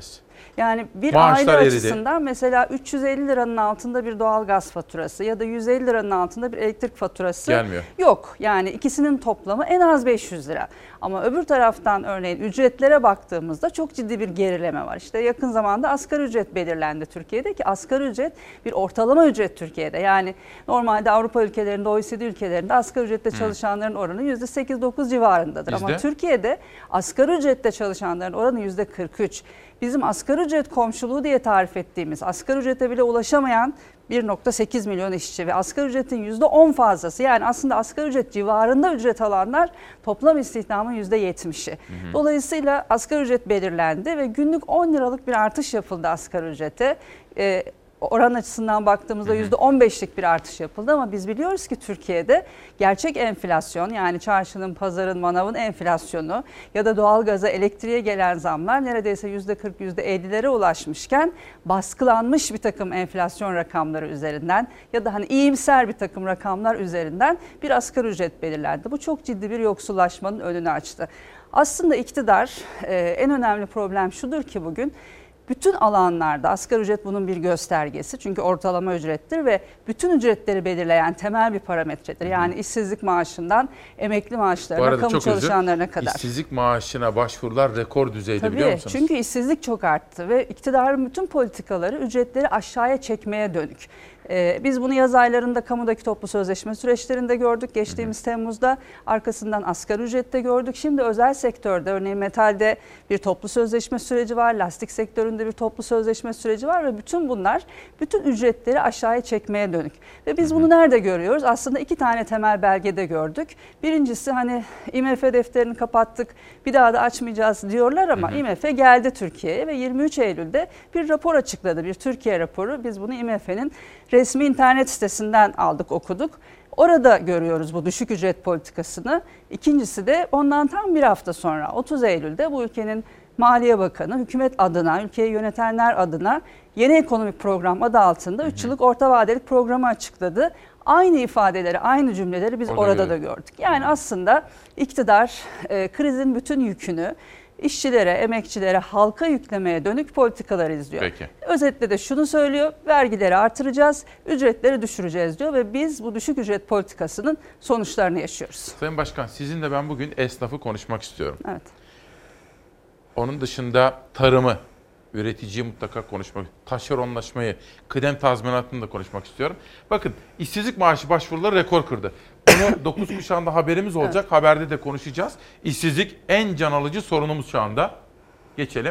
Yani bir Maaşlar aile eridi. açısından mesela 350 liranın altında bir doğalgaz faturası ya da 150 liranın altında bir elektrik faturası gelmiyor. Yok. Yani ikisinin toplamı en az 500 lira. Ama öbür taraftan örneğin ücretlere baktığımızda çok ciddi bir gerileme var. İşte yakın zamanda asgari ücret belirlendi Türkiye'de ki asgari ücret bir ortalama ücret Türkiye'de. Yani normalde Avrupa ülkelerinde, OECD ülkelerinde asgari ücretle çalışanların oranı %8-9 civarındadır. Bizde? Ama Türkiye'de asgari ücretle çalışanların oranı %43. Bizim asgari ücret komşuluğu diye tarif ettiğimiz asgari ücrete bile ulaşamayan 1,8 milyon işçi ve asgari ücretin %10 fazlası, yani aslında asgari ücret civarında ücret alanlar toplam istihdamın %70'i. Dolayısıyla asgari ücret belirlendi ve günlük 10 liralık bir artış yapıldı asgari ücrete. Oran açısından baktığımızda %15'lik bir artış yapıldı ama biz biliyoruz ki Türkiye'de gerçek enflasyon, yani çarşının, pazarın, manavın enflasyonu ya da doğalgaza, elektriğe gelen zamlar neredeyse %40, %50'lere ulaşmışken baskılanmış bir takım enflasyon rakamları üzerinden ya da hani iyimser bir takım rakamlar üzerinden bir asgari ücret belirlendi. Bu çok ciddi bir yoksullaşmanın önünü açtı. Aslında iktidar, en önemli problem şudur ki bugün bütün alanlarda asgari ücret bunun bir göstergesi. Çünkü ortalama ücrettir ve bütün ücretleri belirleyen temel bir parametredir. Yani işsizlik maaşından emekli maaşlarına, kamu çalışanlarına kadar. İşsizlik maaşına başvurular rekor düzeyde, biliyor musunuz? Çünkü işsizlik çok arttı ve iktidarın bütün politikaları ücretleri aşağıya çekmeye dönük. Biz bunu yaz aylarında kamudaki toplu sözleşme süreçlerinde gördük. Geçtiğimiz Temmuz'da arkasından asgari ücrette gördük. Şimdi özel sektörde, örneğin metalde bir toplu sözleşme süreci var. Lastik sektöründe bir toplu sözleşme süreci var ve bütün bunlar bütün ücretleri aşağıya çekmeye dönük. Ve biz bunu nerede görüyoruz? Aslında iki tane temel belgede gördük. Birincisi hani IMF defterini kapattık, bir daha da açmayacağız diyorlar ama IMF geldi Türkiye'ye ve 23 Eylül'de bir rapor açıkladı. Bir Türkiye raporu. Biz bunu IMF'nin resmi internet sitesinden aldık, okuduk. Orada görüyoruz bu düşük ücret politikasını. İkincisi de ondan tam bir hafta sonra 30 Eylül'de bu ülkenin Maliye Bakanı hükümet adına, ülkeyi yönetenler adına yeni ekonomik program adı altında 3 yıllık orta vadelik programı açıkladı. Aynı ifadeleri, aynı cümleleri biz orada da gördük. Yani aslında iktidar krizin bütün yükünü işçilere, emekçilere, halka yüklemeye dönük politikalar izliyor. Peki. Özetle de şunu söylüyor: vergileri artıracağız, ücretleri düşüreceğiz diyor ve biz bu düşük ücret politikasının sonuçlarını yaşıyoruz. Sayın Başkan, sizinle ben bugün esnafı konuşmak istiyorum. Evet. Onun dışında tarımı, üreticiyi mutlaka konuşmak, taşeronlaşmayı, kıdem tazminatını da konuşmak istiyorum. Bakın, işsizlik maaşı başvuruları rekor kırdı. Bunu 9 kuşağında haberimiz olacak. Evet. Haberde de konuşacağız. İşsizlik en can alıcı sorunumuz şu anda. Geçelim.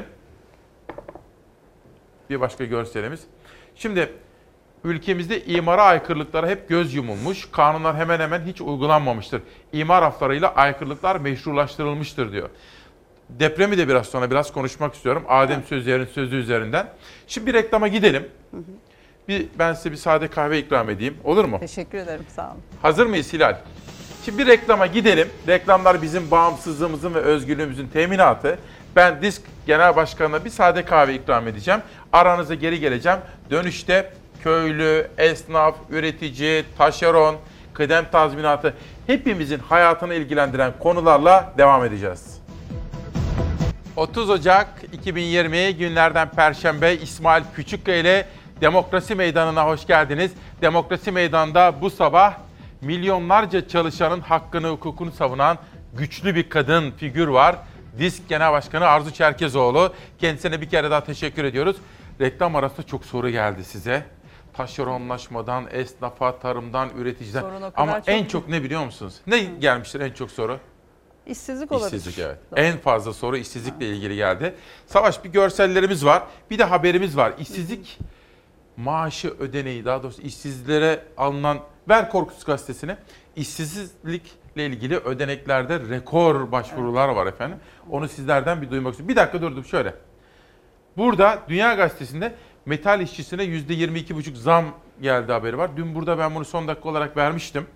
Bir başka görselimiz. Şimdi ülkemizde imara aykırılıklara hep göz yumulmuş. Kanunlar hemen hemen hiç uygulanmamıştır. İmar haflarıyla aykırılıklar meşrulaştırılmıştır diyor. Depremi de biraz sonra konuşmak istiyorum. Adem Sözer'in sözü üzerinden. Şimdi bir reklama gidelim. Ben size bir sade kahve ikram edeyim. Olur mu? Teşekkür ederim. Sağ olun. Hazır mıyız Hilal? Şimdi bir reklama gidelim. Reklamlar bizim bağımsızlığımızın ve özgürlüğümüzün teminatı. Ben Disk Genel Başkanı'na bir sade kahve ikram edeceğim. Aranıza geri geleceğim. Dönüşte köylü, esnaf, üretici, taşeron, kıdem tazminatı, hepimizin hayatını ilgilendiren konularla devam edeceğiz. 30 Ocak 2020 günlerden Perşembe, İsmail Küçükkaya ile Demokrasi Meydanı'na hoş geldiniz. Demokrasi Meydanı'nda bu sabah milyonlarca çalışanın hakkını, hukukunu savunan güçlü bir kadın figür var. Disk Genel Başkanı Arzu Çerkezoğlu. Kendisine bir kere daha teşekkür ediyoruz. Reklam arasında çok soru geldi size. Taşeronlaşmadan, esnafa, tarımdan, üreticiden. Ama en çok ne biliyor musunuz? Ne gelmiştir en çok soru? İşsizlik olabilir. İşsizlik, evet. Doğru. En fazla soru işsizlikle ilgili geldi. Savaş, bir görsellerimiz var. Bir de haberimiz var. İşsizlik maaşı ödeneği, daha doğrusu işsizlere alınan Ver Korkusu gazetesine, işsizlikle ilgili ödeneklerde rekor başvurular var efendim. Onu sizlerden bir duymak istiyorum. Bir dakika durdum şöyle. Burada Dünya Gazetesi'nde metal işçisine %22,5 zam geldi haberi var. Dün burada ben bunu son dakika olarak vermiştim.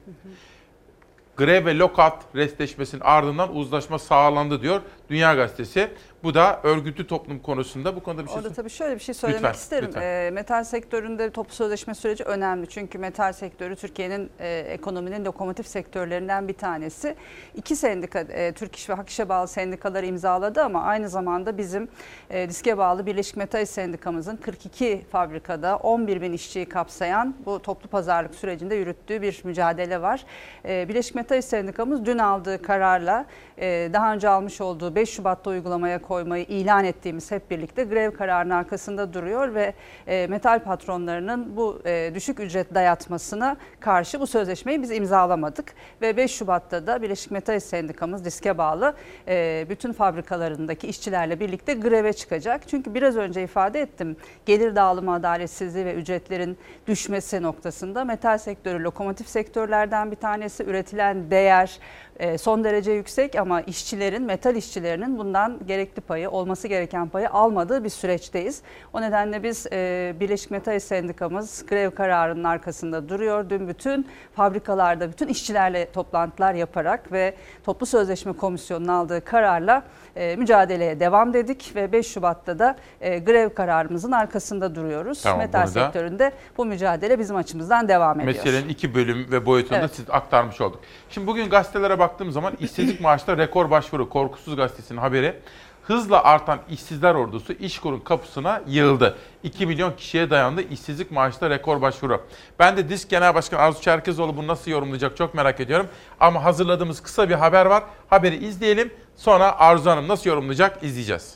Grev ve lockout restleşmesinin ardından uzlaşma sağlandı diyor Dünya Gazetesi. Bu da örgütlü toplum konusunda bu konuda bir şey. Orada tabii şöyle bir şey söylemek lütfen, isterim. Lütfen. Metal sektöründe toplu sözleşme süreci önemli. Çünkü metal sektörü Türkiye'nin ekonominin lokomotif sektörlerinden bir tanesi. 2 sendika, Türk İş ve Hak İş'e bağlı sendikaları imzaladı ama aynı zamanda bizim DİSK'e bağlı Birleşik Metal İş Sendikamızın 42 fabrikada 11 bin işçiyi kapsayan bu toplu pazarlık sürecinde yürüttüğü bir mücadele var. Birleşik Metal İş Sendikamız dün aldığı kararla daha önce almış olduğu 5 Şubat'ta uygulamaya koymayı ilan ettiğimiz hep birlikte grev kararının arkasında duruyor ve metal patronlarının bu düşük ücret dayatmasına karşı bu sözleşmeyi biz imzalamadık. Ve 5 Şubat'ta da Birleşik Metal İş Sendikamız DİSK'e bağlı bütün fabrikalarındaki işçilerle birlikte greve çıkacak. Çünkü biraz önce ifade ettim, gelir dağılımı adaletsizliği ve ücretlerin düşmesi noktasında metal sektörü lokomotif sektörlerden bir tanesi, üretilen değer son derece yüksek ama işçilerin, metal işçilerinin bundan gerekli payı, olması gereken payı almadığı bir süreçteyiz. O nedenle biz Birleşik Metal İş Sendikamız grev kararının arkasında duruyor. Dün bütün fabrikalarda, bütün işçilerle toplantılar yaparak ve Toplu Sözleşme Komisyonu'nun aldığı kararla mücadeleye devam dedik ve 5 Şubat'ta da grev kararımızın arkasında duruyoruz. Tamam, metal sektöründe bu mücadele bizim açımızdan devam ediyor. Meselenin 2 bölüm ve boyutunu da siz aktarmış olduk. Şimdi bugün gazetelere baktığım zaman işsizlik maaşta rekor başvuru. Korkusuz Gazetesi'nin haberi. Hızla artan işsizler ordusu İşkur'un kapısına yığıldı. 2 milyon kişiye dayandı işsizlik maaşta rekor başvuru. Ben de DİSK Genel Başkanı Arzu Çerkezoğlu bunu nasıl yorumlayacak çok merak ediyorum. Ama hazırladığımız kısa bir haber var. Haberi izleyelim. Sonra Arzu Hanım nasıl yorumlayacak izleyeceğiz.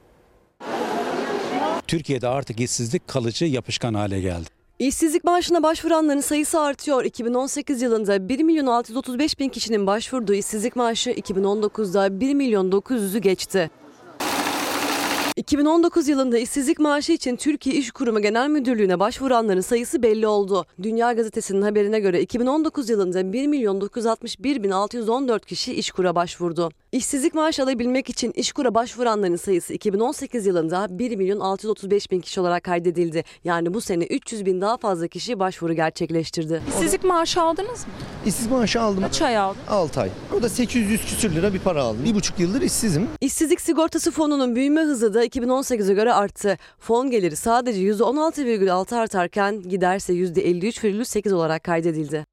Türkiye'de artık işsizlik kalıcı, yapışkan hale geldi. İşsizlik maaşına başvuranların sayısı artıyor. 2018 yılında 1.635.000 kişinin başvurduğu işsizlik maaşı 2019'da 1.900.000'ü geçti. 2019 yılında işsizlik maaşı için Türkiye İş Kurumu Genel Müdürlüğü'ne başvuranların sayısı belli oldu. Dünya Gazetesi'nin haberine göre 2019 yılında 1.961.614 kişi İşkur'a başvurdu. İşsizlik maaşı alabilmek için İşkur'a başvuranların sayısı 2018 yılında 1.635.000 kişi olarak kaydedildi. Yani bu sene 300.000 daha fazla kişi başvuru gerçekleştirdi. İşsizlik maaşı aldınız mı? İşsizlik maaşı aldım. Kaç ay aldın? 6 ay. O da 800 küsür lira bir para aldım. 1,5 yıldır işsizim. İşsizlik sigortası fonunun büyüme hızı da 2018'e göre arttı. Fon geliri sadece %16,6 artarken giderse %53,8 olarak kaydedildi.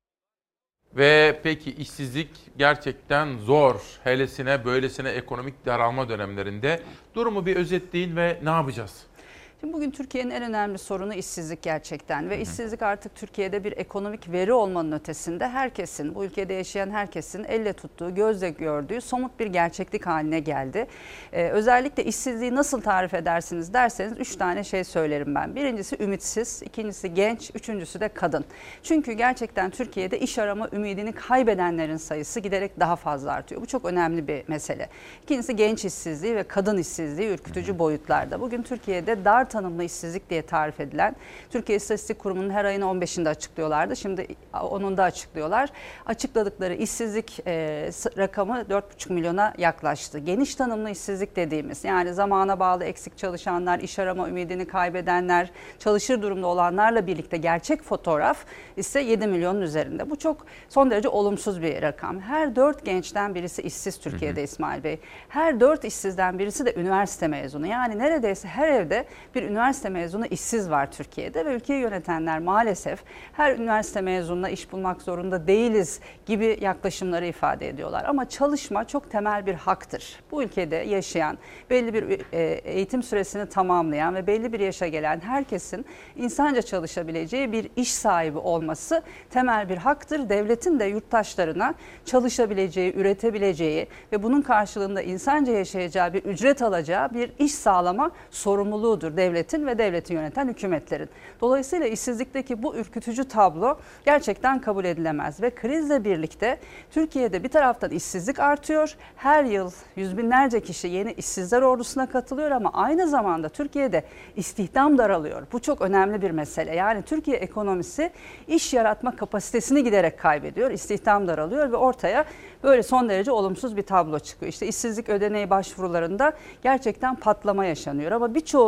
Ve peki işsizlik gerçekten zor. Helesine böylesine ekonomik daralma dönemlerinde. Durumu bir özetleyin ve ne yapacağız? Şimdi bugün Türkiye'nin en önemli sorunu işsizlik gerçekten ve işsizlik artık Türkiye'de bir ekonomik veri olmanın ötesinde herkesin, bu ülkede yaşayan herkesin elle tuttuğu, gözle gördüğü somut bir gerçeklik haline geldi. Özellikle işsizliği nasıl tarif edersiniz derseniz 3 tane şey söylerim ben. Birincisi ümitsiz, ikincisi genç, üçüncüsü de kadın. Çünkü gerçekten Türkiye'de iş arama ümidini kaybedenlerin sayısı giderek daha fazla artıyor. Bu çok önemli bir mesele. İkincisi genç işsizliği ve kadın işsizliği ürkütücü boyutlarda. Bugün Türkiye'de dar tanımlı işsizlik diye tarif edilen, Türkiye İstatistik Kurumu'nun her ayın 15'inde açıklıyorlardı. Şimdi onun da açıklıyorlar. Açıkladıkları işsizlik rakamı 4,5 milyona yaklaştı. Geniş tanımlı işsizlik dediğimiz, yani zamana bağlı eksik çalışanlar, iş arama ümidini kaybedenler, çalışır durumda olanlarla birlikte gerçek fotoğraf ise 7 milyonun üzerinde. Bu çok son derece olumsuz bir rakam. Her 4 gençten birisi işsiz Türkiye'de İsmail Bey. Her 4 işsizden birisi de üniversite mezunu. Yani neredeyse her evde bir üniversite mezunu işsiz var Türkiye'de ve ülkeyi yönetenler maalesef her üniversite mezununa iş bulmak zorunda değiliz gibi yaklaşımları ifade ediyorlar. Ama çalışma çok temel bir haktır. Bu ülkede yaşayan, belli bir eğitim süresini tamamlayan ve belli bir yaşa gelen herkesin insanca çalışabileceği bir iş sahibi olması temel bir haktır. Devletin de yurttaşlarına çalışabileceği, üretebileceği ve bunun karşılığında insanca yaşayacağı bir ücret alacağı bir iş sağlama sorumluluğudur devletin ve devleti yöneten hükümetlerin. Dolayısıyla işsizlikteki bu ürkütücü tablo gerçekten kabul edilemez ve krizle birlikte Türkiye'de bir taraftan işsizlik artıyor. Her yıl yüz binlerce kişi yeni işsizler ordusuna katılıyor ama aynı zamanda Türkiye'de istihdam daralıyor. Bu çok önemli bir mesele. Yani Türkiye ekonomisi iş yaratma kapasitesini giderek kaybediyor. İstihdam daralıyor ve ortaya böyle son derece olumsuz bir tablo çıkıyor. İşte işsizlik ödeneği başvurularında gerçekten patlama yaşanıyor ama birçoğu da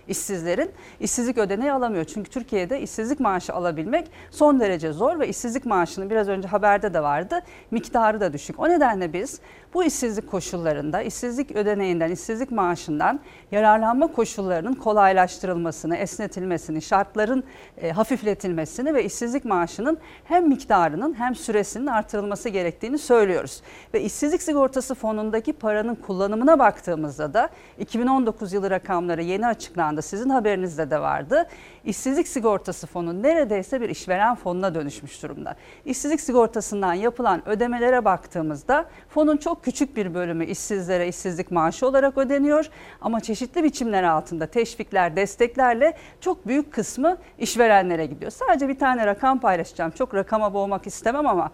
işsizlerin işsizlik ödeneği alamıyor. Çünkü Türkiye'de işsizlik maaşı alabilmek son derece zor ve işsizlik maaşının biraz önce haberde de vardı, miktarı da düşük. O nedenle biz bu işsizlik koşullarında işsizlik ödeneğinden, işsizlik maaşından yararlanma koşullarının kolaylaştırılmasını, esnetilmesini, şartların hafifletilmesini ve işsizlik maaşının hem miktarının hem süresinin artırılması gerektiğini söylüyoruz. Ve işsizlik sigortası fonundaki paranın kullanımına baktığımızda da 2019 yılı rakamları yeni açıklandı. Sizin haberinizde de vardı. İşsizlik sigortası fonu neredeyse bir işveren fonuna dönüşmüş durumda. İşsizlik sigortasından yapılan ödemelere baktığımızda fonun çok küçük bir bölümü işsizlere işsizlik maaşı olarak ödeniyor. Ama çeşitli biçimler altında teşvikler, desteklerle çok büyük kısmı işverenlere gidiyor. Sadece bir tane rakam paylaşacağım. Çok rakama boğmak istemem ama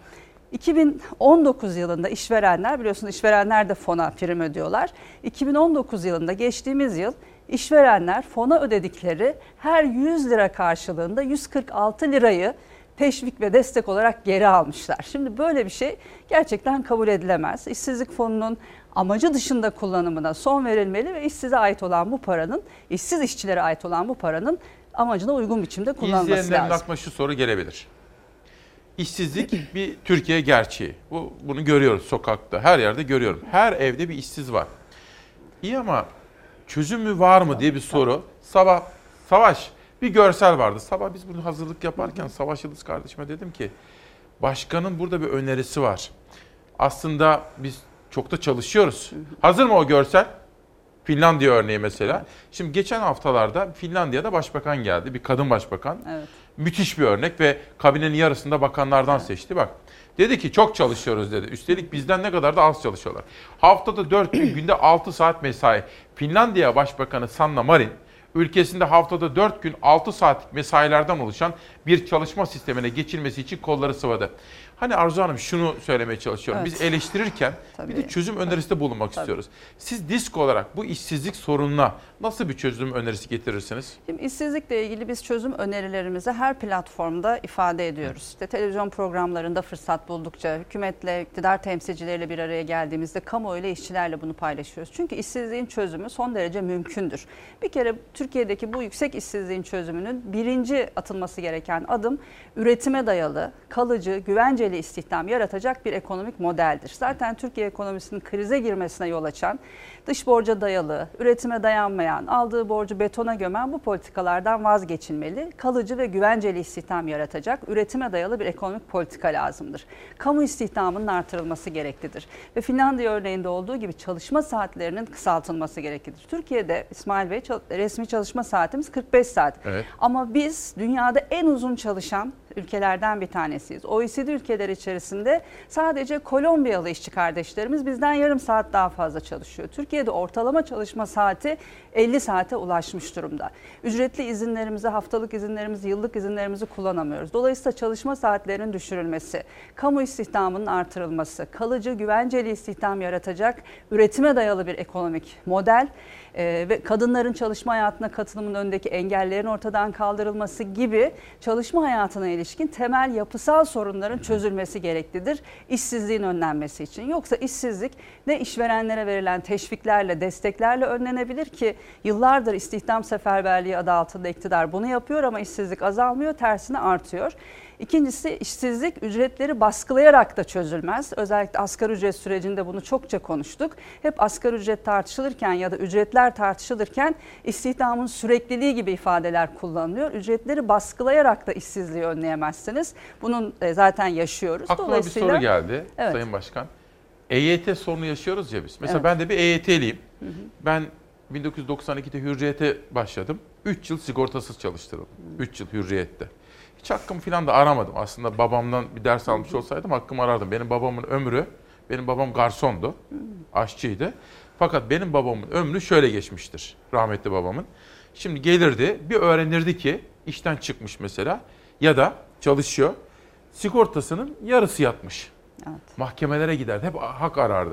2019 yılında işverenler, biliyorsunuz işverenler de fona prim ödüyorlar. 2019 yılında, geçtiğimiz yıl, işverenler fona ödedikleri her 100 lira karşılığında 146 lirayı teşvik ve destek olarak geri almışlar. Şimdi böyle bir şey gerçekten kabul edilemez. İşsizlik fonunun amacı dışında kullanımına son verilmeli ve işsize ait olan bu paranın, işsiz işçilere ait olan bu paranın amacına uygun biçimde kullanılması lazım. İzleyenlerin aklına şu soru gelebilir. İşsizlik bir Türkiye gerçeği. Bunu görüyoruz sokakta, her yerde görüyorum. Her evde bir işsiz var. İyi ama çözümü var mı diye bir soru. Sabah Savaş bir görsel vardı. Sabah biz bunu hazırlık yaparken Savaş Yıldız kardeşime dedim ki başkanın burada bir önerisi var. Aslında biz çok da çalışıyoruz. Hazır mı o görsel? Finlandiya örneği mesela. Şimdi geçen haftalarda Finlandiya'da başbakan geldi. Bir kadın başbakan. Evet. Müthiş bir örnek ve kabinenin yarısında bakanlardan seçti. Bak dedi ki çok çalışıyoruz dedi. Üstelik bizden ne kadar da az çalışıyorlar. Haftada 4 gün, günde 6 saat mesai. Finlandiya Başbakanı Sanna Marin ülkesinde haftada 4 gün 6 saatlik mesailerden oluşan bir çalışma sistemine geçilmesi için kolları sıvadı. Hani Arzu Hanım şunu söylemeye çalışıyorum. Evet. Biz eleştirirken bir de çözüm önerisinde bulunmak istiyoruz. Siz DİSK olarak bu işsizlik sorununa nasıl bir çözüm önerisi getirirsiniz? Şimdi işsizlikle ilgili biz çözüm önerilerimizi her platformda ifade ediyoruz. İşte televizyon programlarında fırsat buldukça, hükümetle, iktidar temsilcileriyle bir araya geldiğimizde kamuoyuyla, işçilerle bunu paylaşıyoruz. Çünkü işsizliğin çözümü son derece mümkündür. Bir kere Türkiye'deki bu yüksek işsizliğin çözümünün birinci atılması gereken adım üretime dayalı, kalıcı, güvenceli istihdam yaratacak bir ekonomik modeldir. Zaten Türkiye ekonomisinin krize girmesine yol açan, dış borca dayalı, üretime dayanmayan, aldığı borcu betona gömen bu politikalardan vazgeçilmeli. Kalıcı ve güvenceli istihdam yaratacak, üretime dayalı bir ekonomik politika lazımdır. Kamu istihdamının artırılması gereklidir. Ve Finlandiya örneğinde olduğu gibi çalışma saatlerinin kısaltılması gereklidir. Türkiye'de İsmail Bey resmi çalışma saatimiz 45 saat. Evet. Ama biz dünyada en uzun çalışan ülkelerden bir tanesiyiz. OECD ülkeleri içerisinde sadece Kolombiyalı işçi kardeşlerimiz bizden yarım saat daha fazla çalışıyor. Türkiye'de ortalama çalışma saati 50 saate ulaşmış durumda. Ücretli izinlerimizi, haftalık izinlerimizi, yıllık izinlerimizi kullanamıyoruz. Dolayısıyla çalışma saatlerinin düşürülmesi, kamu istihdamının artırılması, kalıcı, güvenceli istihdam yaratacak, üretime dayalı bir ekonomik model ve kadınların çalışma hayatına katılımının önündeki engellerin ortadan kaldırılması gibi çalışma hayatına ilişkin temel yapısal sorunların çözülmesi gereklidir. İşsizliğin önlenmesi için. Yoksa işsizlik ne işverenlere verilen teşviklerle, desteklerle önlenebilir ki yıllardır istihdam seferberliği adı altında iktidar bunu yapıyor ama işsizlik azalmıyor, tersine artıyor. İkincisi işsizlik ücretleri baskılayarak da çözülmez. Özellikle asgari ücret sürecinde bunu çokça konuştuk. Hep asgari ücret tartışılırken ya da ücretler tartışılırken istihdamın sürekliliği gibi ifadeler kullanılıyor. Ücretleri baskılayarak da işsizliği önleyemezsiniz. Bunun zaten yaşıyoruz. Aklıma bir soru geldi Sayın Başkan. EYT sorunu yaşıyoruz ya biz. Mesela ben de bir EYT'liyim. Ben 1992'de Hürriyet'e başladım. 3 yıl sigortasız çalıştırıldım. 3 yıl Hürriyet'te. Hiç hakkımı falan da aramadım. Aslında babamdan bir ders almış olsaydım hakkımı arardım. Benim babamın ömrü, benim babam garsondu, aşçıydı. Fakat benim babamın ömrü şöyle geçmiştir, rahmetli babamın. Şimdi gelirdi, bir öğrenirdi ki işten çıkmış mesela ya da çalışıyor. Sigortasının yarısı yatmış. Evet. Mahkemelere giderdi, hep hak arardı.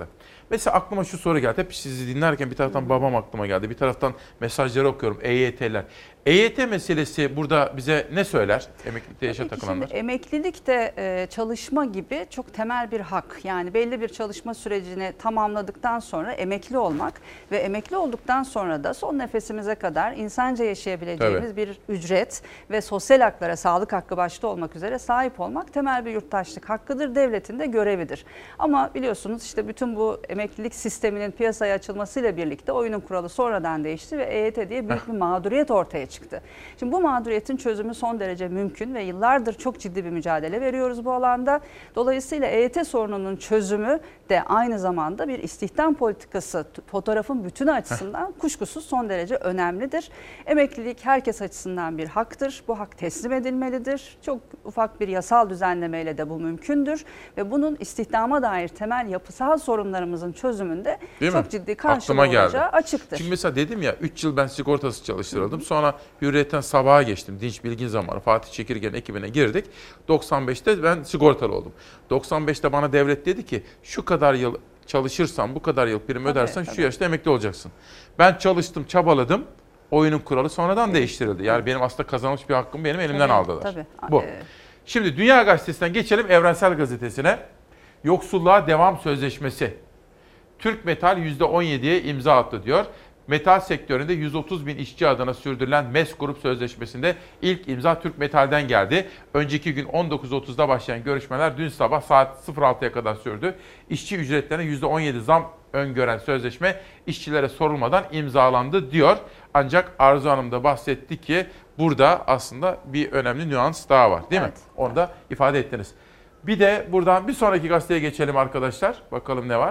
Mesela aklıma şu soru geldi. Hep sizi dinlerken bir taraftan babam aklıma geldi. Bir taraftan mesajları okuyorum. EYT'ler. EYT meselesi burada bize ne söyler? Emeklilikte yaşa takılanlar. Şimdi emeklilik de çalışma gibi çok temel bir hak. Yani belli bir çalışma sürecini tamamladıktan sonra emekli olmak ve emekli olduktan sonra da son nefesimize kadar insanca yaşayabileceğimiz bir ücret ve sosyal haklara, sağlık hakkı başta olmak üzere sahip olmak temel bir yurttaşlık hakkıdır. Devletin de görevidir. Ama biliyorsunuz işte bütün bu emeklilik sisteminin piyasaya açılmasıyla birlikte oyunun kuralı sonradan değişti ve EYT diye büyük bir mağduriyet ortaya çıktı. Şimdi bu mağduriyetin çözümü son derece mümkün ve yıllardır çok ciddi bir mücadele veriyoruz bu alanda. Dolayısıyla EYT sorununun çözümü de aynı zamanda bir istihdam politikası, fotoğrafın bütünü açısından kuşkusuz son derece önemlidir. Emeklilik herkes açısından bir haktır. Bu hak teslim edilmelidir. Çok ufak bir yasal düzenlemeyle de bu mümkündür ve bunun istihdama dair temel yapısal sorunlarımızın çözümünde çok ciddi karşılığı olacağı açıktır. Çünkü mesela dedim ya 3 yıl ben sigortası çalıştırıldım. Sonra Hürriyet'ten Sabah'a geçtim. Dinç Bilgin zamanı Fatih Çekirge'nin ekibine girdik. 95'te ben sigortalı oldum. 95'te bana devlet dedi ki şu kadar yıl çalışırsan, bu kadar yıl prim ödersen şu yaşta emekli olacaksın. Ben çalıştım, çabaladım. Oyunun kuralı sonradan değiştirildi. Yani benim aslında kazanmış bir hakkımı benim elimden aldılar. Bu. Şimdi Dünya Gazetesi'nden geçelim Evrensel Gazetesi'ne. Yoksulluğa Devam Sözleşmesi. Türk Metal %17'ye imza attı diyor. Metal sektöründe 130 bin işçi adına sürdürülen MES Grup Sözleşmesi'nde ilk imza Türk Metal'den geldi. Önceki gün 19.30'da başlayan görüşmeler dün sabah saat 06'ya kadar sürdü. İşçi ücretlerine %17 zam öngören sözleşme işçilere sorulmadan imzalandı diyor. Ancak Arzu Hanım da bahsetti ki burada aslında bir önemli nüans daha var değil mi? Onu da ifade ettiniz. Bir de buradan bir sonraki gazeteye geçelim arkadaşlar. Bakalım ne var?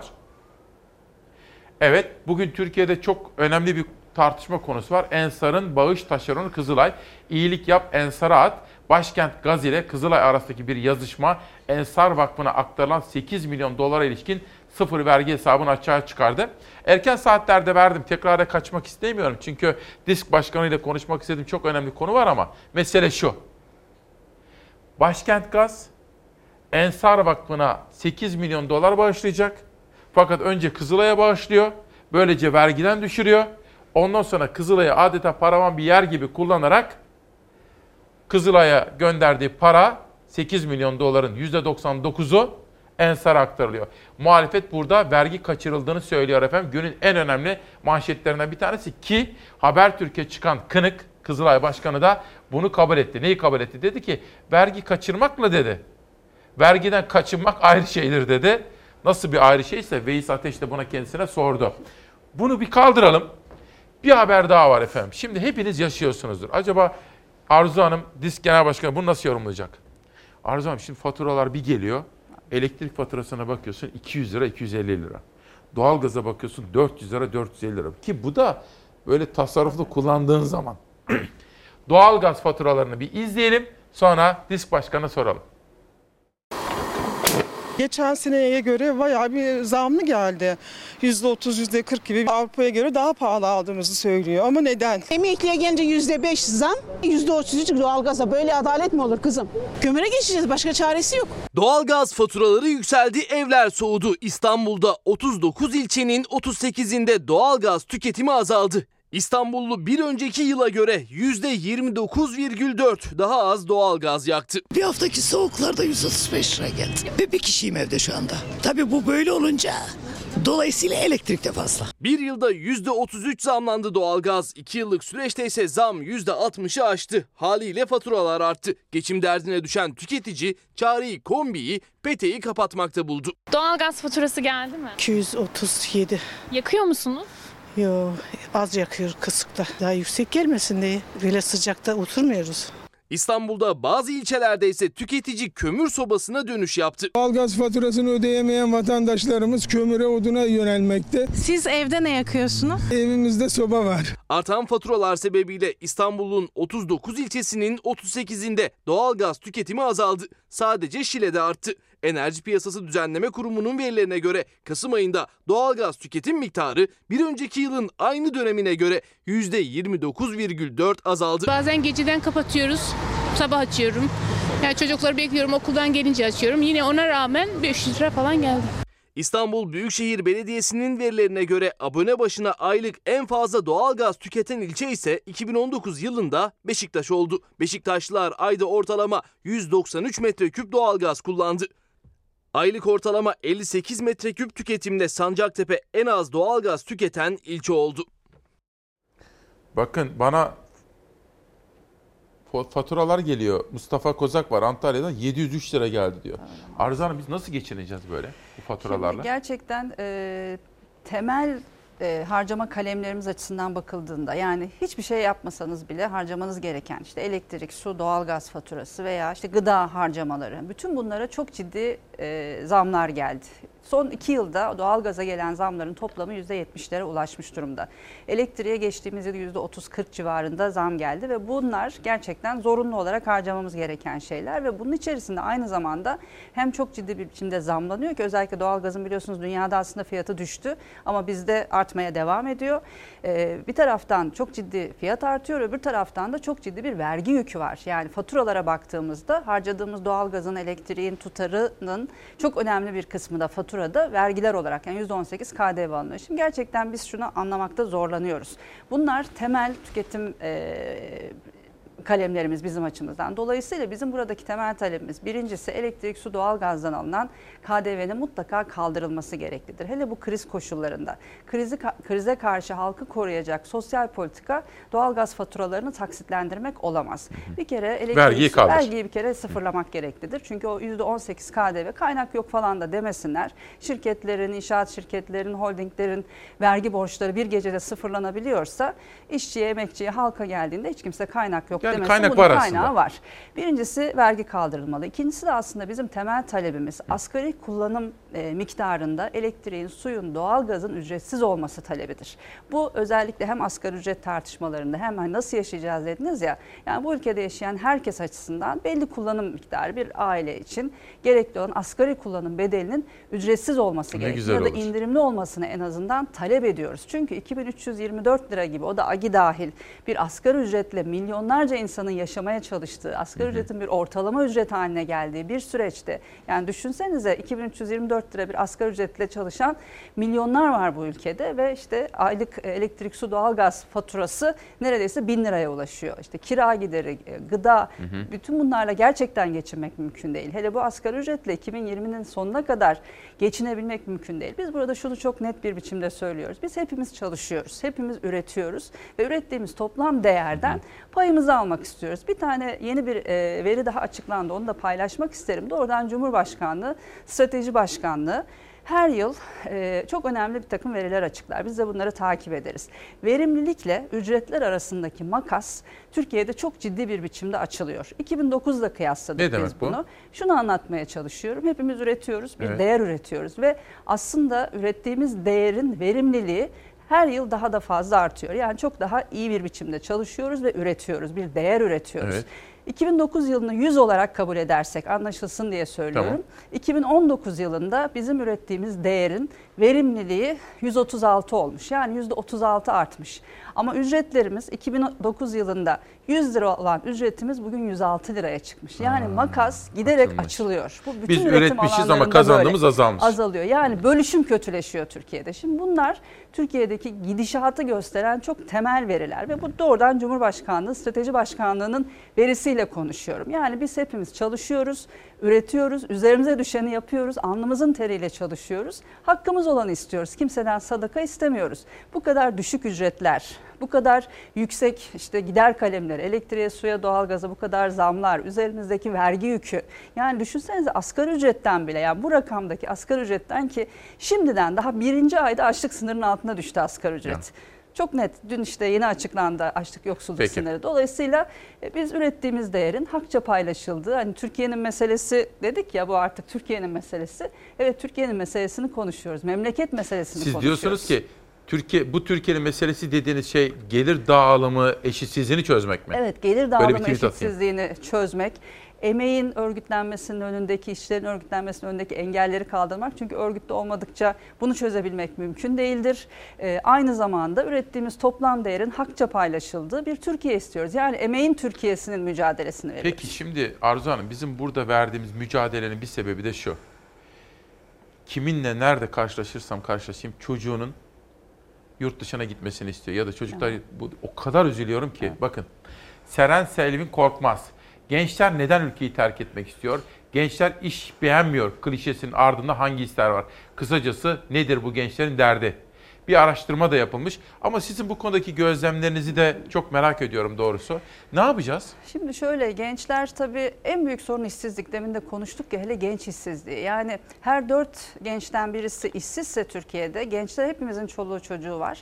Evet, bugün Türkiye'de çok önemli bir tartışma konusu var. Ensar'ın bağış taşeronu Kızılay. İyilik yap, Ensar'a at. Başkent Gaz ile Kızılay arasındaki bir yazışma Ensar Vakfı'na aktarılan 8 milyon dolara ilişkin sıfır vergi hesabını açığa çıkardı. Erken saatlerde verdim. Tekrara kaçmak istemiyorum. Çünkü DİSK Başkanı ile konuşmak istediğim çok önemli konu var ama mesele şu. Başkent Gaz Ensar Vakfı'na 8 milyon dolar bağışlayacak. Fakat önce Kızılay'a bağışlıyor. Böylece vergiden düşürüyor. Ondan sonra Kızılay'ı adeta paravan bir yer gibi kullanarak Kızılay'a gönderdiği para 8 milyon doların %99'u Ensar'a aktarılıyor. Muhalefet burada vergi kaçırıldığını söylüyor efendim. Günün en önemli manşetlerinden bir tanesi ki Habertürk'e çıkan Kınık Kızılay Başkanı da bunu kabul etti. Neyi kabul etti? Dedi ki vergi kaçırmakla dedi. Vergiden kaçınmak ayrı şeydir dedi. Nasıl bir ayrı şeyse Veys Ateş de buna kendisine sordu. Bunu bir kaldıralım. Bir haber daha var efendim. Şimdi hepiniz yaşıyorsunuzdur. Acaba Arzu Hanım, DİSK Genel Başkanı bunu nasıl yorumlayacak? Arzu Hanım şimdi faturalar bir geliyor. Elektrik faturasına bakıyorsun 200 lira, 250 lira. Doğalgaza bakıyorsun 400 lira, 450 lira. Ki bu da böyle tasarruflu kullandığın zaman. Doğalgaz faturalarını bir izleyelim. Sonra DİSK Başkanı'na soralım. Geçen seneye göre bayağı bir zamlı geldi. %30, %40 gibi Avrupa'ya göre daha pahalı aldığımızı söylüyor. Ama neden? Emekliye gelince %5 zam, %33 doğalgaza. Böyle adalet mi olur kızım? Kömüre geçeceğiz, başka çaresi yok. Doğalgaz faturaları yükseldi, evler soğudu. İstanbul'da 39 ilçenin 38'inde doğalgaz tüketimi azaldı. İstanbullu bir önceki yıla göre %29,4 daha az doğalgaz yaktı. Bir haftaki soğuklarda 135 lira geldi. Ve bir kişiyim evde şu anda. Tabii bu böyle olunca dolayısıyla elektrik de fazla. Bir yılda %33 zamlandı doğalgaz. 2 yıllık süreçte ise zam %60'ı aştı. Haliyle faturalar arttı. Geçim derdine düşen tüketici çareyi kombiyi, peteği kapatmakta buldu. Doğalgaz faturası geldi mi? 237. Yakıyor musunuz? Yo, az yakıyor kısıkta. Daha yüksek gelmesin diye. Böyle sıcakta oturmuyoruz. İstanbul'da bazı ilçelerde ise tüketici kömür sobasına dönüş yaptı. Doğalgaz faturasını ödeyemeyen vatandaşlarımız kömüre, oduna yönelmekte. Siz evde ne yakıyorsunuz? Evimizde soba var. Artan faturalar sebebiyle İstanbul'un 39 ilçesinin 38'inde doğalgaz tüketimi azaldı. Sadece Şile'de arttı. Enerji Piyasası Düzenleme Kurumu'nun verilerine göre Kasım ayında doğalgaz tüketim miktarı bir önceki yılın aynı dönemine göre %29,4 azaldı. Bazen geceden kapatıyoruz, sabah açıyorum. Yani çocukları bekliyorum, okuldan gelince açıyorum. Yine ona rağmen 500 lira falan geldi. İstanbul Büyükşehir Belediyesi'nin verilerine göre abone başına aylık en fazla doğalgaz tüketen ilçe ise 2019 yılında Beşiktaş oldu. Beşiktaşlılar ayda ortalama 193 metreküp doğalgaz kullandı. Aylık ortalama 58 metreküp tüketimde Sancaktepe en az doğalgaz tüketen ilçe oldu. Bakın bana faturalar geliyor. Mustafa Kozak var Antalya'dan, 703 lira geldi diyor. Arzu Hanım, biz nasıl geçineceğiz böyle bu faturalarla? Şimdi gerçekten temel harcama kalemlerimiz açısından bakıldığında, yani hiçbir şey yapmasanız bile harcamanız gereken işte elektrik, su, doğalgaz faturası veya işte gıda harcamaları, bütün bunlara çok ciddi zamlar geldi. Son 2 yılda doğalgaza gelen zamların toplamı %70'lere ulaşmış durumda. Elektriğe geçtiğimiz yıl %30-40 civarında zam geldi ve bunlar gerçekten zorunlu olarak harcamamız gereken şeyler ve bunun içerisinde aynı zamanda hem çok ciddi bir biçimde zamlanıyor ki özellikle doğalgazın biliyorsunuz dünyada aslında fiyatı düştü ama bizde artmaya devam ediyor. Bir taraftan çok ciddi fiyat artıyor, öbür taraftan da çok ciddi bir vergi yükü var. Yani faturalara baktığımızda harcadığımız doğalgazın, elektriğin tutarının çok önemli bir kısmı da faturada vergiler olarak, yani %18 KDV alınıyor. Şimdi gerçekten biz şunu anlamakta zorlanıyoruz. Bunlar temel tüketim kalemlerimiz bizim açımızdan. Dolayısıyla bizim buradaki temel talebimiz, birincisi elektrik, su, doğalgazdan alınan KDV'nin mutlaka kaldırılması gereklidir. Hele bu kriz koşullarında. Krize karşı halkı koruyacak sosyal politika doğalgaz faturalarını taksitlendirmek olamaz. Bir kere vergiyi bir kere sıfırlamak gereklidir. Çünkü o %18 KDV kaynak yok falan da demesinler. Şirketlerin, inşaat şirketlerin, holdinglerin vergi borçları bir gecede sıfırlanabiliyorsa işçiye, emekçiye, halka geldiğinde hiç kimse kaynak yok yani kaynak var aslında. Var. Birincisi vergi kaldırılmalı. İkincisi de aslında bizim temel talebimiz asgari kullanım miktarında elektriğin, suyun, doğalgazın ücretsiz olması talebidir. Bu özellikle hem asgari ücret tartışmalarında hem nasıl yaşayacağız dediniz ya. Yani bu ülkede yaşayan herkes açısından belli kullanım miktarı bir aile için gerekli olan asgari kullanım bedelinin ücretsiz olması gerekiyor. Ya da indirimli olmasını en azından talep ediyoruz. Çünkü 2324 lira gibi, o da AGİ dahil, bir asgari ücretle milyonlarca insanın yaşamaya çalıştığı, asgari ücretin bir ortalama ücret haline geldiği bir süreçte, yani düşünsenize 2324 lira bir asgari ücretle çalışan milyonlar var bu ülkede ve işte aylık elektrik, su, doğalgaz faturası neredeyse 1000 liraya ulaşıyor. İşte kira gideri, gıda, bütün bunlarla gerçekten geçinmek mümkün değil. Hele bu asgari ücretle 2020'nin sonuna kadar geçinebilmek mümkün değil. Biz burada şunu çok net bir biçimde söylüyoruz. Biz hepimiz çalışıyoruz, hepimiz üretiyoruz ve ürettiğimiz toplam değerden payımızı almak istiyoruz. Bir tane yeni bir veri daha açıklandı, onu da paylaşmak isterim. Doğrudan Cumhurbaşkanlığı Strateji Başkanlığı her yıl çok önemli bir takım veriler açıklar. Biz de bunları takip ederiz. Verimlilikle ücretler arasındaki makas Türkiye'de çok ciddi bir biçimde açılıyor. 2009'da kıyasladık biz bunu. Şunu anlatmaya çalışıyorum. Hepimiz üretiyoruz, bir değer üretiyoruz ve aslında ürettiğimiz değerin verimliliği her yıl daha da fazla artıyor. Yani çok daha iyi bir biçimde çalışıyoruz ve üretiyoruz. Bir değer üretiyoruz. Evet. 2009 yılını 100 olarak kabul edersek anlaşılsın diye söylüyorum. Tamam. 2019 yılında bizim ürettiğimiz değerin verimliliği 136 olmuş. Yani %36 artmış. Ama ücretlerimiz 2009 yılında 100 lira olan ücretimiz bugün 106 liraya çıkmış. Yani makas giderek açılıyor. Bu bütün biz üretmişiz ama kazandığımız azalmış. Azalıyor. Yani bölüşüm kötüleşiyor Türkiye'de. Şimdi bunlar Türkiye'deki gidişatı gösteren çok temel veriler ve bu doğrudan Cumhurbaşkanlığı Strateji Başkanlığı'nın verisiyle konuşuyorum. Yani biz hepimiz çalışıyoruz, üretiyoruz, üzerimize düşeni yapıyoruz, alnımızın teriyle çalışıyoruz. Hakkımız olanı istiyoruz. Kimseden sadaka istemiyoruz. Bu kadar düşük ücretler, bu kadar yüksek işte gider kalemleri, elektriğe, suya, doğalgaza bu kadar zamlar, üzerimizdeki vergi yükü. Yani düşünsenize asgari ücretten bile, yani bu rakamdaki asgari ücretten, ki şimdiden daha 1. ayda açlık sınırının altına düştü asgari ücret. Yani. Çok net. Dün işte yeni açıklandı açlık yoksulluk sınırı. Dolayısıyla biz ürettiğimiz değerin hakça paylaşıldığı, hani Türkiye'nin meselesi dedik ya, bu artık Türkiye'nin meselesi. Evet, Türkiye'nin meselesini konuşuyoruz. Memleket meselesini konuşuyoruz. Siz diyorsunuz ki Türkiye'nin meselesi dediğiniz şey gelir dağılımı eşitsizliğini çözmek mi? Evet, gelir dağılımı eşitsizliğini çözmek. Emeğin örgütlenmesinin önündeki, işlerin örgütlenmesinin önündeki engelleri kaldırmak. Çünkü örgütlü olmadıkça bunu çözebilmek mümkün değildir. Aynı zamanda ürettiğimiz toplam değerin hakça paylaşıldığı bir Türkiye istiyoruz. Yani emeğin Türkiye'sinin mücadelesini veriyoruz. Peki şimdi Arzu Hanım, bizim burada verdiğimiz mücadelenin bir sebebi de şu. kiminle nerede karşılaşırsam karşılaşayım çocuğunun yurt dışına gitmesini istiyor. Ya da çocuklar, o kadar üzülüyorum ki. Bakın, Seren Selvin Korkmaz. Gençler neden ülkeyi terk etmek istiyor? Gençler iş beğenmiyor klişesinin ardında hangi hisler var? Kısacası nedir bu gençlerin derdi? Bir araştırma da yapılmış ama sizin bu konudaki gözlemlerinizi de çok merak ediyorum doğrusu. Ne yapacağız? Şimdi şöyle, gençler tabii en büyük sorun işsizlik. Demin de konuştuk ya, hele genç işsizliği. Yani her 4 gençten birisi işsizse Türkiye'de, gençler hepimizin çoluğu çocuğu var.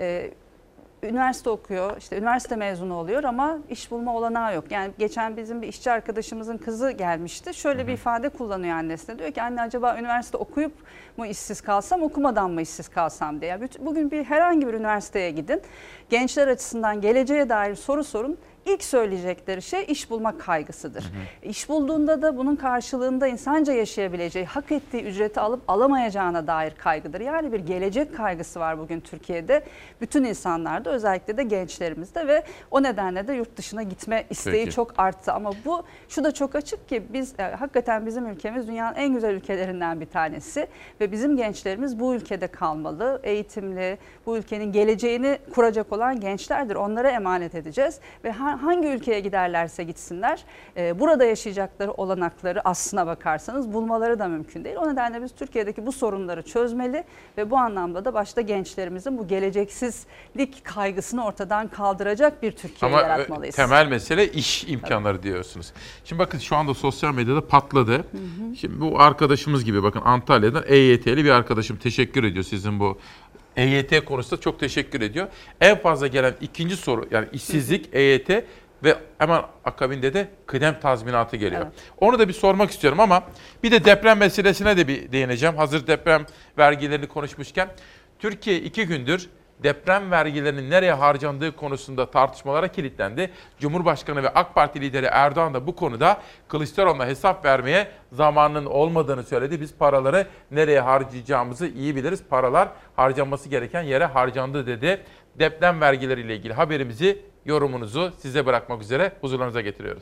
Üniversite okuyor, işte üniversite mezunu oluyor ama iş bulma olanağı yok. Yani geçen bizim bir işçi arkadaşımızın kızı gelmişti. Şöyle bir ifade kullanıyor annesine. Diyor ki anne, acaba üniversite okuyup mu işsiz kalsam, okumadan mı işsiz kalsam diye. Yani bugün herhangi bir üniversiteye gidin. Gençler açısından geleceğe dair soru sorun. İlk söyleyecekleri şey iş bulmak kaygısıdır. İş bulduğunda da bunun karşılığında insanca yaşayabileceği, hak ettiği ücreti alıp alamayacağına dair kaygıdır. Yani bir gelecek kaygısı var bugün Türkiye'de. Bütün insanlarda, özellikle de gençlerimizde ve o nedenle de yurt dışına gitme isteği çok arttı. Ama şu da çok açık ki biz hakikaten bizim ülkemiz dünyanın en güzel ülkelerinden bir tanesi ve bizim gençlerimiz bu ülkede kalmalı, eğitimli, bu ülkenin geleceğini kuracak olan gençlerdir. Onlara emanet edeceğiz ve hangi ülkeye giderlerse gitsinler burada yaşayacakları olanakları aslına bakarsanız bulmaları da mümkün değil. O nedenle biz Türkiye'deki bu sorunları çözmeli ve bu anlamda da başta gençlerimizin bu geleceksizlik kaygısını ortadan kaldıracak bir Türkiye yaratmalıyız. Ama temel mesele iş imkanları diyorsunuz. Şimdi bakın, şu anda sosyal medyada patladı. Şimdi bu arkadaşımız gibi, bakın Antalya'dan EYT'li bir arkadaşım teşekkür ediyor sizin bu EYT konusunda, çok teşekkür ediyor. En fazla gelen ikinci soru, yani işsizlik, EYT ve hemen akabinde de kıdem tazminatı geliyor. Evet. Onu da bir sormak istiyorum ama bir de deprem meselesine de bir değineceğim. Hazır deprem vergilerini konuşmuşken, Türkiye 2 gündür deprem vergilerinin nereye harcandığı konusunda tartışmalara kilitlendi. Cumhurbaşkanı ve AK Parti lideri Erdoğan da bu konuda Kılıçdaroğlu'na hesap vermeye zamanının olmadığını söyledi. Biz paraları nereye harcayacağımızı iyi biliriz. Paralar harcanması gereken yere harcandı dedi. Deprem vergileriyle ilgili haberimizi, yorumunuzu size bırakmak üzere huzurlarınıza getiriyoruz.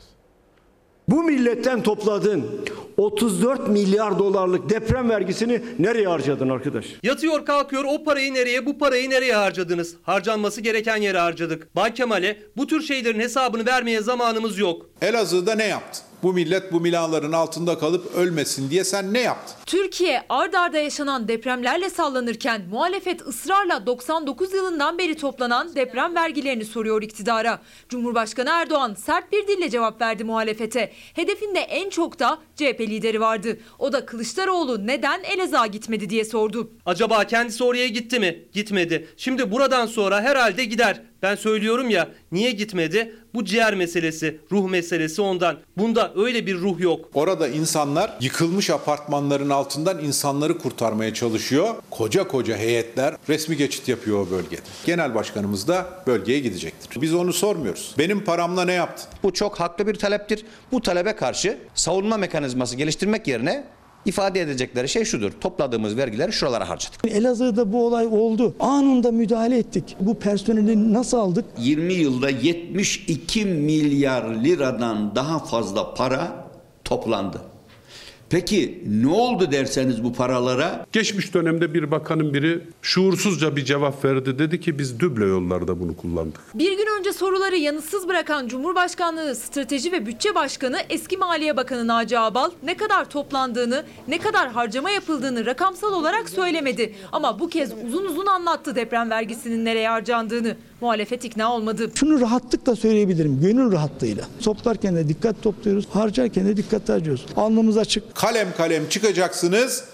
Bu milletten topladığın 34 milyar dolarlık deprem vergisini nereye harcadın arkadaş? Yatıyor kalkıyor, o parayı nereye, bu parayı nereye harcadınız? Harcanması gereken yere harcadık. Bay Kemal'e bu tür şeylerin hesabını vermeye zamanımız yok. Elazığ'da ne yaptın? Bu millet bu binaların altında kalıp ölmesin diye sen ne yaptın? Türkiye ard arda yaşanan depremlerle sallanırken muhalefet ısrarla 99 yılından beri toplanan deprem vergilerini soruyor iktidara. Cumhurbaşkanı Erdoğan sert bir dille cevap verdi muhalefete. Hedefinde en çok da CHP lideri vardı. O da Kılıçdaroğlu neden Elazığ'a gitmedi diye sordu. Acaba kendisi oraya gitti mi? Gitmedi. Şimdi buradan sonra herhalde gider. Ben söylüyorum ya, niye gitmedi? Bu ciğer meselesi, ruh meselesi ondan. Bunda öyle bir ruh yok. Orada insanlar yıkılmış apartmanların altından insanları kurtarmaya çalışıyor. Koca koca heyetler resmi geçit yapıyor o bölgede. Genel başkanımız da bölgeye gidecektir. Biz onu sormuyoruz. Benim paramla ne yaptın? Bu çok haklı bir taleptir. Bu talebe karşı savunma mekanizması geliştirmek yerine ifade edecekleri şey şudur: topladığımız vergileri şuralara harcadık. Elazığ'da bu olay oldu. Anında müdahale ettik. Bu personeli nasıl aldık? 20 yılda 72 milyar liradan daha fazla para toplandı. Peki ne oldu derseniz bu paralara? Geçmiş dönemde bir bakanın biri şuursuzca bir cevap verdi. Dedi ki biz duble yollarda bunu kullandık. Bir gün önce soruları yanıtsız bırakan Cumhurbaşkanlığı Strateji ve Bütçe Başkanı eski Maliye Bakanı Naci Ağbal ne kadar toplandığını, ne kadar harcama yapıldığını rakamsal olarak söylemedi. Ama bu kez uzun uzun anlattı deprem vergisinin nereye harcandığını. Muhalefet ikna olmadı. Şunu rahatlıkla söyleyebilirim, gönül rahatlığıyla. Toplarken de dikkat topluyoruz, harcarken de dikkat harcıyoruz. Alnımız açık. Kalem kalem çıkacaksınız,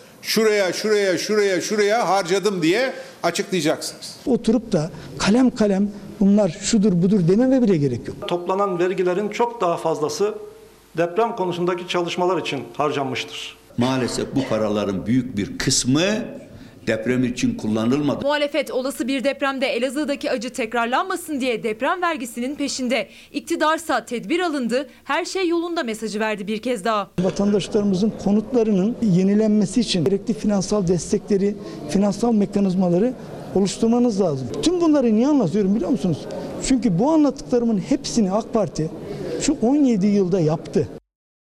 şuraya harcadım diye açıklayacaksınız. Oturup da kalem kalem bunlar şudur budur dememe bile gerek yok. Toplanan vergilerin çok daha fazlası deprem konusundaki çalışmalar için harcanmıştır. Maalesef bu paraların büyük bir kısmı deprem için kullanılmadı. Muhalefet olası bir depremde Elazığ'daki acı tekrarlanmasın diye deprem vergisinin peşinde. İktidarsa tedbir alındı, her şey yolunda mesajı verdi bir kez daha. Vatandaşlarımızın konutlarının yenilenmesi için gerekli finansal destekleri, finansal mekanizmaları oluşturmanız lazım. Tüm bunları niye anlatıyorum biliyor musunuz? Çünkü bu anlattıklarımın hepsini AK Parti şu 17 yılda yaptı.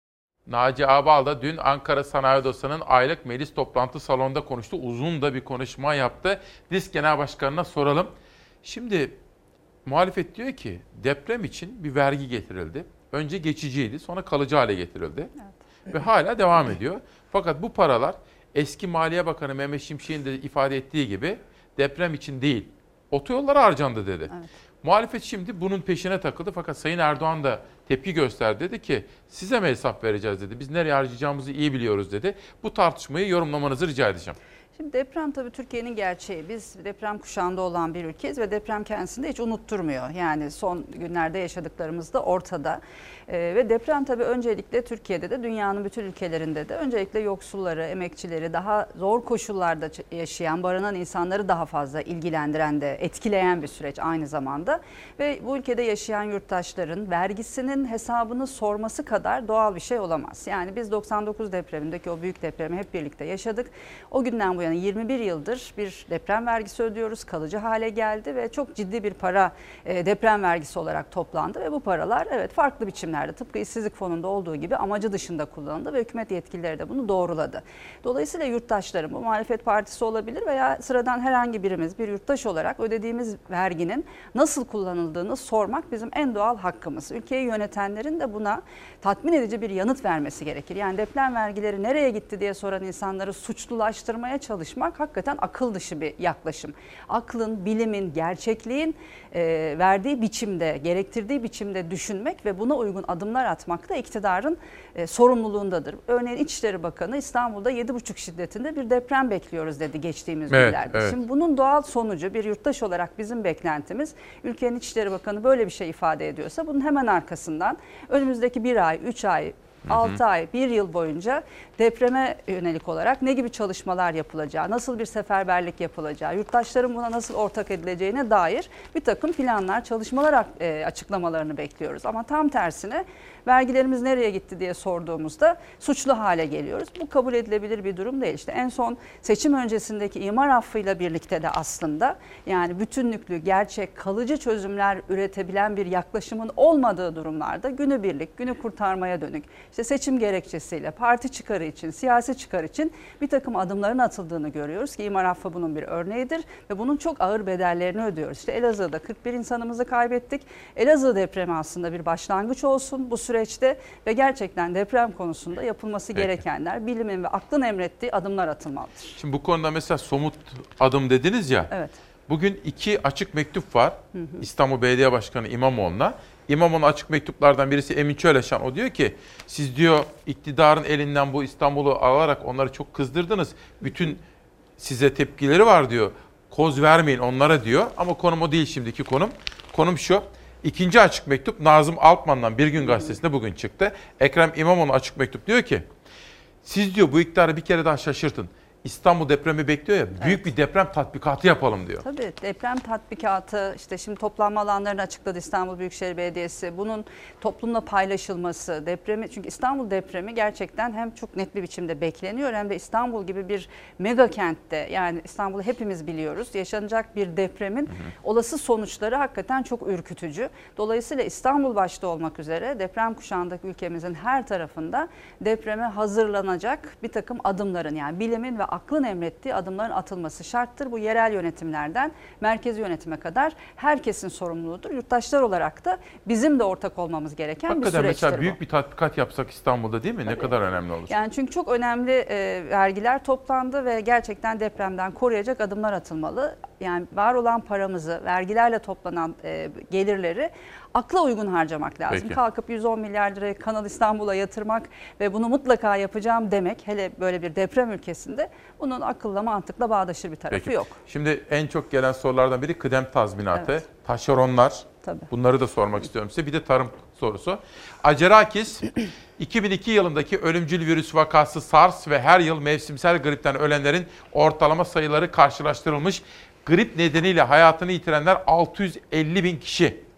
Naci Ağbal da dün Ankara Sanayi Odası'nın aylık meclis toplantı salonunda konuştu. Uzun da bir konuşma yaptı. DİSK Genel Başkanı'na soralım. Şimdi muhalefet diyor ki deprem için bir vergi getirildi. Önce geçiciydi, sonra kalıcı hale getirildi. Evet. Ve hala devam ediyor. Fakat bu paralar eski Maliye Bakanı Mehmet Şimşek'in de ifade ettiği gibi deprem için değil, otoyollara harcandı dedi. Evet. Muhalefet şimdi bunun peşine takıldı fakat Sayın Erdoğan da tepki gösterdi. Dedi ki size mi hesap vereceğiz dedi. Biz nereye harcayacağımızı iyi biliyoruz dedi. Bu tartışmayı yorumlamanızı rica edeceğim. Şimdi deprem tabii Türkiye'nin gerçeği. Biz deprem kuşağında olan bir ülkeyiz ve deprem kendisini hiç unutturmuyor. Yani son günlerde yaşadıklarımız da ortada. Ve deprem tabii öncelikle Türkiye'de de dünyanın bütün ülkelerinde de öncelikle yoksulları, emekçileri, daha zor koşullarda yaşayan, barınan insanları daha fazla ilgilendiren de etkileyen bir süreç aynı zamanda. Ve bu ülkede yaşayan yurttaşların vergisinin hesabını sorması kadar doğal bir şey olamaz. Yani biz 99 depremindeki o büyük depremi hep birlikte yaşadık. O günden bu yana 21 yıldır bir deprem vergisi ödüyoruz, kalıcı hale geldi ve çok ciddi bir para deprem vergisi olarak toplandı ve bu paralar evet farklı biçimlerde tıpkı işsizlik fonunda olduğu gibi amacı dışında kullanıldı ve hükümet yetkilileri de bunu doğruladı. Dolayısıyla yurttaşlarım, bu muhalefet partisi olabilir veya sıradan herhangi birimiz bir yurttaş olarak ödediğimiz verginin nasıl kullanıldığını sormak bizim en doğal hakkımız. Ülkeyi yönetenlerin de buna tatmin edici bir yanıt vermesi gerekir. Yani deprem vergileri nereye gitti diye soran insanları suçlulaştırmaya çalışmak hakikaten akıl dışı bir yaklaşım. Aklın, bilimin, gerçekliğin verdiği biçimde, gerektirdiği biçimde düşünmek ve buna uygun adımlar atmak da iktidarın sorumluluğundadır. Örneğin İçişleri Bakanı İstanbul'da 7,5 şiddetinde bir deprem bekliyoruz dedi geçtiğimiz günlerde. Evet. Şimdi bunun doğal sonucu bir yurttaş olarak bizim beklentimiz, ülkenin İçişleri Bakanı böyle bir şey ifade ediyorsa bunun hemen arkasından önümüzdeki 1 ay, 3 ay, 6 ay, 1 yıl boyunca depreme yönelik olarak ne gibi çalışmalar yapılacağı, nasıl bir seferberlik yapılacağı, yurttaşların buna nasıl ortak edileceğine dair bir takım planlar, çalışmalar açıklamalarını bekliyoruz. Ama tam tersine vergilerimiz nereye gitti diye sorduğumuzda suçlu hale geliyoruz. Bu kabul edilebilir bir durum değil. İşte en son seçim öncesindeki imar affıyla birlikte de aslında yani bütünlüklü, gerçek, kalıcı çözümler üretebilen bir yaklaşımın olmadığı durumlarda günübirlik, günü kurtarmaya dönük, işte seçim gerekçesiyle, parti çıkarı için, siyasi çıkar için bir takım adımların atıldığını görüyoruz ki imar affı bunun bir örneğidir ve bunun çok ağır bedellerini ödüyoruz. İşte Elazığ'da 41 insanımızı kaybettik. Elazığ depremi aslında bir başlangıç olsun bu süreçte ve gerçekten deprem konusunda yapılması gerekenler, bilimin ve aklın emrettiği adımlar atılmalıdır. Şimdi bu konuda mesela somut adım dediniz ya. Evet. Bugün 2 açık mektup var İstanbul Belediye Başkanı İmamoğlu'na. İmamoğlu'nun açık mektuplardan birisi Emin Çöleşan. O diyor ki siz diyor iktidarın elinden bu İstanbul'u alarak onları çok kızdırdınız. Bütün size tepkileri var diyor. Koz vermeyin onlara diyor. Ama konum o değil şimdiki konum. Konum şu. 2. açık mektup Nazım Altman'dan Bir Gün Gazetesi'nde bugün çıktı. Ekrem İmamoğlu açık mektup diyor ki siz diyor bu iktidarı bir kere daha şaşırtın. İstanbul depremi bekliyor ya, büyük bir deprem tatbikatı yapalım diyor. Tabii deprem tatbikatı, işte şimdi toplanma alanlarını açıkladı İstanbul Büyükşehir Belediyesi. Bunun toplumla paylaşılması, depremi, çünkü İstanbul depremi gerçekten hem çok net bir biçimde bekleniyor hem de İstanbul gibi bir mega kentte, yani İstanbul'u hepimiz biliyoruz, yaşanacak bir depremin olası sonuçları hakikaten çok ürkütücü. Dolayısıyla İstanbul başta olmak üzere deprem kuşağındaki ülkemizin her tarafında depreme hazırlanacak bir takım adımların, yani bilimin ve aklın emrettiği adımların atılması şarttır. Bu yerel yönetimlerden merkezi yönetime kadar herkesin sorumluluğudur. Yurttaşlar olarak da bizim de ortak olmamız gereken hakikaten bir süreçtir mesela büyük bir tatbikat yapsak İstanbul'da değil mi? Tabii. Ne kadar önemli olur? Yani çünkü çok önemli vergiler toplandı ve gerçekten depremden koruyacak adımlar atılmalı. Yani var olan paramızı, vergilerle toplanan gelirleri akla uygun harcamak lazım. Peki. Kalkıp 110 milyar lirayı Kanal İstanbul'a yatırmak ve bunu mutlaka yapacağım demek, hele böyle bir deprem ülkesinde, bunun akılla mantıkla bağdaşır bir tarafı Peki. yok. Şimdi en çok gelen sorulardan biri kıdem tazminatı, Evet. taşeronlar. Tabii. Bunları da sormak istiyorum size. Bir de tarım sorusu. Acerakis 2002 yılındaki ölümcül virüs vakası SARS ve her yıl mevsimsel gripten ölenlerin ortalama sayıları karşılaştırılmış. Grip nedeniyle hayatını yitirenler 650 bin kişi.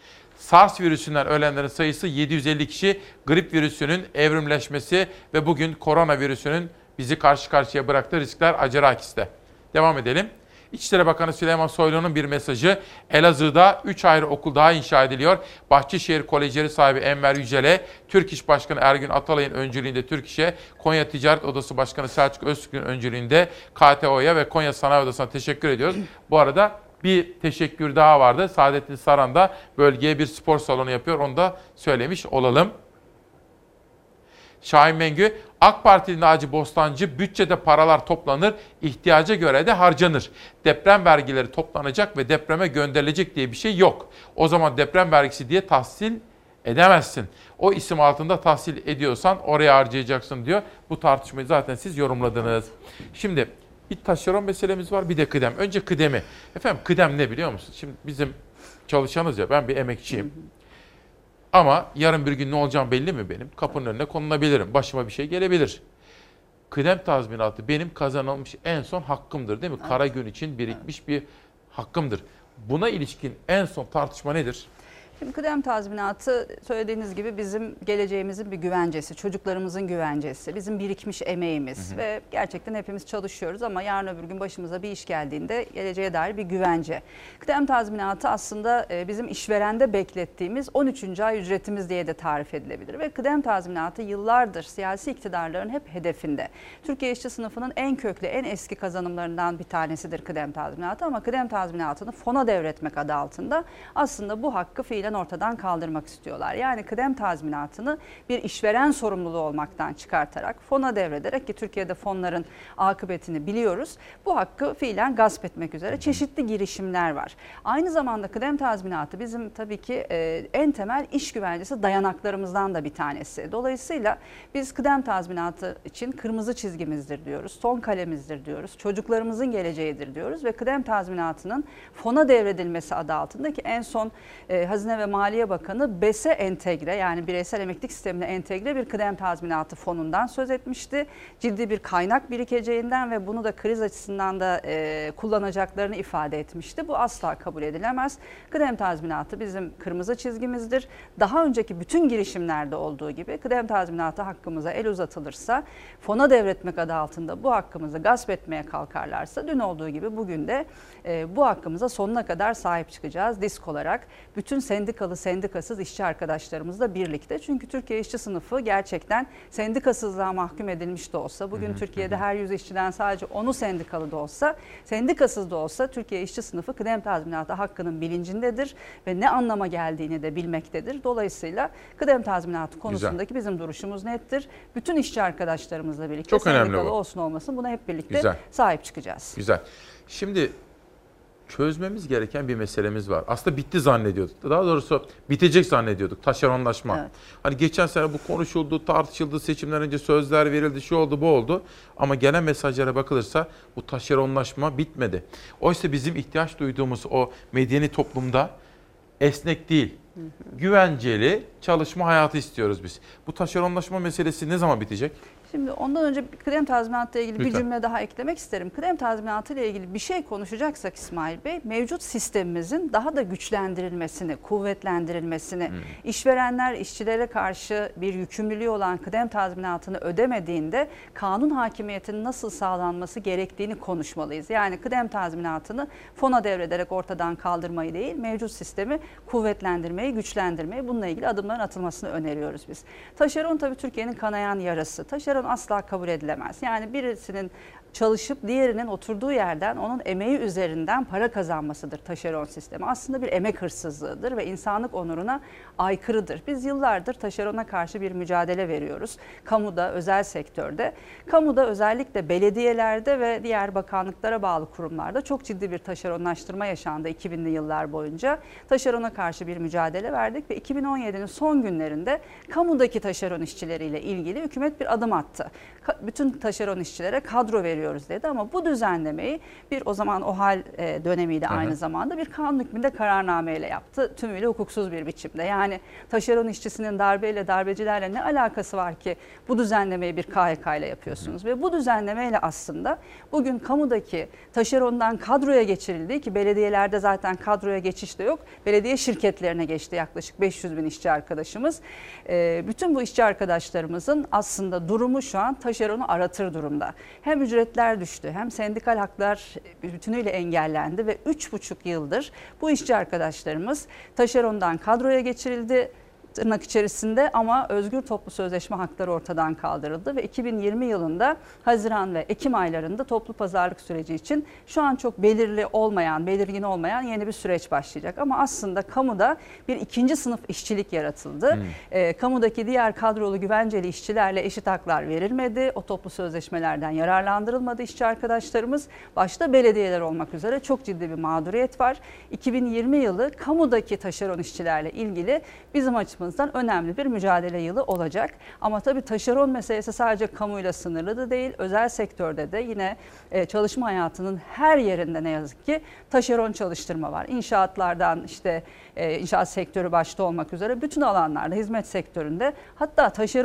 SARS virüsünden ölenlerin sayısı 750 kişi. Grip virüsünün evrimleşmesi ve bugün koronavirüsünün bizi karşı karşıya bıraktığı riskler Acerakis'te. Devam edelim. İçişleri Bakanı Süleyman Soylu'nun bir mesajı. Elazığ'da 3 ayrı okul daha inşa ediliyor. Bahçeşehir Kolejleri sahibi Enver Yücel'e, Türk İş Başkanı Ergün Atalay'ın öncülüğünde Türk İş'e, Konya Ticaret Odası Başkanı Selçuk Öztürk'ün öncülüğünde KTO'ya ve Konya Sanayi Odası'na teşekkür ediyoruz. Bu arada bir teşekkür daha vardı. Saadettin Saran da bölgeye bir spor salonu yapıyor. Onu da söylemiş olalım. Şahin Mengü, AK Partili Naci Bostancı, bütçede paralar toplanır, ihtiyaca göre de harcanır. Deprem vergileri toplanacak ve depreme gönderilecek diye bir şey yok. O zaman deprem vergisi diye tahsil edemezsin. O isim altında tahsil ediyorsan oraya harcayacaksın diyor. Bu tartışmayı zaten siz yorumladınız. Şimdi bir taşeron meselemiz var, bir de kıdem. Önce kıdemi. Efendim kıdem ne biliyor musun? Şimdi bizim çalışanız ya, ben bir emekçiyim. Ama yarın bir gün ne olacağım belli mi benim? Kapının önüne konulabilirim. Başıma bir şey gelebilir. Kıdem tazminatı benim kazanılmış en son hakkımdır değil mi? Kara gün için birikmiş bir hakkımdır. Buna ilişkin en son tartışma nedir? Şimdi kıdem tazminatı söylediğiniz gibi bizim geleceğimizin bir güvencesi, çocuklarımızın güvencesi, bizim birikmiş emeğimiz ve gerçekten hepimiz çalışıyoruz ama yarın öbür gün başımıza bir iş geldiğinde geleceğe dair bir güvence. Kıdem tazminatı aslında bizim işverende beklettiğimiz 13. ay ücretimiz diye de tarif edilebilir ve kıdem tazminatı yıllardır siyasi iktidarların hep hedefinde. Türkiye işçi sınıfının en köklü, en eski kazanımlarından bir tanesidir kıdem tazminatı ama kıdem tazminatını fona devretmek adı altında aslında bu hakkı fiilen ortadan kaldırmak istiyorlar. Yani kıdem tazminatını bir işveren sorumluluğu olmaktan çıkartarak fona devrederek ki Türkiye'de fonların akıbetini biliyoruz. Bu hakkı fiilen gasp etmek üzere çeşitli girişimler var. Aynı zamanda kıdem tazminatı bizim tabii ki en temel iş güvencesi dayanaklarımızdan da bir tanesi. Dolayısıyla biz kıdem tazminatı için kırmızı çizgimizdir diyoruz, son kalemizdir diyoruz, çocuklarımızın geleceğidir diyoruz ve kıdem tazminatının fona devredilmesi adı altında ki en son Hazine ve Maliye Bakanı BES'e entegre yani bireysel emeklilik sistemine entegre bir kıdem tazminatı fonundan söz etmişti. Ciddi bir kaynak birikeceğinden ve bunu da kriz açısından da kullanacaklarını ifade etmişti. Bu asla kabul edilemez. Kıdem tazminatı bizim kırmızı çizgimizdir. Daha önceki bütün girişimlerde olduğu gibi kıdem tazminatı hakkımıza el uzatılırsa fona devretmek adı altında bu hakkımızı gasp etmeye kalkarlarsa dün olduğu gibi bugün de bu hakkımıza sonuna kadar sahip çıkacağız disk olarak. Bütün sendikalı, sendikasız işçi arkadaşlarımızla birlikte. Çünkü Türkiye işçi sınıfı gerçekten sendikasızlığa mahkum edilmiş de olsa, bugün Türkiye'de her 100 işçiden sadece 10'u sendikalı da olsa, sendikasız da olsa Türkiye işçi sınıfı kıdem tazminatı hakkının bilincindedir ve ne anlama geldiğini de bilmektedir. Dolayısıyla kıdem tazminatı konusundaki bizim duruşumuz nettir. Bütün işçi arkadaşlarımızla birlikte çok sendikalı olsun olmasın buna hep birlikte sahip çıkacağız. Güzel. Şimdi çözmemiz gereken bir meselemiz var. Aslında bitti zannediyorduk. Daha doğrusu bitecek zannediyorduk. Taşeronlaşma. Evet. Hani geçen sene bu konuşuldu, tartışıldı, seçimler önce sözler verildi, şu oldu, bu oldu. Ama gelen mesajlara bakılırsa bu taşeronlaşma bitmedi. Oysa bizim ihtiyaç duyduğumuz o medeni toplumda esnek değil, güvenceli çalışma hayatı istiyoruz biz. Bu taşeronlaşma meselesi ne zaman bitecek? Şimdi ondan önce kıdem tazminatı ile ilgili bir cümle daha eklemek isterim. Kıdem tazminatı ile ilgili bir şey konuşacaksak İsmail Bey, mevcut sistemimizin daha da güçlendirilmesini, kuvvetlendirilmesini, işverenler işçilere karşı bir yükümlülüğü olan kıdem tazminatını ödemediğinde kanun hakimiyetinin nasıl sağlanması gerektiğini konuşmalıyız. Yani kıdem tazminatını fona devrederek ortadan kaldırmayı değil, mevcut sistemi kuvvetlendirmeyi, güçlendirmeyi, bununla ilgili adımların atılmasını öneriyoruz biz. Taşeron tabii Türkiye'nin kanayan yarası. Taşeron asla kabul edilemez. Yani birisinin çalışıp diğerinin oturduğu yerden onun emeği üzerinden para kazanmasıdır taşeron sistemi. Aslında bir emek hırsızlığıdır ve insanlık onuruna aykırıdır. Biz yıllardır taşerona karşı bir mücadele veriyoruz. Kamuda, özel sektörde. Kamuda özellikle belediyelerde ve diğer bakanlıklara bağlı kurumlarda çok ciddi bir taşeronlaştırma yaşandı 2000'li yıllar boyunca. Taşerona karşı bir mücadele verdik ve 2017'nin son günlerinde kamudaki taşeron işçileriyle ilgili hükümet bir adım attı. Bütün taşeron işçilere kadro veriyoruz dedi ama bu düzenlemeyi bir o zaman OHAL dönemiydi aynı zamanda bir kanun hükmünde kararnameyle yaptı. Tümüyle hukuksuz bir biçimde. Yani taşeron işçisinin darbeyle, darbecilerle ne alakası var ki bu düzenlemeyi bir KHK ile yapıyorsunuz? Ve bu düzenlemeyle aslında bugün kamudaki taşerondan kadroya geçirildiği ki belediyelerde zaten kadroya geçiş de yok. Belediye şirketlerine geçti yaklaşık 500 bin işçi arkadaşımız. Bütün bu işçi arkadaşlarımızın aslında durumu kamu şu an taşeronu aratır durumda. Hem ücretler düştü hem sendikal haklar bütünüyle engellendi ve 3,5 yıldır bu işçi arkadaşlarımız taşerondan kadroya geçirildi tırnak içerisinde ama özgür toplu sözleşme hakları ortadan kaldırıldı ve 2020 yılında Haziran ve Ekim aylarında toplu pazarlık süreci için şu an çok belirgin olmayan yeni bir süreç başlayacak. Ama aslında kamuda bir ikinci sınıf işçilik yaratıldı. Kamudaki diğer kadrolu güvenceli işçilerle eşit haklar verilmedi. O toplu sözleşmelerden yararlandırılmadı işçi arkadaşlarımız. Başta belediyeler olmak üzere çok ciddi bir mağduriyet var. 2020 yılı kamudaki taşeron işçilerle ilgili bizim açımızdan önemli bir mücadele yılı olacak. Ama tabii taşeron meselesi sadece kamuyla sınırlı da değil. Özel sektörde de yine çalışma hayatının her yerinde ne yazık ki taşeron çalıştırma var. İnşaatlardan işte inşaat sektörü başta olmak üzere bütün alanlarda, hizmet sektöründe, hatta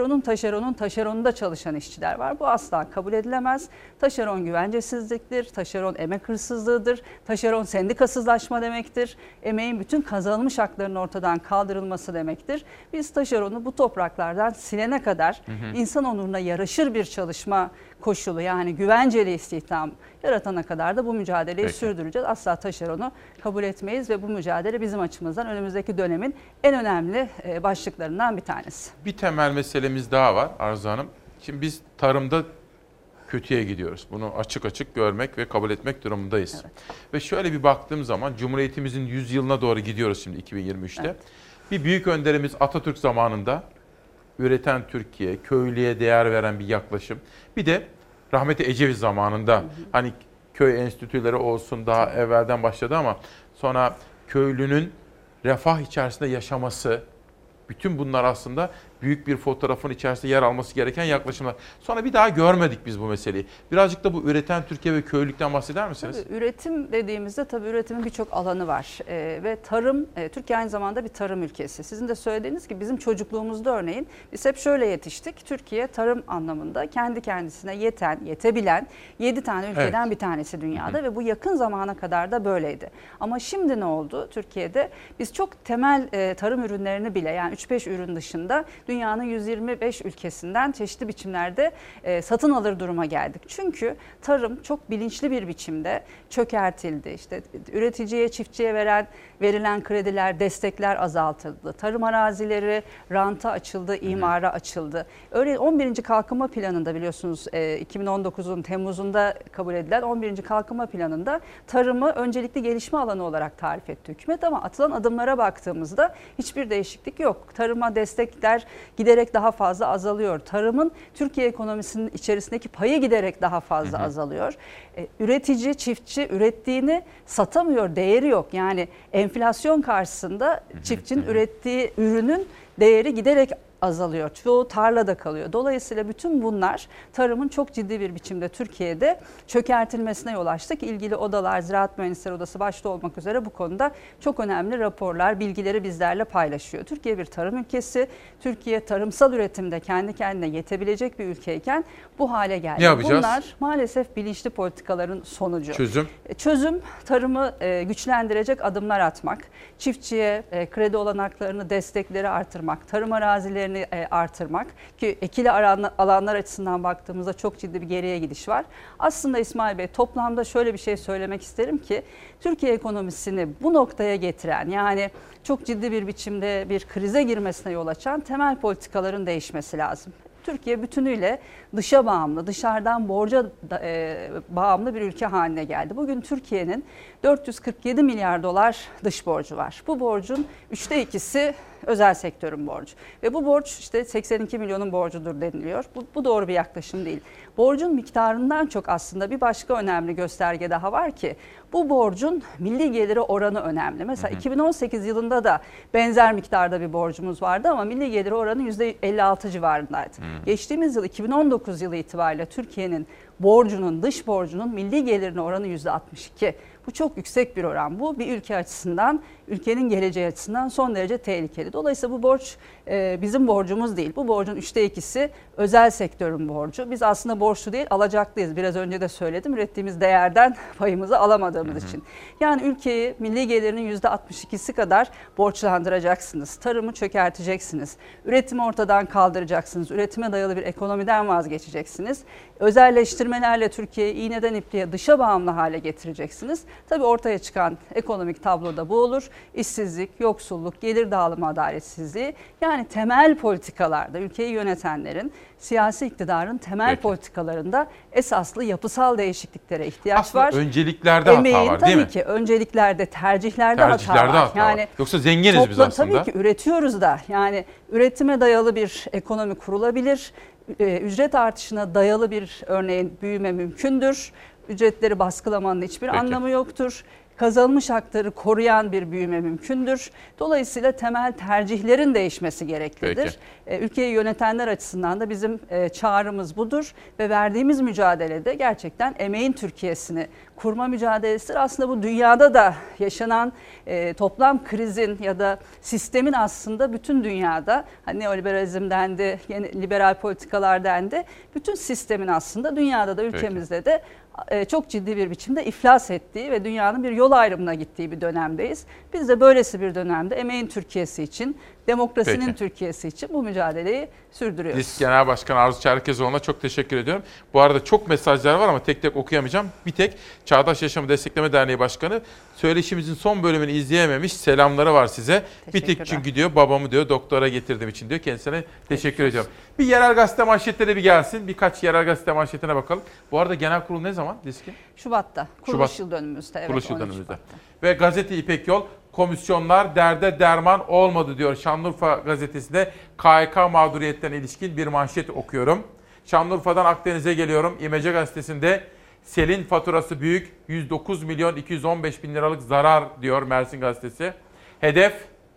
taşeronunda çalışan işçiler var. Bu asla kabul edilemez. Taşeron güvencesizliktir, taşeron emek hırsızlığıdır, taşeron sendikasızlaşma demektir. Emeğin bütün kazanılmış haklarının ortadan kaldırılması demektir. Biz taşeronu bu topraklardan silene kadar insan onuruna yaraşır bir çalışma koşulu, yani güvenceli istihdam yaratana kadar da bu mücadeleyi sürdüreceğiz. Asla taşeronu kabul etmeyiz ve bu mücadele bizim açımızdan önümüzdeki dönemin en önemli başlıklarından bir tanesi. Bir temel meselemiz daha var Arzu Hanım. Şimdi biz tarımda kötüye gidiyoruz. Bunu açık açık görmek ve kabul etmek durumundayız. Evet. Ve şöyle bir baktığım zaman Cumhuriyetimizin 100 yılına doğru gidiyoruz şimdi 2023'te. Evet. Bir büyük önderimiz Atatürk zamanında üreten Türkiye, köylüye değer veren bir yaklaşım. Bir de rahmetli Ecevit zamanında hani köy enstitüleri olsun daha evvelden başladı ama sonra köylünün refah içerisinde yaşaması, bütün bunlar aslında büyük bir fotoğrafın içerisinde yer alması gereken yaklaşımlar. Sonra bir daha görmedik biz bu meseleyi. Birazcık da bu üreten Türkiye ve köylülükten bahseder misiniz? Tabii, üretim dediğimizde tabii üretimin birçok alanı var. Ve tarım, Türkiye aynı zamanda bir tarım ülkesi. Sizin de söylediğiniz gibi bizim çocukluğumuzda örneğin biz hep şöyle yetiştik. Türkiye tarım anlamında kendi kendisine yetebilen 7 tane ülkeden bir tanesi dünyada ve bu yakın zamana kadar da böyleydi. Ama şimdi ne oldu? Türkiye'de biz çok temel tarım ürünlerini bile, yani 3-5 ürün dışında dünyanın 125 ülkesinden çeşitli biçimlerde satın alır duruma geldik. Çünkü tarım çok bilinçli bir biçimde çökertildi. İşte üreticiye, çiftçiye verilen krediler, destekler azaltıldı. Tarım arazileri ranta açıldı, imara açıldı. Öyle 11. Kalkınma Planı'nda biliyorsunuz 2019'un Temmuz'unda kabul edilen 11. Kalkınma Planı'nda tarımı öncelikli gelişme alanı olarak tarif etti hükümet ama atılan adımlara baktığımızda hiçbir değişiklik yok. Tarıma destekler giderek daha fazla azalıyor. Tarımın Türkiye ekonomisinin içerisindeki payı giderek daha fazla azalıyor. Üretici, çiftçi ürettiğini satamıyor, değeri yok. Yani enflasyon karşısında çiftçinin ürettiği ürünün değeri giderek azalıyor. Çoğu tarlada kalıyor. Dolayısıyla bütün bunlar tarımın çok ciddi bir biçimde Türkiye'de çökertilmesine yol açtı ki ilgili odalar, Ziraat Mühendisleri Odası başta olmak üzere bu konuda çok önemli raporlar, bilgileri bizlerle paylaşıyor. Türkiye bir tarım ülkesi. Türkiye tarımsal üretimde kendi kendine yetebilecek bir ülkeyken bu hale geldi. Ne yapacağız? Bunlar maalesef bilinçli politikaların sonucu. Çözüm Tarımı güçlendirecek adımlar atmak, çiftçiye kredi olanaklarını, destekleri artırmak, tarım arazilerini artırmak ki ekili alanlar açısından baktığımızda çok ciddi bir geriye gidiş var. Aslında İsmail Bey toplamda şöyle bir şey söylemek isterim ki Türkiye ekonomisini bu noktaya getiren, yani çok ciddi bir biçimde bir krize girmesine yol açan temel politikaların değişmesi lazım. Türkiye bütünüyle dışa bağımlı, dışarıdan borca bağımlı bir ülke haline geldi. Bugün Türkiye'nin 447 milyar dolar dış borcu var. Bu borcun 3'te 2'si özel sektörün borcu. Ve bu borç işte 82 milyonun borcudur deniliyor. Bu doğru bir yaklaşım değil. Borcun miktarından çok aslında bir başka önemli gösterge daha var ki bu borcun milli geliri oranı önemli. Mesela 2018 yılında da benzer miktarda bir borcumuz vardı ama milli geliri oranı %56 civarındaydı. Geçtiğimiz yıl 2019 yılı itibariyle Türkiye'nin borcunun, dış borcunun milli gelirine oranı %62. Bu çok yüksek bir oran. Bu bir ülke açısından, ülkenin geleceği açısından son derece tehlikeli. Dolayısıyla bu borç bizim borcumuz değil. Bu borcun 2/3'ü özel sektörün borcu. Biz aslında borçlu değil, alacaklıyız. Biraz önce de söyledim, ürettiğimiz değerden payımızı alamadığımız için. Yani ülkeyi milli gelirinin %62'si kadar borçlandıracaksınız. Tarımı çökerteceksiniz. Üretimi ortadan kaldıracaksınız. Üretime dayalı bir ekonomiden vazgeçeceksiniz. Özelleştirmelerle Türkiye'yi iğneden ipliğe dışa bağımlı hale getireceksiniz. Tabii ortaya çıkan ekonomik tabloda bu olur. İşsizlik, yoksulluk, gelir dağılımı adaletsizliği. Yani temel politikalarda ülkeyi yönetenlerin, siyasi iktidarın temel politikalarında esaslı yapısal değişikliklere ihtiyaç aslında var. Önceliklerde hata var değil mi? Tabii ki önceliklerde, tercihlerde hata var. Yani yoksa zenginiz biz aslında. Tabii ki üretiyoruz da. Yani üretime dayalı bir ekonomi kurulabilir. Ücret artışına dayalı bir örneğin büyüme mümkündür. Ücretleri baskılamanın hiçbir anlamı yoktur. Kazanılmış hakları koruyan bir büyüme mümkündür. Dolayısıyla temel tercihlerin değişmesi gereklidir. Ülkeyi yönetenler açısından da bizim çağrımız budur ve verdiğimiz mücadelede gerçekten emeğin Türkiye'sini kurma mücadelesidir. Aslında bu dünyada da yaşanan toplam krizin ya da sistemin aslında bütün dünyada neoliberalizm dendi, yeni liberal politikalar dendi. Bütün sistemin aslında dünyada da ülkemizde de çok ciddi bir biçimde iflas ettiği ve dünyanın bir yol ayrımına gittiği bir dönemdeyiz. Biz de böylesi bir dönemde emeğin Türkiye'si için, demokrasinin Türkiye'si için bu mücadeleyi sürdürüyoruz. DİSK Genel Başkanı Arzu Çerkezoğlu'na çok teşekkür ediyorum. Bu arada çok mesajlar var ama tek tek okuyamayacağım. Bir tek Çağdaş Yaşamı Destekleme Derneği Başkanı söyleşimizin son bölümünü izleyememiş, selamları var size. Bir tek çünkü diyor babamı diyor doktora getirdiğim için diyor. Kendisine teşekkür ediyorum. Bir yerel gazete manşetleri bir gelsin. Birkaç yerel gazete manşetine bakalım. Bu arada genel kurul ne zaman DİSK'in? Şubat'ta. Kuruluş yıl dönümümüzde. Evet, kuruluş yıl dönümümüzde. Ve gazete İpek Yol, komisyonlar derde derman olmadı diyor. Şanlıurfa gazetesinde KHK mağduriyetlerine ilişkin bir manşet okuyorum. Şanlıurfa'dan Akdeniz'e geliyorum. İmece gazetesinde selin faturası büyük, 109 milyon 215 bin liralık zarar diyor Mersin gazetesi. Hedef,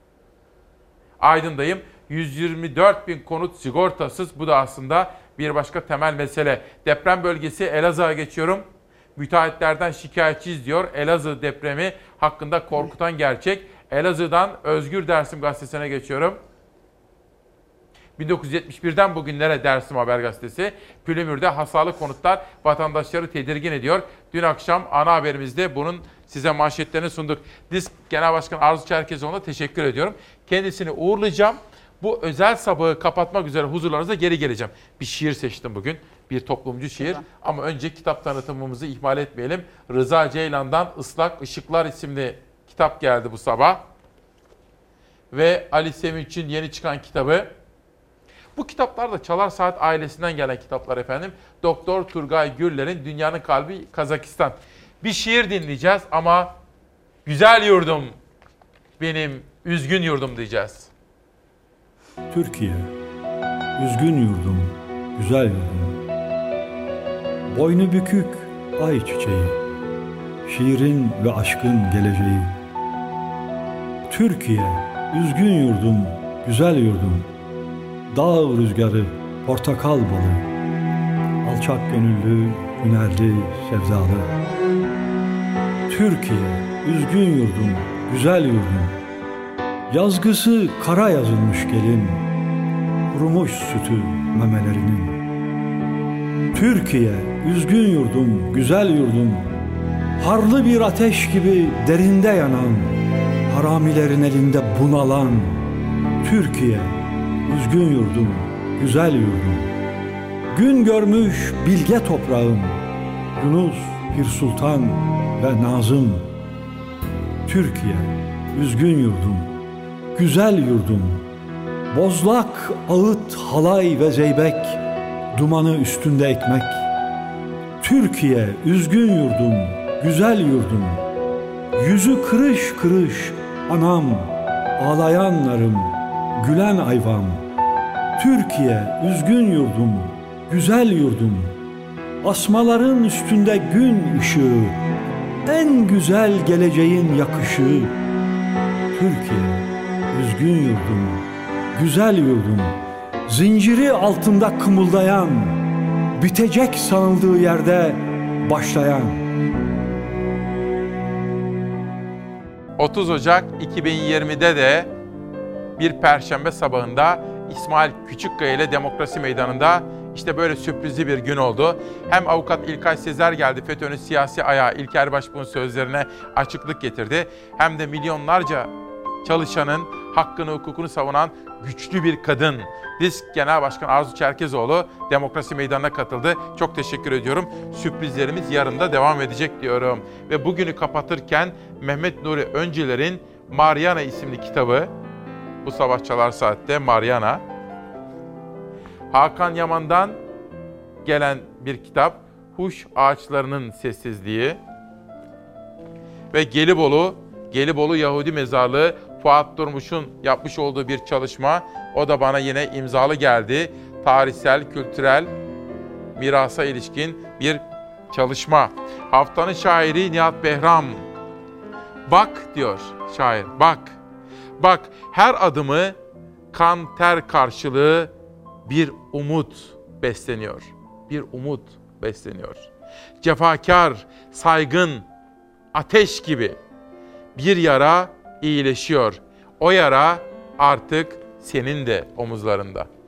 Aydın'dayım, 124 bin konut sigortasız. Bu da aslında bir başka temel mesele. Deprem bölgesi Elazığ'a geçiyorum. Müteahhitlerden şikayetçiyiz diyor. Elazığ depremi hakkında korkutan gerçek. Elazığ'dan Özgür Dersim gazetesine geçiyorum. 1971'den bugünlere Dersim Haber Gazetesi. Pülümür'de hasarlı konutlar vatandaşları tedirgin ediyor. Dün akşam ana haberimizde bunun size manşetlerini sunduk. DİSK Genel Başkanı Arzu Çerkezoğlu'na teşekkür ediyorum. Kendisini uğurlayacağım. Bu özel sabahı kapatmak üzere huzurlarınıza geri geleceğim. Bir şiir seçtim bugün. Bir toplumcu şiir. Ama önce kitap tanıtımımızı ihmal etmeyelim. Rıza Ceylan'dan Islak Işıklar isimli kitap geldi bu sabah. Ve Ali Sevinç'in yeni çıkan kitabı. Bu kitaplar da Çalar Saat ailesinden gelen kitaplar efendim. Doktor Turgay Gürler'in Dünyanın Kalbi Kazakistan. Bir şiir dinleyeceğiz ama güzel yurdum benim, üzgün yurdum diyeceğiz. Türkiye, üzgün yurdum, güzel yurdum. Boynu bükük ay çiçeği, şiirin ve aşkın geleceği. Türkiye, üzgün yurdum, güzel yurdum. Dağ rüzgarı, portakal balı, alçak gönüllü, hünerli, sevdalı. Türkiye, üzgün yurdum, güzel yurdum. Yazgısı kara yazılmış gelin, kurumuş sütü memelerinin. Türkiye, üzgün yurdum, güzel yurdum. Harlı bir ateş gibi derinde yanan, haramilerin elinde bunalan. Türkiye, üzgün yurdum, güzel yurdum. Gün görmüş bilge toprağım, Yunus, Pir Sultan ve Nazım. Türkiye, üzgün yurdum, güzel yurdum. Bozlak, ağıt, halay ve zeybek, dumanı üstünde ekmek. Türkiye, üzgün yurdum, güzel yurdum. Yüzü kırış kırış anam, ağlayan narım, gülen ayvam. Türkiye, üzgün yurdum, güzel yurdum. Asmaların üstünde gün ışığı, en güzel geleceğin yakışığı. Türkiye, üzgün yurdum, güzel yurdum. Zinciri altında kımıldayan, bitecek sanıldığı yerde başlayan. 30 Ocak 2020'de de bir perşembe sabahında İsmail Küçükkaya ile Demokrasi Meydanı'nda işte böyle sürprizli bir gün oldu. Hem avukat İlkay Sezer geldi, FETÖ'nün siyasi ayağı İlker Başbuğ'un sözlerine açıklık getirdi. Hem de milyonlarca çalışanın hakkını, hukukunu savunan güçlü bir kadın. DİSK Genel Başkanı Arzu Çerkezoğlu Demokrasi Meydanı'na katıldı. Çok teşekkür ediyorum. Sürprizlerimiz yarın da devam edecek diyorum. Ve bugünü kapatırken Mehmet Nuri Öncüler'in Mariana isimli kitabı, bu sabah Çalar Saat'te Mariana. Hakan Yaman'dan gelen bir kitap, Huş Ağaçlarının Sessizliği. Ve Gelibolu Yahudi Mezarlığı, Fuat Durmuş'un yapmış olduğu bir çalışma. O da bana yine imzalı geldi. Tarihsel, kültürel mirasa ilişkin bir çalışma. Haftanın şairi Nihat Behram. Bak diyor şair, bak. Bak, her adımı kan ter karşılığı bir umut besleniyor. Bir umut besleniyor. Cefakar, saygın, ateş gibi bir yara iyileşiyor. O yara artık senin de omuzlarında.